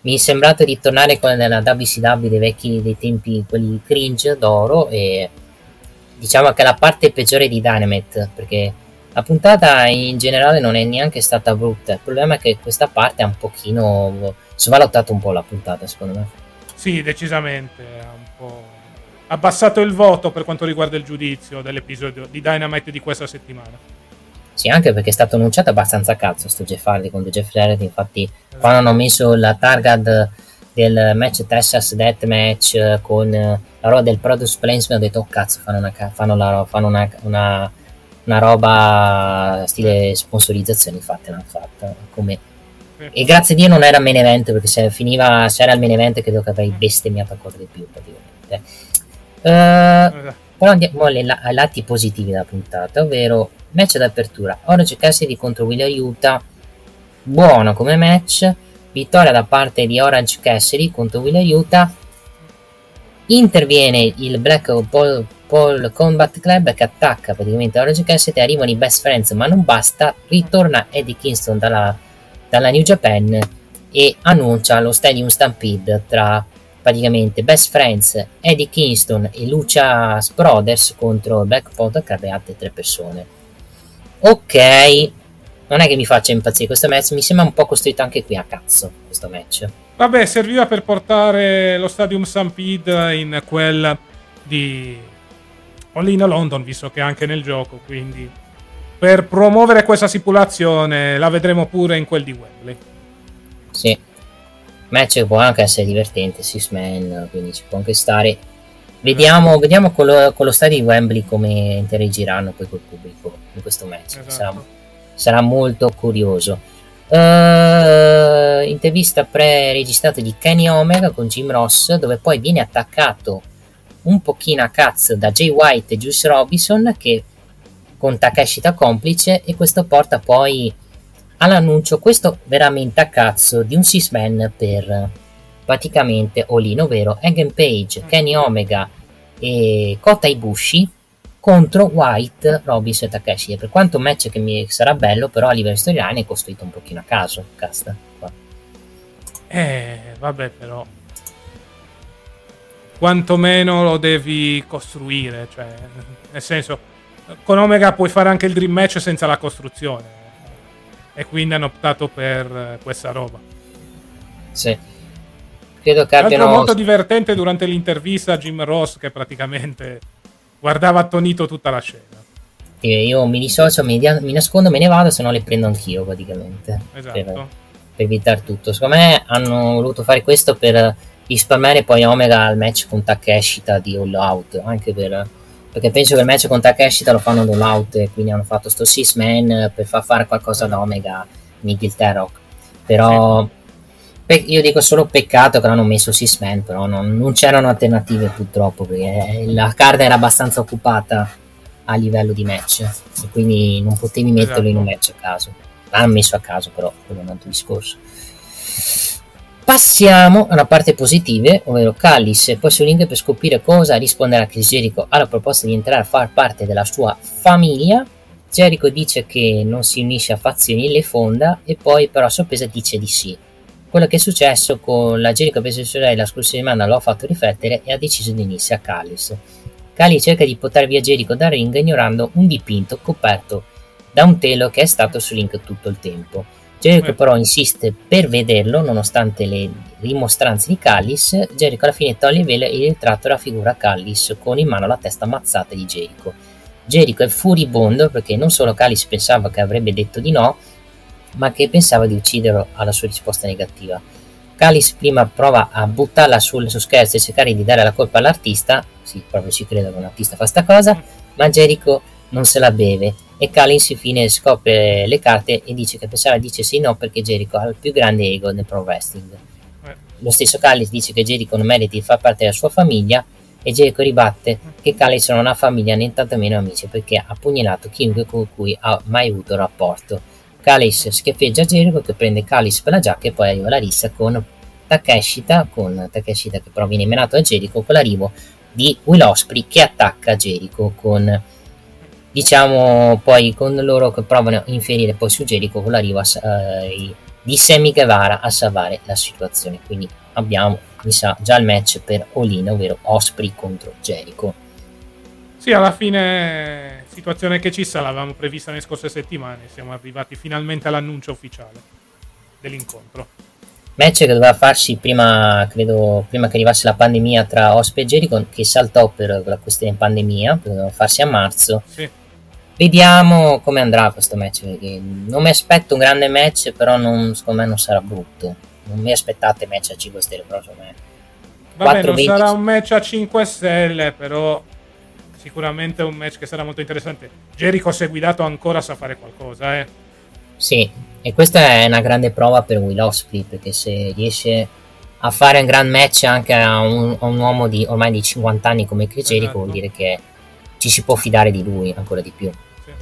mi è sembrato di tornare con la W C W dei vecchi, dei tempi, quelli cringe d'oro, e diciamo che la parte peggiore di Dynamite, perché la puntata in generale non è neanche stata brutta, il problema è che questa parte ha un pochino svalutato un po' la puntata, secondo me. Sì, decisamente, ha un po' abbassato il voto per quanto riguarda il giudizio dell'episodio di Dynamite di questa settimana. Sì, anche perché è stato annunciato abbastanza a cazzo sto Jeff Hardy contro Jeff Jarrett. Infatti quando hanno messo la target del match Texas Deathmatch con la roba del product placement, ho detto oh cazzo, fanno una, fanno la, fanno una, una, una roba stile sponsorizzazione. Infatti l'hanno fatta come... e grazie a Dio non era main event, perché se finiva, se era il main event credo che avrei bestemmiato ancora di più praticamente. Uh, però andiamo ai lati positivi della puntata, ovvero match d'apertura Orange Cassidy contro Wheeler Yuta, buono come match, vittoria da parte di Orange Cassidy contro Wheeler Yuta. Interviene il Black Paul, Paul Combat Club che attacca praticamente Orange Cassidy, arrivano i Best Friends ma non basta, ritorna Eddie Kingston dalla, dalla New Japan e annuncia lo Stadium Stampede tra praticamente Best Friends, Eddie Kingston e Lucha Brothers contro Black Panther Club e altre tre persone. Ok, non è che mi faccia impazzire questo match, mi sembra un po' costruito anche qui a cazzo questo match. Vabbè, serviva per portare lo Stadium Stampede in quel di All In London, visto che è anche nel gioco, quindi per promuovere questa stipulazione la vedremo pure in quel di Wembley. Sì, match può anche essere divertente, six man, quindi ci può anche stare. Vediamo, vediamo con, lo, con lo stadio di Wembley come interagiranno poi col pubblico in questo match. Esatto. sarà, sarà molto curioso. Uh, intervista pre-registrata di Kenny Omega con Jim Ross, dove poi viene attaccato un pochino a cazzo da Jay White e Juice Robinson, che con Takeshita complice, e questo porta poi all'annuncio, questo veramente a cazzo, di un six man per praticamente All In, ovvero Hangman Page, Kenny Omega e Kota Ibushi contro White, Robinson e Takeshi. Per quanto un match che mi sarà bello, però a livello storyline è costruito un pochino a caso, casta qua. Eh, vabbè, però quantomeno lo devi costruire, cioè, nel senso, con Omega puoi fare anche il dream match senza la costruzione, e quindi hanno optato per questa roba. Sì, credo che Tra l'altro abbiano... molto divertente durante l'intervista a Jim Ross, che praticamente guardava attonito tutta la scena. Io mi dissocio, mi, dia- mi nascondo, me ne vado, se no le prendo anch'io praticamente. Esatto. Per, per evitare tutto. Secondo me hanno voluto fare questo per risparmiare poi Omega al match con Takeshita di All Out, anche per, perché penso che il match con Takeshita lo fanno ad All Out, e quindi hanno fatto sto six man per far fare qualcosa da Omega in Inghilterra. Però sì. pe- io dico solo peccato che l'hanno messo six man, però non, non c'erano alternative purtroppo, perché la card era abbastanza occupata a livello di match, e quindi non potevi metterlo esatto. in un match a caso. L'hanno messo a caso, però quello è un altro discorso. Passiamo alla parte positive, ovvero Callis poi su link per scoprire cosa risponderà Chris Jericho alla proposta di entrare a far parte della sua famiglia. Jericho dice che non si unisce a fazioni e le fonda, e poi però a sorpresa dice di sì. Quello che è successo con la Jericho versus la scorsa settimana lo ha fatto riflettere e ha deciso di unirsi a Callis. Callis cerca di portare via Jericho dal ring ignorando un dipinto coperto da un telo che è stato su link tutto il tempo. Jericho però insiste per vederlo nonostante le rimostranze di Callis. Jericho alla fine toglie il velo e il ritratto raffigura Callis con in mano la testa ammazzata di Jericho. Jericho è furibondo perché non solo Callis pensava che avrebbe detto di no, ma che pensava di ucciderlo alla sua risposta negativa. Callis prima prova a buttarla sul suo scherzo e cercare di dare la colpa all'artista, sì, proprio ci credo che un artista fa sta cosa, ma Jericho non se la beve, e Callis infine scopre le carte e dice che pensava dice sì no perché Jericho ha il più grande ego nel pro wrestling. Lo stesso Callis dice che Jericho non merita di far parte della sua famiglia, e Jericho ribatte che Callis non ha famiglia né tantomeno amici, perché ha pugnalato chiunque con cui ha mai avuto rapporto. Callis schiaffeggia Jericho, che prende Callis per la giacca, e poi arriva la rissa con Takeshita, con Takeshita che però viene menato da Jericho, con l'arrivo di Will Ospreay che attacca Jericho, con diciamo poi con loro che provano a inferire poi su Jericho con l'arrivo eh, di Sammy Guevara a salvare la situazione. Quindi abbiamo, mi sa, già il match per All In, ovvero Osprey contro Jericho. Sì, alla fine situazione che ci sa, l'avevamo prevista nelle scorse settimane, siamo arrivati finalmente all'annuncio ufficiale dell'incontro. Match che doveva farsi prima, credo, prima che arrivasse la pandemia tra Osprey e Jericho, che saltò per la questione pandemia, perché doveva farsi a marzo. Sì. Vediamo come andrà questo match, perché non mi aspetto un grande match, però non, secondo me non sarà brutto. Non mi aspettate match a cinque stelle, però secondo me. Vabbè, non sarà un match a cinque stelle, però sicuramente è un match che sarà molto interessante. Jericho, se guidato ancora, sa fare qualcosa, eh. Sì, e questa è una grande prova per Will Ospreay, perché se riesce a fare un gran match anche a un, a un uomo di ormai di cinquanta anni come Chris Jericho, esatto, vuol dire che ci si può fidare di lui ancora di più. Sì.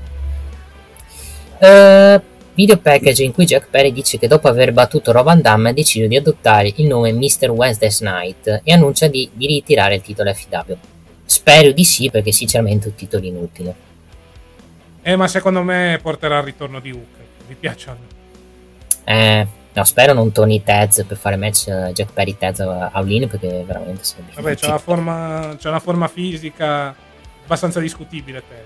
Uh, video package in cui Jack Perry dice che dopo aver battuto Rob Van Dam ha deciso di adottare il nome mister Wednesday's Night e annuncia di, di ritirare il titolo F W. Spero di sì, perché sinceramente è un titolo inutile. Eh, ma secondo me porterà al ritorno di Hook. Mi piacciono. Eh, no, spero non torni Tez per fare match uh, Jack Perry Tez a All In, perché veramente sarebbe. Vabbè, c'è una forma, c'è una forma fisica abbastanza discutibile Tez.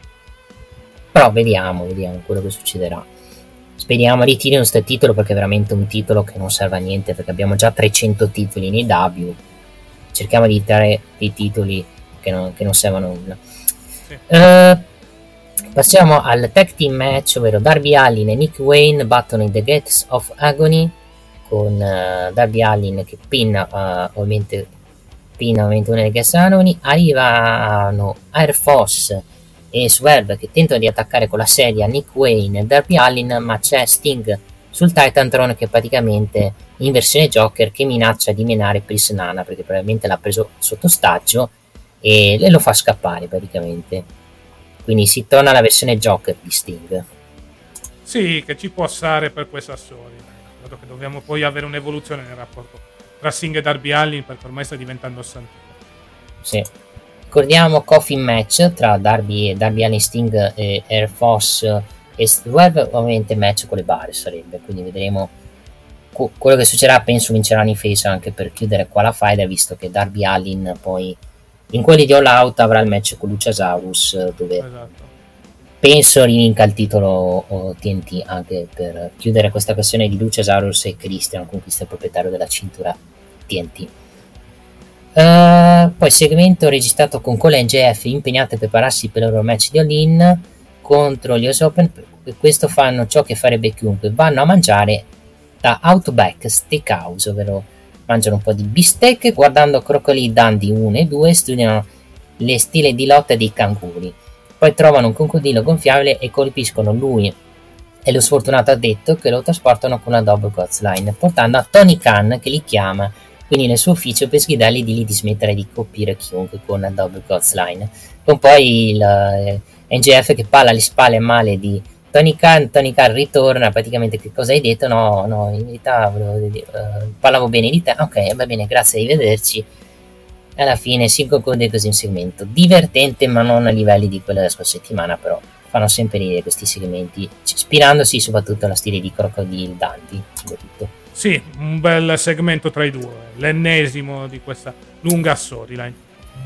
Però vediamo, vediamo quello che succederà. Speriamo ritirino questo titolo, perché è veramente un titolo che non serve a niente, perché abbiamo già trecento titoli nei W. Cerchiamo di tirare dei titoli che non, che non servono a nulla. Sì. Uh, Passiamo al tag team match, ovvero Darby Allin e Nick Wayne battono in The Gates of Agony, con uh, Darby Allin che pinna uh, ovviamente pinna ovviamente una delle Gates of Agony. Arrivano Air Force e Swerve che tentano di attaccare con la sedia Nick Wayne e Darby Allin, ma c'è Sting sul Titantron che praticamente in versione Joker che minaccia di menare Prince Nana, perché probabilmente l'ha preso sotto ostaggio e lo fa scappare praticamente. Quindi si torna alla versione Joker di Sting. Sì, che ci può stare per questa storia. Dato che dobbiamo poi avere un'evoluzione nel rapporto tra Sting e Darby Allin, perché ormai sta diventando santino. Sì. Ricordiamo Coffin match tra Darby, Darby Allin, Sting e Air Force e Swerve, ovviamente match con le bare sarebbe, quindi vedremo quello che succederà. Penso vinceranno i face anche per chiudere qua la faida, visto che Darby Allin poi in quelli di All Out avrà il match con Luchasaurus, dove Esatto. penso rivinca il titolo T N T, anche per chiudere questa questione di Luchasaurus e Christian, con cui è il proprietario della cintura T N T. Uh, poi segmento registrato con Cole e M J F impegnati a prepararsi per il loro match di All In contro gli U S Open. Per questo fanno ciò che farebbe chiunque: vanno a mangiare da Outback Steakhouse, ovvero mangiano un po' di bistecche guardando Crocodile Dundee uno e due, studiano le stile di lotta dei canguri, poi trovano un coccodrillo gonfiabile e colpiscono lui e lo sfortunato addetto, che lo trasportano con una double God's Line, portando a Tony Khan che li chiama quindi nel suo ufficio per sgridargli di lì di smettere di colpire chiunque con una double God's Line, con poi il eh, M J F che palla alle spalle male di Tony Khan. Tony Khan ritorna praticamente: che cosa hai detto? No, no, in verità volevo dire, uh, parlavo bene di te. Ok, va bene, grazie, arrivederci. E alla fine si conclude così un segmento divertente, ma non a livelli di quella della scorsa settimana, però fanno sempre ridere questi segmenti, ispirandosi soprattutto allo stile di Crocodile Dundee, soprattutto. Sì, un bel segmento tra i due, l'ennesimo di questa lunga storyline.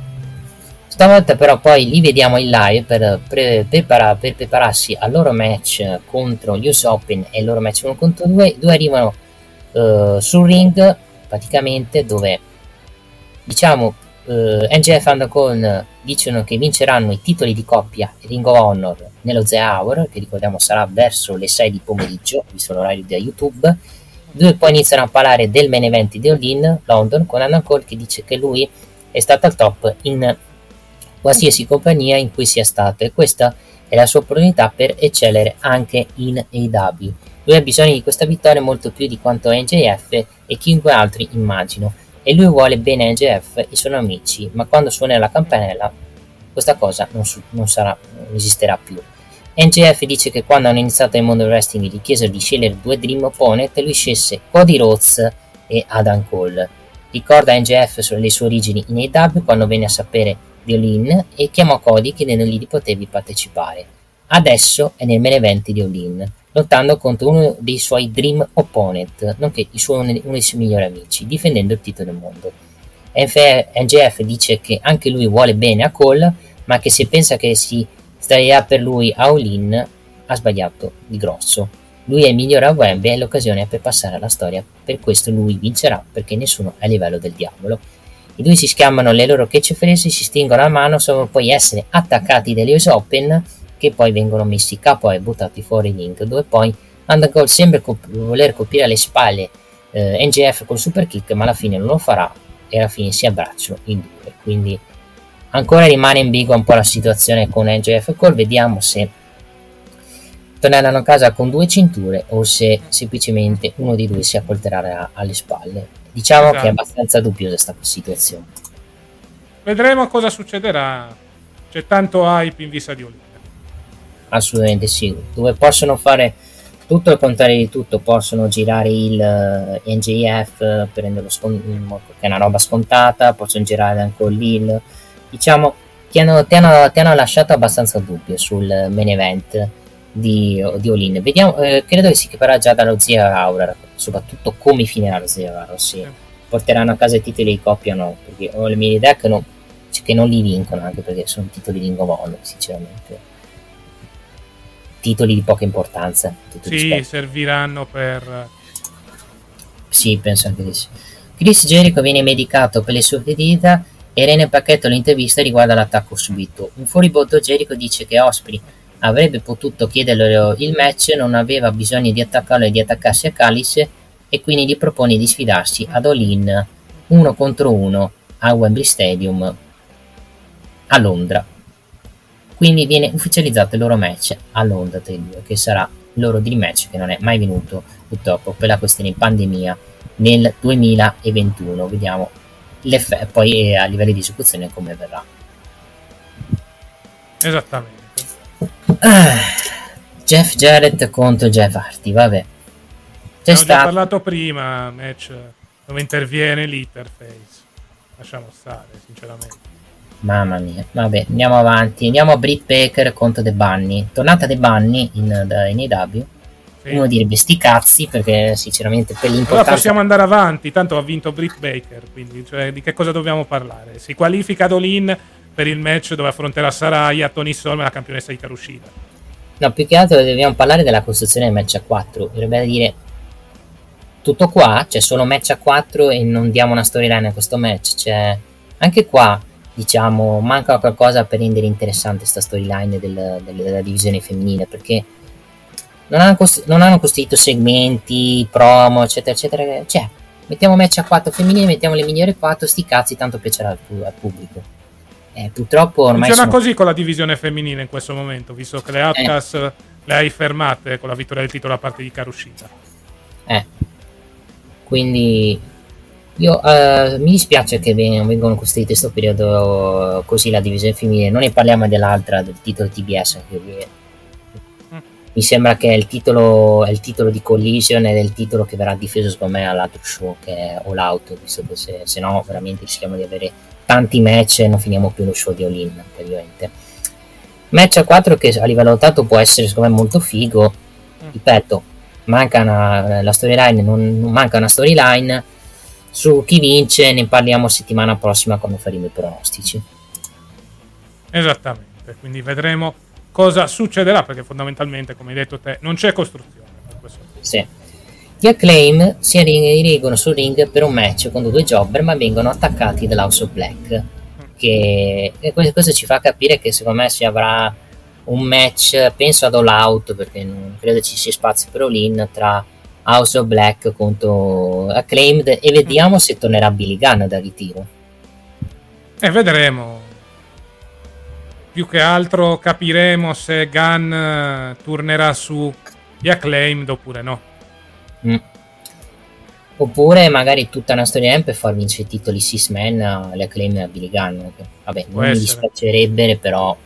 Stavolta però poi li vediamo in live per, pre- prepara- per prepararsi al loro match contro gli U S Open e il loro match uno contro due. I due arrivano uh, sul ring praticamente, dove diciamo uh, M J F e Undercon dicono che vinceranno i titoli di coppia Ring of Honor nello The Hour, che ricordiamo sarà verso le sei di pomeriggio, visto l'orario da YouTube. I due poi iniziano a parlare del main event di All In London, con Undercon che dice che lui è stato al top in qualsiasi compagnia in cui sia stato, e questa è la sua opportunità per eccellere anche in A E W. Lui ha bisogno di questa vittoria molto più di quanto M J F e chiunque altri immagino, e lui vuole bene a M J F e sono amici, ma quando suonerà la campanella questa cosa non, su- non, sarà, non esisterà più. M J F dice che quando hanno iniziato il mondo del wrestling gli chiesero di scegliere due Dream Opponent e lui scelse Cody Rhodes e Adam Cole. Ricorda M J F sulle sue origini in A E W quando venne a sapere di All In e chiamò Cody chiedendogli di potervi partecipare. Adesso è nel main event di All In. lottando contro uno dei suoi dream opponent, nonché il suo, uno dei suoi migliori amici, difendendo il titolo del mondo. N J F dice che anche lui vuole bene a Cole, ma che se pensa che si starà per lui a all-in, ha sbagliato di grosso. Lui è il migliore a Wembley e è l'occasione per passare alla storia, per questo lui vincerà, perché nessuno è a livello del diavolo. I due si schiammano le loro catchphrase, si stringono la mano, solo poi essere attaccati dagli U S Open, che poi vengono messi capo e buttati fuori ring, dove poi Undergold sembra cop- voler colpire alle spalle eh, N J F col super kick, ma alla fine non lo farà e alla fine si abbracciano in due. Quindi ancora rimane ambigua un po' la situazione con N J F e Cole, vediamo se torneranno a casa con due cinture o se semplicemente uno di due si accolterà alle spalle. Diciamo esatto. Che è abbastanza dubbiosa questa situazione. Vedremo cosa succederà. C'è tanto hype in vista di Olimpia. Assolutamente sì, dove possono fare tutto il contrario di tutto, possono girare il uh, N J F per renderlo scont- che è una roba scontata, possono girare anche l'Hill. Diciamo ti hanno, ti, hanno, ti hanno lasciato abbastanza dubbio sul main event di, di All-In. Vediamo, eh, credo che si chiamerà già dallo Zero Hour, soprattutto come finirà lo Zero Hour, se sì. porteranno a casa i titoli di coppia o no, perché ho le mini deck no, che non li vincono, anche perché sono titoli di Ring of Honor, sinceramente. Titoli di poca importanza. Sì, serviranno per... Sì, penso anche di sì. Chris Jericho viene medicato per le sue ferite e Rene Pacchetto l'intervista riguardo l'attacco subito. Un furibondo Jericho dice che Osprey avrebbe potuto chiederlo il match, non aveva bisogno di attaccarlo e di attaccarsi a Callis, e quindi gli propone di sfidarsi ad All-In uno contro uno a Wembley Stadium a Londra. Quindi viene ufficializzato il loro match a Londra tra i due, che sarà il loro dream match, che non è mai venuto purtroppo per la questione pandemia nel duemilaventuno. Vediamo l'eff- poi a livello di esecuzione come verrà. Esattamente. Ah, Jeff Jarrett contro Jeff Hardy, vabbè. C'è Abbiamo stato... già parlato prima, match dove interviene l'Interface. Lasciamo stare, sinceramente. Mamma mia, vabbè, andiamo avanti. Andiamo a Britt Baker contro The Bunny. Tornata The Bunny in, in A E W. Sì. Uno direbbe sti cazzi, perché sinceramente per l'importanza... Allora possiamo andare avanti, tanto ha vinto Britt Baker, quindi cioè, di che cosa dobbiamo parlare? Si qualifica ad All-In per il match dove affronterà Saraya, Toni Storm e la campionessa di Karushida. No, più che altro dobbiamo parlare della costruzione del match a quattro. Dovrebbe dire tutto qua, c'è solo match a quattro e non diamo una storyline a questo match. Cioè, anche qua, diciamo, manca qualcosa per rendere interessante questa storyline del, del, della divisione femminile, perché non hanno, costru- non hanno costruito segmenti, promo, eccetera, eccetera. Cioè, mettiamo match a quattro femminile, mettiamo le migliori quattro, sti cazzi, tanto piacerà al, al pubblico. Eh, purtroppo ormai funziona sono... così con la divisione femminile in questo momento, visto che le Outcast eh. le hai fermate con la vittoria del titolo da parte di Karushida. Eh. Quindi io uh, mi dispiace che vengono costruite in questo periodo così la divisione femminile. Non ne parliamo dell'altra, del titolo T B S, che mm. mi sembra che è il titolo è il titolo di Collision ed è il titolo che verrà difeso secondo me all'altro show, che è All Out, visto che se, se no veramente rischiamo di avere tanti match e non finiamo più lo show di All-In praticamente. Match a quattro che a livello lottato può essere secondo me molto figo. mm. Ripeto, manca una, la storyline, non, non manca una storyline. Su chi vince ne parliamo settimana prossima quando faremo i pronostici. Esattamente, quindi vedremo cosa succederà, perché fondamentalmente, come hai detto te, non c'è costruzione per questo. Sì. Gli Acclaim si rireggono sul ring per un match contro due jobber, ma vengono attaccati dall'House of Black, che e questo ci fa capire che secondo me si avrà un match, penso ad All Out, perché non credo ci sia spazio per All-In, tra House of Black contro Acclaimed, e vediamo mm. se tornerà Billy Gunn dal ritiro. E vedremo. Più che altro capiremo se Gunn tornerà su gli Acclaimed oppure no. Mm. Oppure magari tutta una storia per far vincere i titoli Six Man alle Acclaim a Billy Gunn. Vabbè, Può non essere. Mi dispiacerebbe, però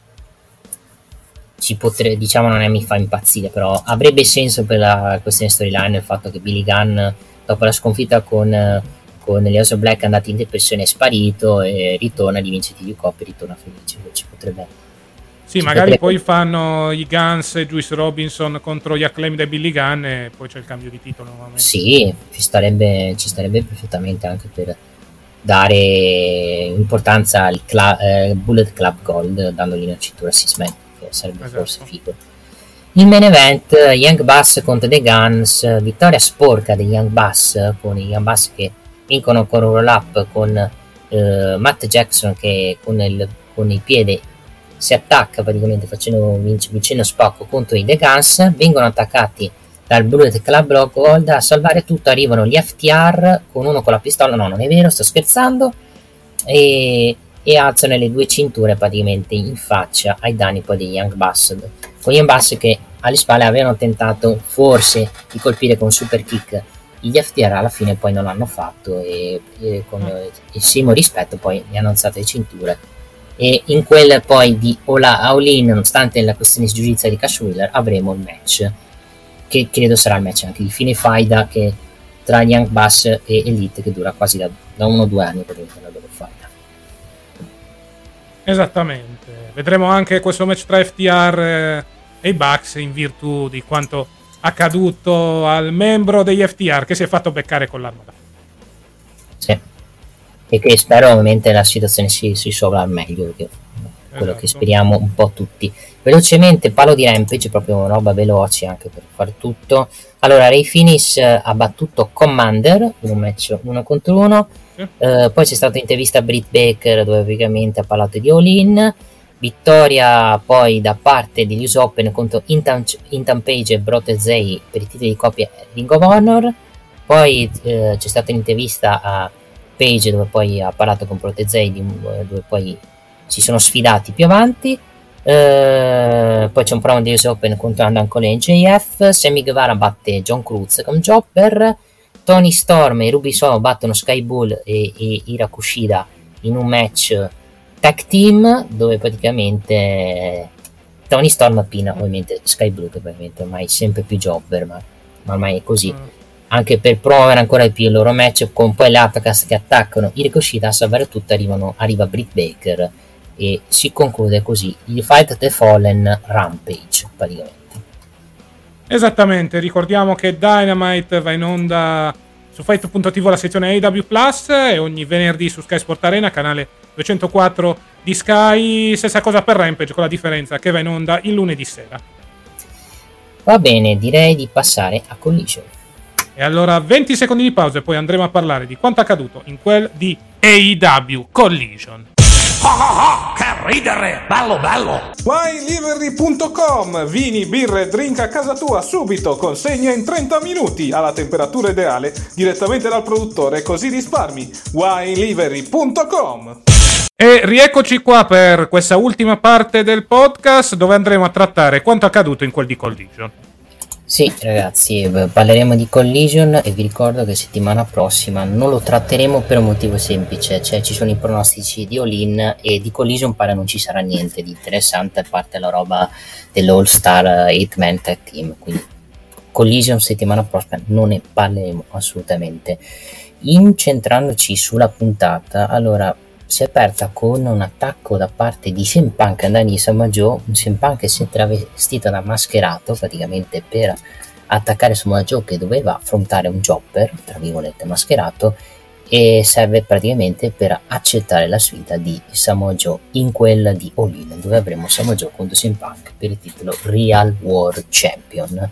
ci potrebbe, diciamo, non è mi fa impazzire, però avrebbe senso per la questione storyline il fatto che Billy Gunn, dopo la sconfitta con con gli House of Black, è andato in depressione, è sparito e ritorna, di vincere di coppia, ritorna felice. Ci potrebbe Sì, ci magari potrebbe... poi fanno i Guns e Juice Robinson contro gli Acclaimed e Billy Gunn e poi c'è il cambio di titolo nuovamente. Sì, ci starebbe, ci starebbe perfettamente anche per dare importanza al cla- eh, Bullet Club Gold, dandogli una cintura Six-Man, che sarebbe esatto. forse figo. Il main event, Young Bucks contro The Guns, vittoria sporca dei Young Bucks, con i Young Bucks che vincono con un roll up con eh, Matt Jackson che con il, con il piede si attacca praticamente facendo vincendo spacco contro i The Guns, vengono attaccati dal Bullet Club Gold. A salvare tutto arrivano gli F T R con uno con la pistola, no non è vero, sto scherzando, e, e alzano le due cinture praticamente in faccia ai danni poi degli Young Bucks, con gli Young Bucks che alle spalle avevano tentato forse di colpire con super kick gli F T R, alla fine poi non l'hanno fatto e, e con il simo rispetto poi gli hanno alzato le cinture. E in quel poi di all-in, nonostante la questione di giudizia di Cash Wheeler, avremo il match che credo sarà il match anche di fine faida che tra Young Bucks e Elite, che dura quasi da, da uno o due anni per la loro faida. Esattamente, vedremo anche questo match tra F T R e i Bucks in virtù di quanto accaduto al membro degli F T R che si è fatto beccare con l'arma da fuoco. Sì, e che spero ovviamente la situazione si, si risolva al meglio, perché è quello esatto. che speriamo un po' tutti. Velocemente parlo di Rampage, proprio roba veloce anche per fare tutto. Allora, Ray Phoenix ha battuto Commander in un match uno contro uno. Sì. Uh, poi c'è stata un'intervista a Britt Baker dove praticamente ha parlato di all-in. Vittoria poi da parte degli U S Open contro Intan, Intan Page e Brote Zay per i titoli di coppia Ring of Honor. Poi uh, c'è stata un'intervista a Page dove poi ha parlato con Brote Zay, dove poi si sono sfidati più avanti. Uh, poi c'è un promo di U S Open contro Andan Cole e J F. Sammy Guevara batte John Cruz con Jobber. Tony Storm e Ruby Soho battono Sky Bull e, e Ira Kushida in un match tag team dove praticamente Tony Storm pina ovviamente Sky Blue, che ovviamente ormai è sempre più Jobber, ma, ma ormai è così, mm. anche per promuovere ancora di più il loro match con poi le Outcast che attaccano Ira Kushida. A salvare tutto arrivano, arriva Britt Baker e si conclude così il Fight the Fallen Rampage praticamente. Esattamente, ricordiamo che Dynamite va in onda su Fight punto tv la sezione A W Plus e ogni venerdì su Sky Sport Arena, canale duecentoquattro di Sky. Stessa cosa per Rampage, con la differenza che va in onda il lunedì sera. Va bene, direi di passare a Collision. E allora venti secondi di pausa e poi andremo a parlare di quanto accaduto in quel di A E W Collision. Oh, oh, oh, che ridere, bello bello. wine livery punto com, vini, birre e drink a casa tua subito, consegna in trenta minuti alla temperatura ideale direttamente dal produttore, così risparmi. wine livery punto com. E rieccoci qua per questa ultima parte del podcast dove andremo a trattare quanto accaduto in quel di Collision. Sì ragazzi, parleremo di Collision e vi ricordo che settimana prossima non lo tratteremo per un motivo semplice, cioè ci sono i pronostici di All-In e di Collision pare non ci sarà niente di interessante a parte la roba dell'All Star eight man Tag Team, quindi Collision settimana prossima non ne parleremo assolutamente. Incentrandoci sulla puntata, allora si è aperta con un attacco da parte di C M Punk andando di Samoa Joe, un C M Punk che si è travestito da mascherato praticamente per attaccare Samoa Joe che doveva affrontare un jobber, tra virgolette mascherato, e serve praticamente per accettare la sfida di Samoa Joe in quella di All-In, dove avremo Samoa Joe contro C M Punk per il titolo Real World Champion.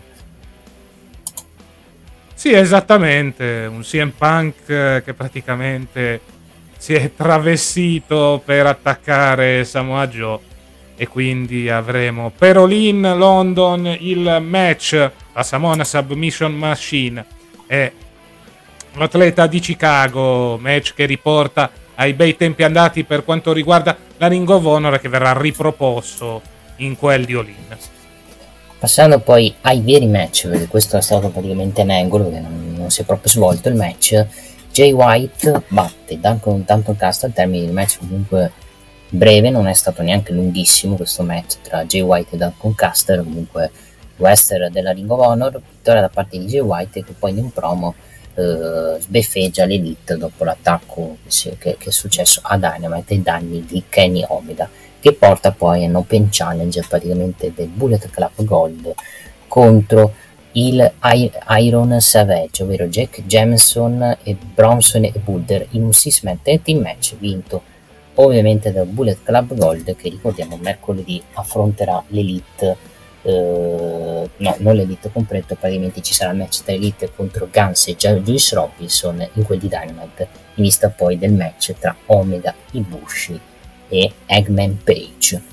Sì, esattamente, un C M Punk che praticamente si è travestito per attaccare Samoa Joe e quindi avremo per All-In London il match la Samoan Submission Machine e l'atleta di Chicago, match che riporta ai bei tempi andati per quanto riguarda la Ring of Honor, che verrà riproposto in quel di All-In. Passando poi ai veri match, perché questo è stato praticamente un angolo che non, non si è proprio svolto il match. Jay White batte Duncan, Duncan Castle al termine del match comunque breve, non è stato neanche lunghissimo questo match tra Jay White e Duncan Castle, comunque wrestler della Ring of Honor, vittoria da parte di Jay White che poi in un promo eh, sbeffeggia l'Elite dopo l'attacco che, si, che, che è successo a Dynamite ai danni di Kenny Omega. che porta poi a un Open Challenge praticamente del Bullet Club Gold contro il Iron Savage, ovvero Jack Jameson e Bronson e Boulder, in un six man tag team match vinto ovviamente dal Bullet Club Gold, che ricordiamo mercoledì affronterà l'Elite, eh, no, non l'Elite completo, praticamente ci sarà il match tra Elite contro Guns e Juice Robinson in quel di Dynamite, in vista poi del match tra Omega Ibushi e Eggman Page.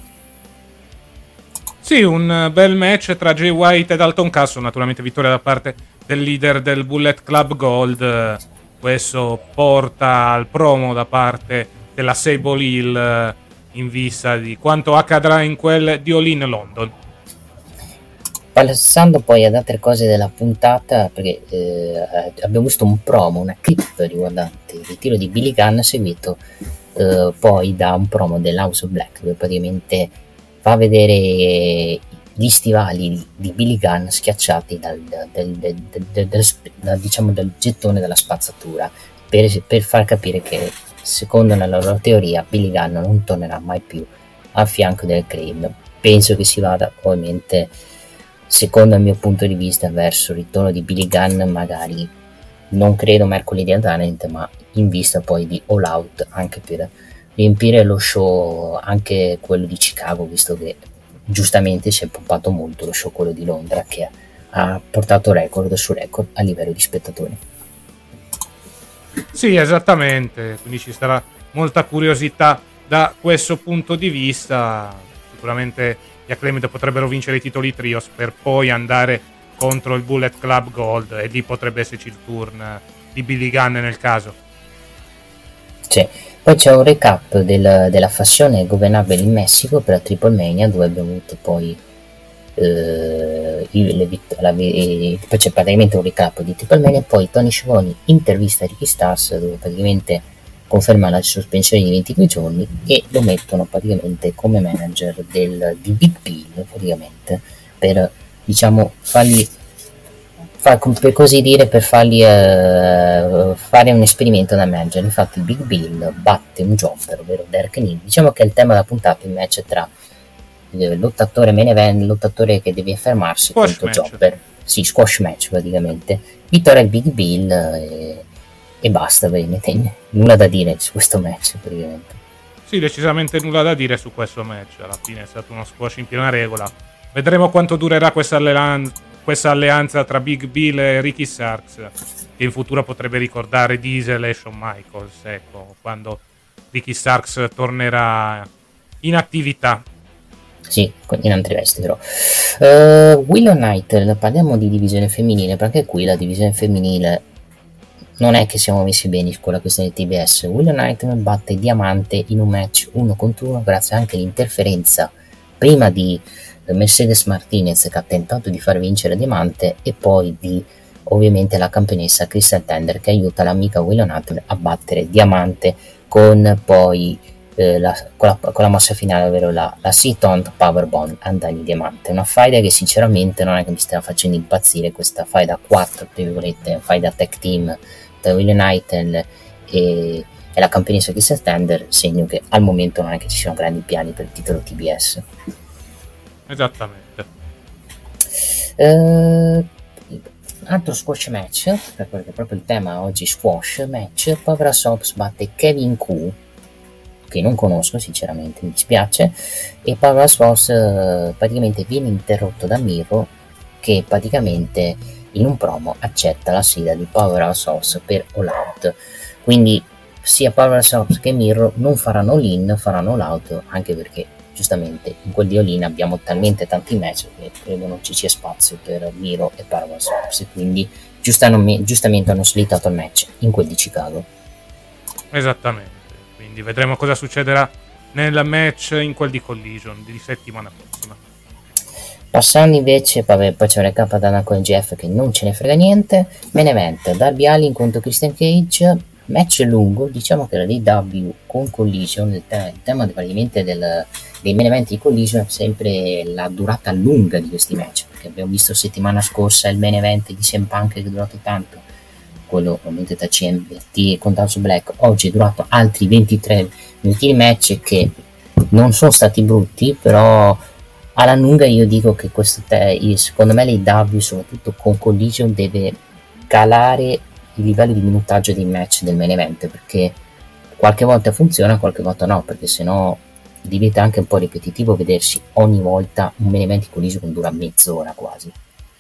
Sì, un bel match tra Jay White e Dalton Castle, naturalmente vittoria da parte del leader del Bullet Club Gold. Questo porta al promo da parte della Sable Hill in vista di quanto accadrà in quel di All In London. Passando poi ad altre cose della puntata, perché eh, abbiamo visto un promo, una clip riguardante il ritiro di Billy Gunn, seguito eh, poi da un promo dell'House of Black, dove praticamente fa vedere gli stivali di Billy Gunn schiacciati dal, del, del, del, del, del, del, diciamo, del gettone della spazzatura, per, per far capire che secondo la loro teoria Billy Gunn non tornerà mai più al fianco del Creed. Penso che si vada ovviamente, secondo il mio punto di vista, verso il ritorno di Billy Gunn, magari non credo mercoledì a Dynamite, ma in vista poi di All Out, anche per riempire lo show, anche quello di Chicago, visto che giustamente si è pompato molto lo show quello di Londra, che ha portato record su record a livello di spettatori. Sì, esattamente, quindi ci sarà molta curiosità da questo punto di vista. Sicuramente gli Acclaimed potrebbero vincere i titoli trios per poi andare contro il Bullet Club Gold, e lì potrebbe esserci il turn di Billy Gunn nel caso. Sì. Poi c'è un recap del, della fazione governabile in Messico per la Triple Mania, dove abbiamo avuto poi eh, le vitt- la, eh, poi c'è praticamente un recap di Triple Mania, e poi Tony Schiavone intervista Ricky Starks, dove praticamente conferma la sospensione di ventidue giorni e lo mettono praticamente come manager del, di Big Bill, praticamente per, diciamo, fargli Fa, per così dire, per fargli uh, fare un esperimento da manager. Infatti Big Bill batte un jobber, ovvero Derek Neal. Diciamo che è il tema della puntata, il match tra il lottatore main event, il lottatore che deve fermarsi squash contro match. jobber. Sì, squash match praticamente. Vittoria il Big Bill e, e basta, praticamente. Nulla da dire su questo match praticamente. Sì, decisamente nulla da dire su questo match. Alla fine è stato uno squash in piena regola. Vedremo quanto durerà questa alleanza questa alleanza tra Big Bill e Ricky Starks, che in futuro potrebbe ricordare Diesel e Shawn Michaels, ecco, quando Ricky Starks tornerà in attività. Sì, in altre vesti però. Uh, Willow Knight, parliamo di divisione femminile, perché qui la divisione femminile non è che siamo messi bene con la questione di T B S. Willow Knight batte Diamante in un match uno contro uno grazie anche all'interferenza prima di Mercedes Martinez, che ha tentato di far vincere Diamante, e poi di ovviamente la campionessa Crystal Tender, che aiuta l'amica Willow Knight a battere Diamante con poi eh, la, con, la, con la mossa finale, ovvero la, la Sit-on Powerbomb a Dani Diamante. Una faida che sinceramente non è che mi stia facendo impazzire, questa faida quattro, tra virgolette, faida tag team tra Willow Knight e, e la campionessa Crystal Tender, segno che al momento non è che ci siano grandi piani per il titolo T B S. Esattamente. Uh, altro squash match, perché proprio il tema oggi squash match. Povera Sops batte Kevin Q, che non conosco sinceramente, mi dispiace, e Povera Sops uh, praticamente viene interrotto da Miro, che praticamente in un promo accetta la sfida di Povera Sops per All Out. Quindi sia Povera Sops che Miro non faranno all-in, faranno All Out, anche perché giustamente in quel di All-in abbiamo talmente tanti match che credo non ci sia spazio per Miro e Power Sops, quindi giustamente, giustamente hanno slittato il match in quel di Chicago. Esattamente, quindi vedremo cosa succederà nel match in quel di Collision di settimana prossima. Passando invece, vabbè, poi c'è un recap da Dana con G F che non ce ne frega niente. Main event, Darby Allin contro Christian Cage, match lungo, diciamo che la D W con Collision, il, te- il tema praticamente del, dei main event di Collision è sempre la durata lunga di questi match, perché abbiamo visto settimana scorsa il main event di C M Punk che è durato tanto, quello ovviamente tra C M T e contro House of Black, oggi è durato altri ventitré minuti di match che non sono stati brutti, però alla lunga io dico che questo te, io, secondo me l'A E W, soprattutto con Collision, deve calare il livello di minutaggio dei match del main event, perché qualche volta funziona, qualche volta no, perché sennò diventa anche un po' ripetitivo vedersi ogni volta un main event di Collision che dura mezz'ora quasi.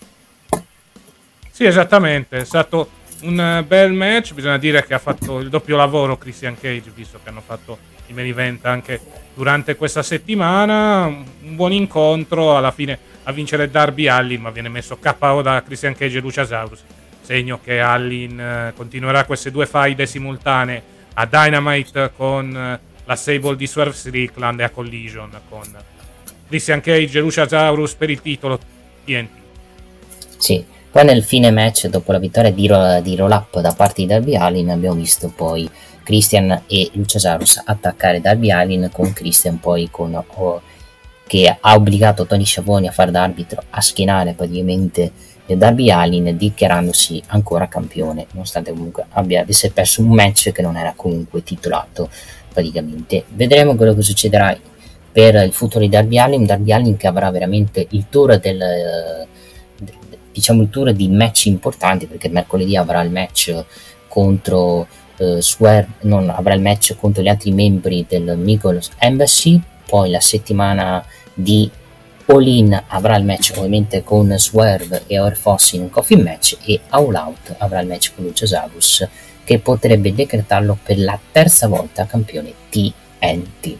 Sì, esattamente, è stato un bel match. Bisogna dire che ha fatto il doppio lavoro Christian Cage, visto che hanno fatto i main event anche durante questa settimana. Un buon incontro, alla fine a vincere Darby Allin, ma viene messo K O da Christian Cage e Luchasaurus, segno che Allin continuerà queste due faide simultanee a Dynamite con la stable di Swerve Strickland e a Collision con Christian Cage e Luchasaurus per il titolo T N T. Sì, poi nel fine match, dopo la vittoria di, ro- di roll up da parte di Darby Allin, abbiamo visto poi Christian e Luchasaurus attaccare Darby Allin, con Christian poi con, oh, che ha obbligato Tony Schiavone a fare da arbitro, a schienare praticamente Darby Allin, dichiarandosi ancora campione, nonostante comunque abbia avesse perso un match che non era comunque titolato praticamente. Vedremo quello che succederà per il futuro di Darby Allin, Darby Allin che avrà veramente il tour del diciamo il tour di match importanti, perché mercoledì avrà il match contro uh, Swerve, non avrà il match contro gli altri membri del Migos Embassy, poi la settimana di All In avrà il match ovviamente con Swerve e Or Foss in un coffin match, e All Out avrà il match con Luchasaurus, che potrebbe decretarlo per la terza volta campione T N T.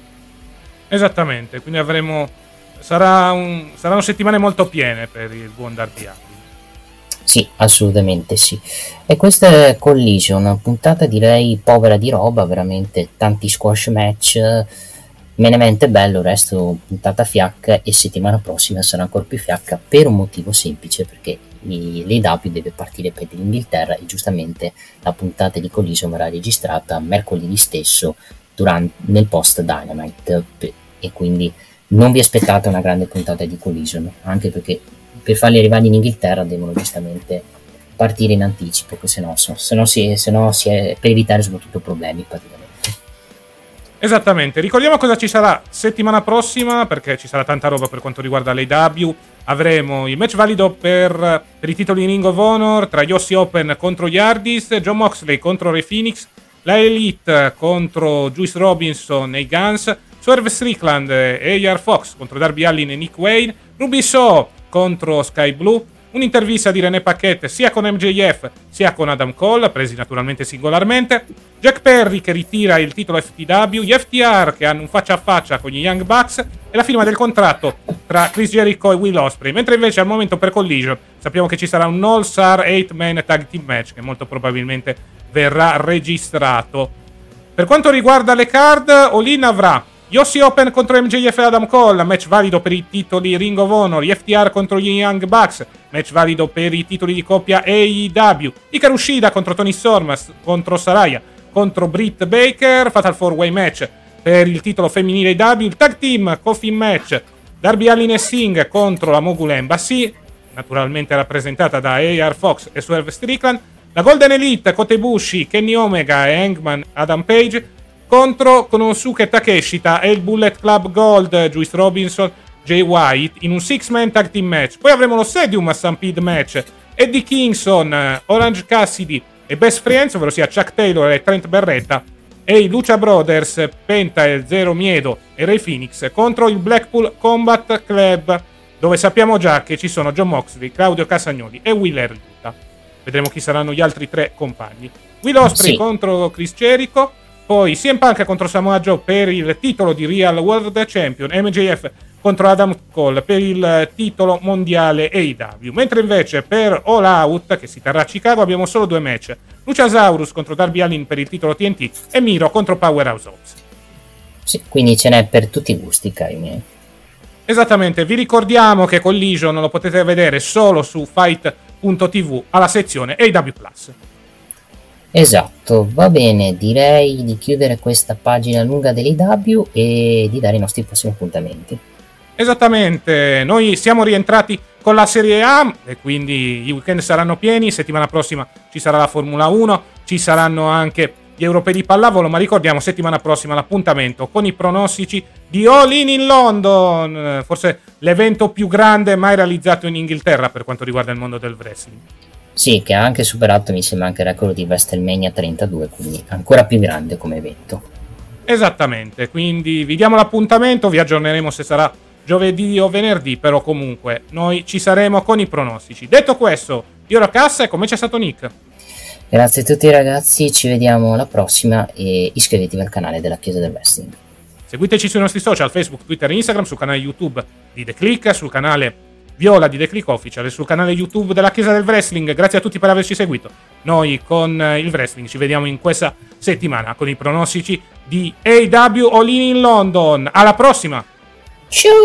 Esattamente, quindi avremo sarà un, saranno settimane molto piene per il buon Darby Allin. Sì, assolutamente sì. E questa è Collision, una puntata direi povera di roba, veramente tanti squash match, veramente bello, il resto puntata fiacca, e settimana prossima sarà ancora più fiacca per un motivo semplice, perché l'A E W deve partire per l'Inghilterra e giustamente la puntata di Collision verrà registrata mercoledì stesso durante, nel post Dynamite, e quindi non vi aspettate una grande puntata di Collision, anche perché per farli arrivare in Inghilterra devono giustamente partire in anticipo, perché se no, se no, si, se no si è per evitare soprattutto problemi praticamente. Esattamente, ricordiamo cosa ci sarà settimana prossima, perché ci sarà tanta roba per quanto riguarda l'A E W. Avremo il match valido per, per i titoli Ring of Honor tra gli Aussie Open contro gli Hardys, John Moxley contro Rey Fenix, la Elite contro Juice Robinson e i Guns, Swerve Strickland e A R Fox contro Darby Allin e Nick Wayne, Ruby Soho contro Sky Blue, un'intervista di René Paquette sia con M J F sia con Adam Cole, presi naturalmente singolarmente, Jack Perry che ritira il titolo F T W, gli F T R che hanno un faccia a faccia con gli Young Bucks e la firma del contratto tra Chris Jericho e Will Ospreay, mentre invece al momento per Collision sappiamo che ci sarà un All-Star eight man Tag Team Match che molto probabilmente verrà registrato. Per quanto riguarda le card, All In avrà gli Aussie Open contro M J F e Adam Cole, match valido per i titoli Ring of Honor, gli F T R contro gli Young Bucks, match valido per i titoli di coppia A E W, Hikaru Shida contro Toni Storm, contro Saraya, contro Britt Baker, Fatal four way match per il titolo femminile A E W, il Tag Team Coffin match, Darby Allin e Singh contro la Mogul Embassy, naturalmente rappresentata da A R Fox e Swerve Strickland, la Golden Elite, Kota Ibushi, Kenny Omega e Hangman Adam Page, contro Konosuke Takeshita e il Bullet Club Gold, Juice Robinson, Jay White, in un six-man tag team match. Poi avremo lo Stadium Stampede match, Eddie Kingston, Orange Cassidy e Best Friends, ovvero sia Chuck Taylor e Trent Berretta, e i Lucha Brothers, Penta e Zero Miedo e Rey Fenix contro il Blackpool Combat Club, dove sappiamo già che ci sono John Moxley, Claudio Castagnoli e Willer Yuta. Vedremo chi saranno gli altri tre compagni. Will Ospreay sì. contro Chris Jericho, poi C M Punk contro Samoa Joe per il titolo di Real World Champion, M J F contro Adam Cole per il titolo mondiale A E W. Mentre invece per All Out, che si terrà a Chicago, abbiamo solo due match: Luchasaurus contro Darby Allin per il titolo T N T e Miro contro Powerhouse Hobbs. Sì, quindi ce n'è per tutti i gusti, cari miei. Esattamente, vi ricordiamo che Collision lo potete vedere solo su fight punto tv alla sezione A E W Plus. Esatto, va bene, direi di chiudere questa pagina lunga dell'A E W e di dare i nostri prossimi appuntamenti. Esattamente, noi siamo rientrati con la Serie A e quindi i weekend saranno pieni, settimana prossima ci sarà la Formula uno, ci saranno anche gli europei di pallavolo, ma ricordiamo settimana prossima l'appuntamento con i pronostici di All In in London, forse l'evento più grande mai realizzato in Inghilterra per quanto riguarda il mondo del wrestling. Sì, che ha anche superato, mi sembra, anche il record di WrestleMania trentadue, quindi ancora più grande come evento. Esattamente, quindi vi diamo l'appuntamento, vi aggiorneremo se sarà giovedì o venerdì, però comunque noi ci saremo con i pronostici. Detto questo, io ero Cassa e come c'è stato Nick? Grazie a tutti ragazzi, ci vediamo alla prossima e iscrivetevi al canale della Chiesa del Wrestling. Seguiteci sui nostri social, Facebook, Twitter e Instagram, sul canale YouTube di The Click, sul canale Viola di The Click Official e sul canale YouTube della Chiesa del Wrestling. Grazie a tutti per averci seguito. Noi con il wrestling ci vediamo in questa settimana con i pronostici di A E W All In in London. Alla prossima! Ciao!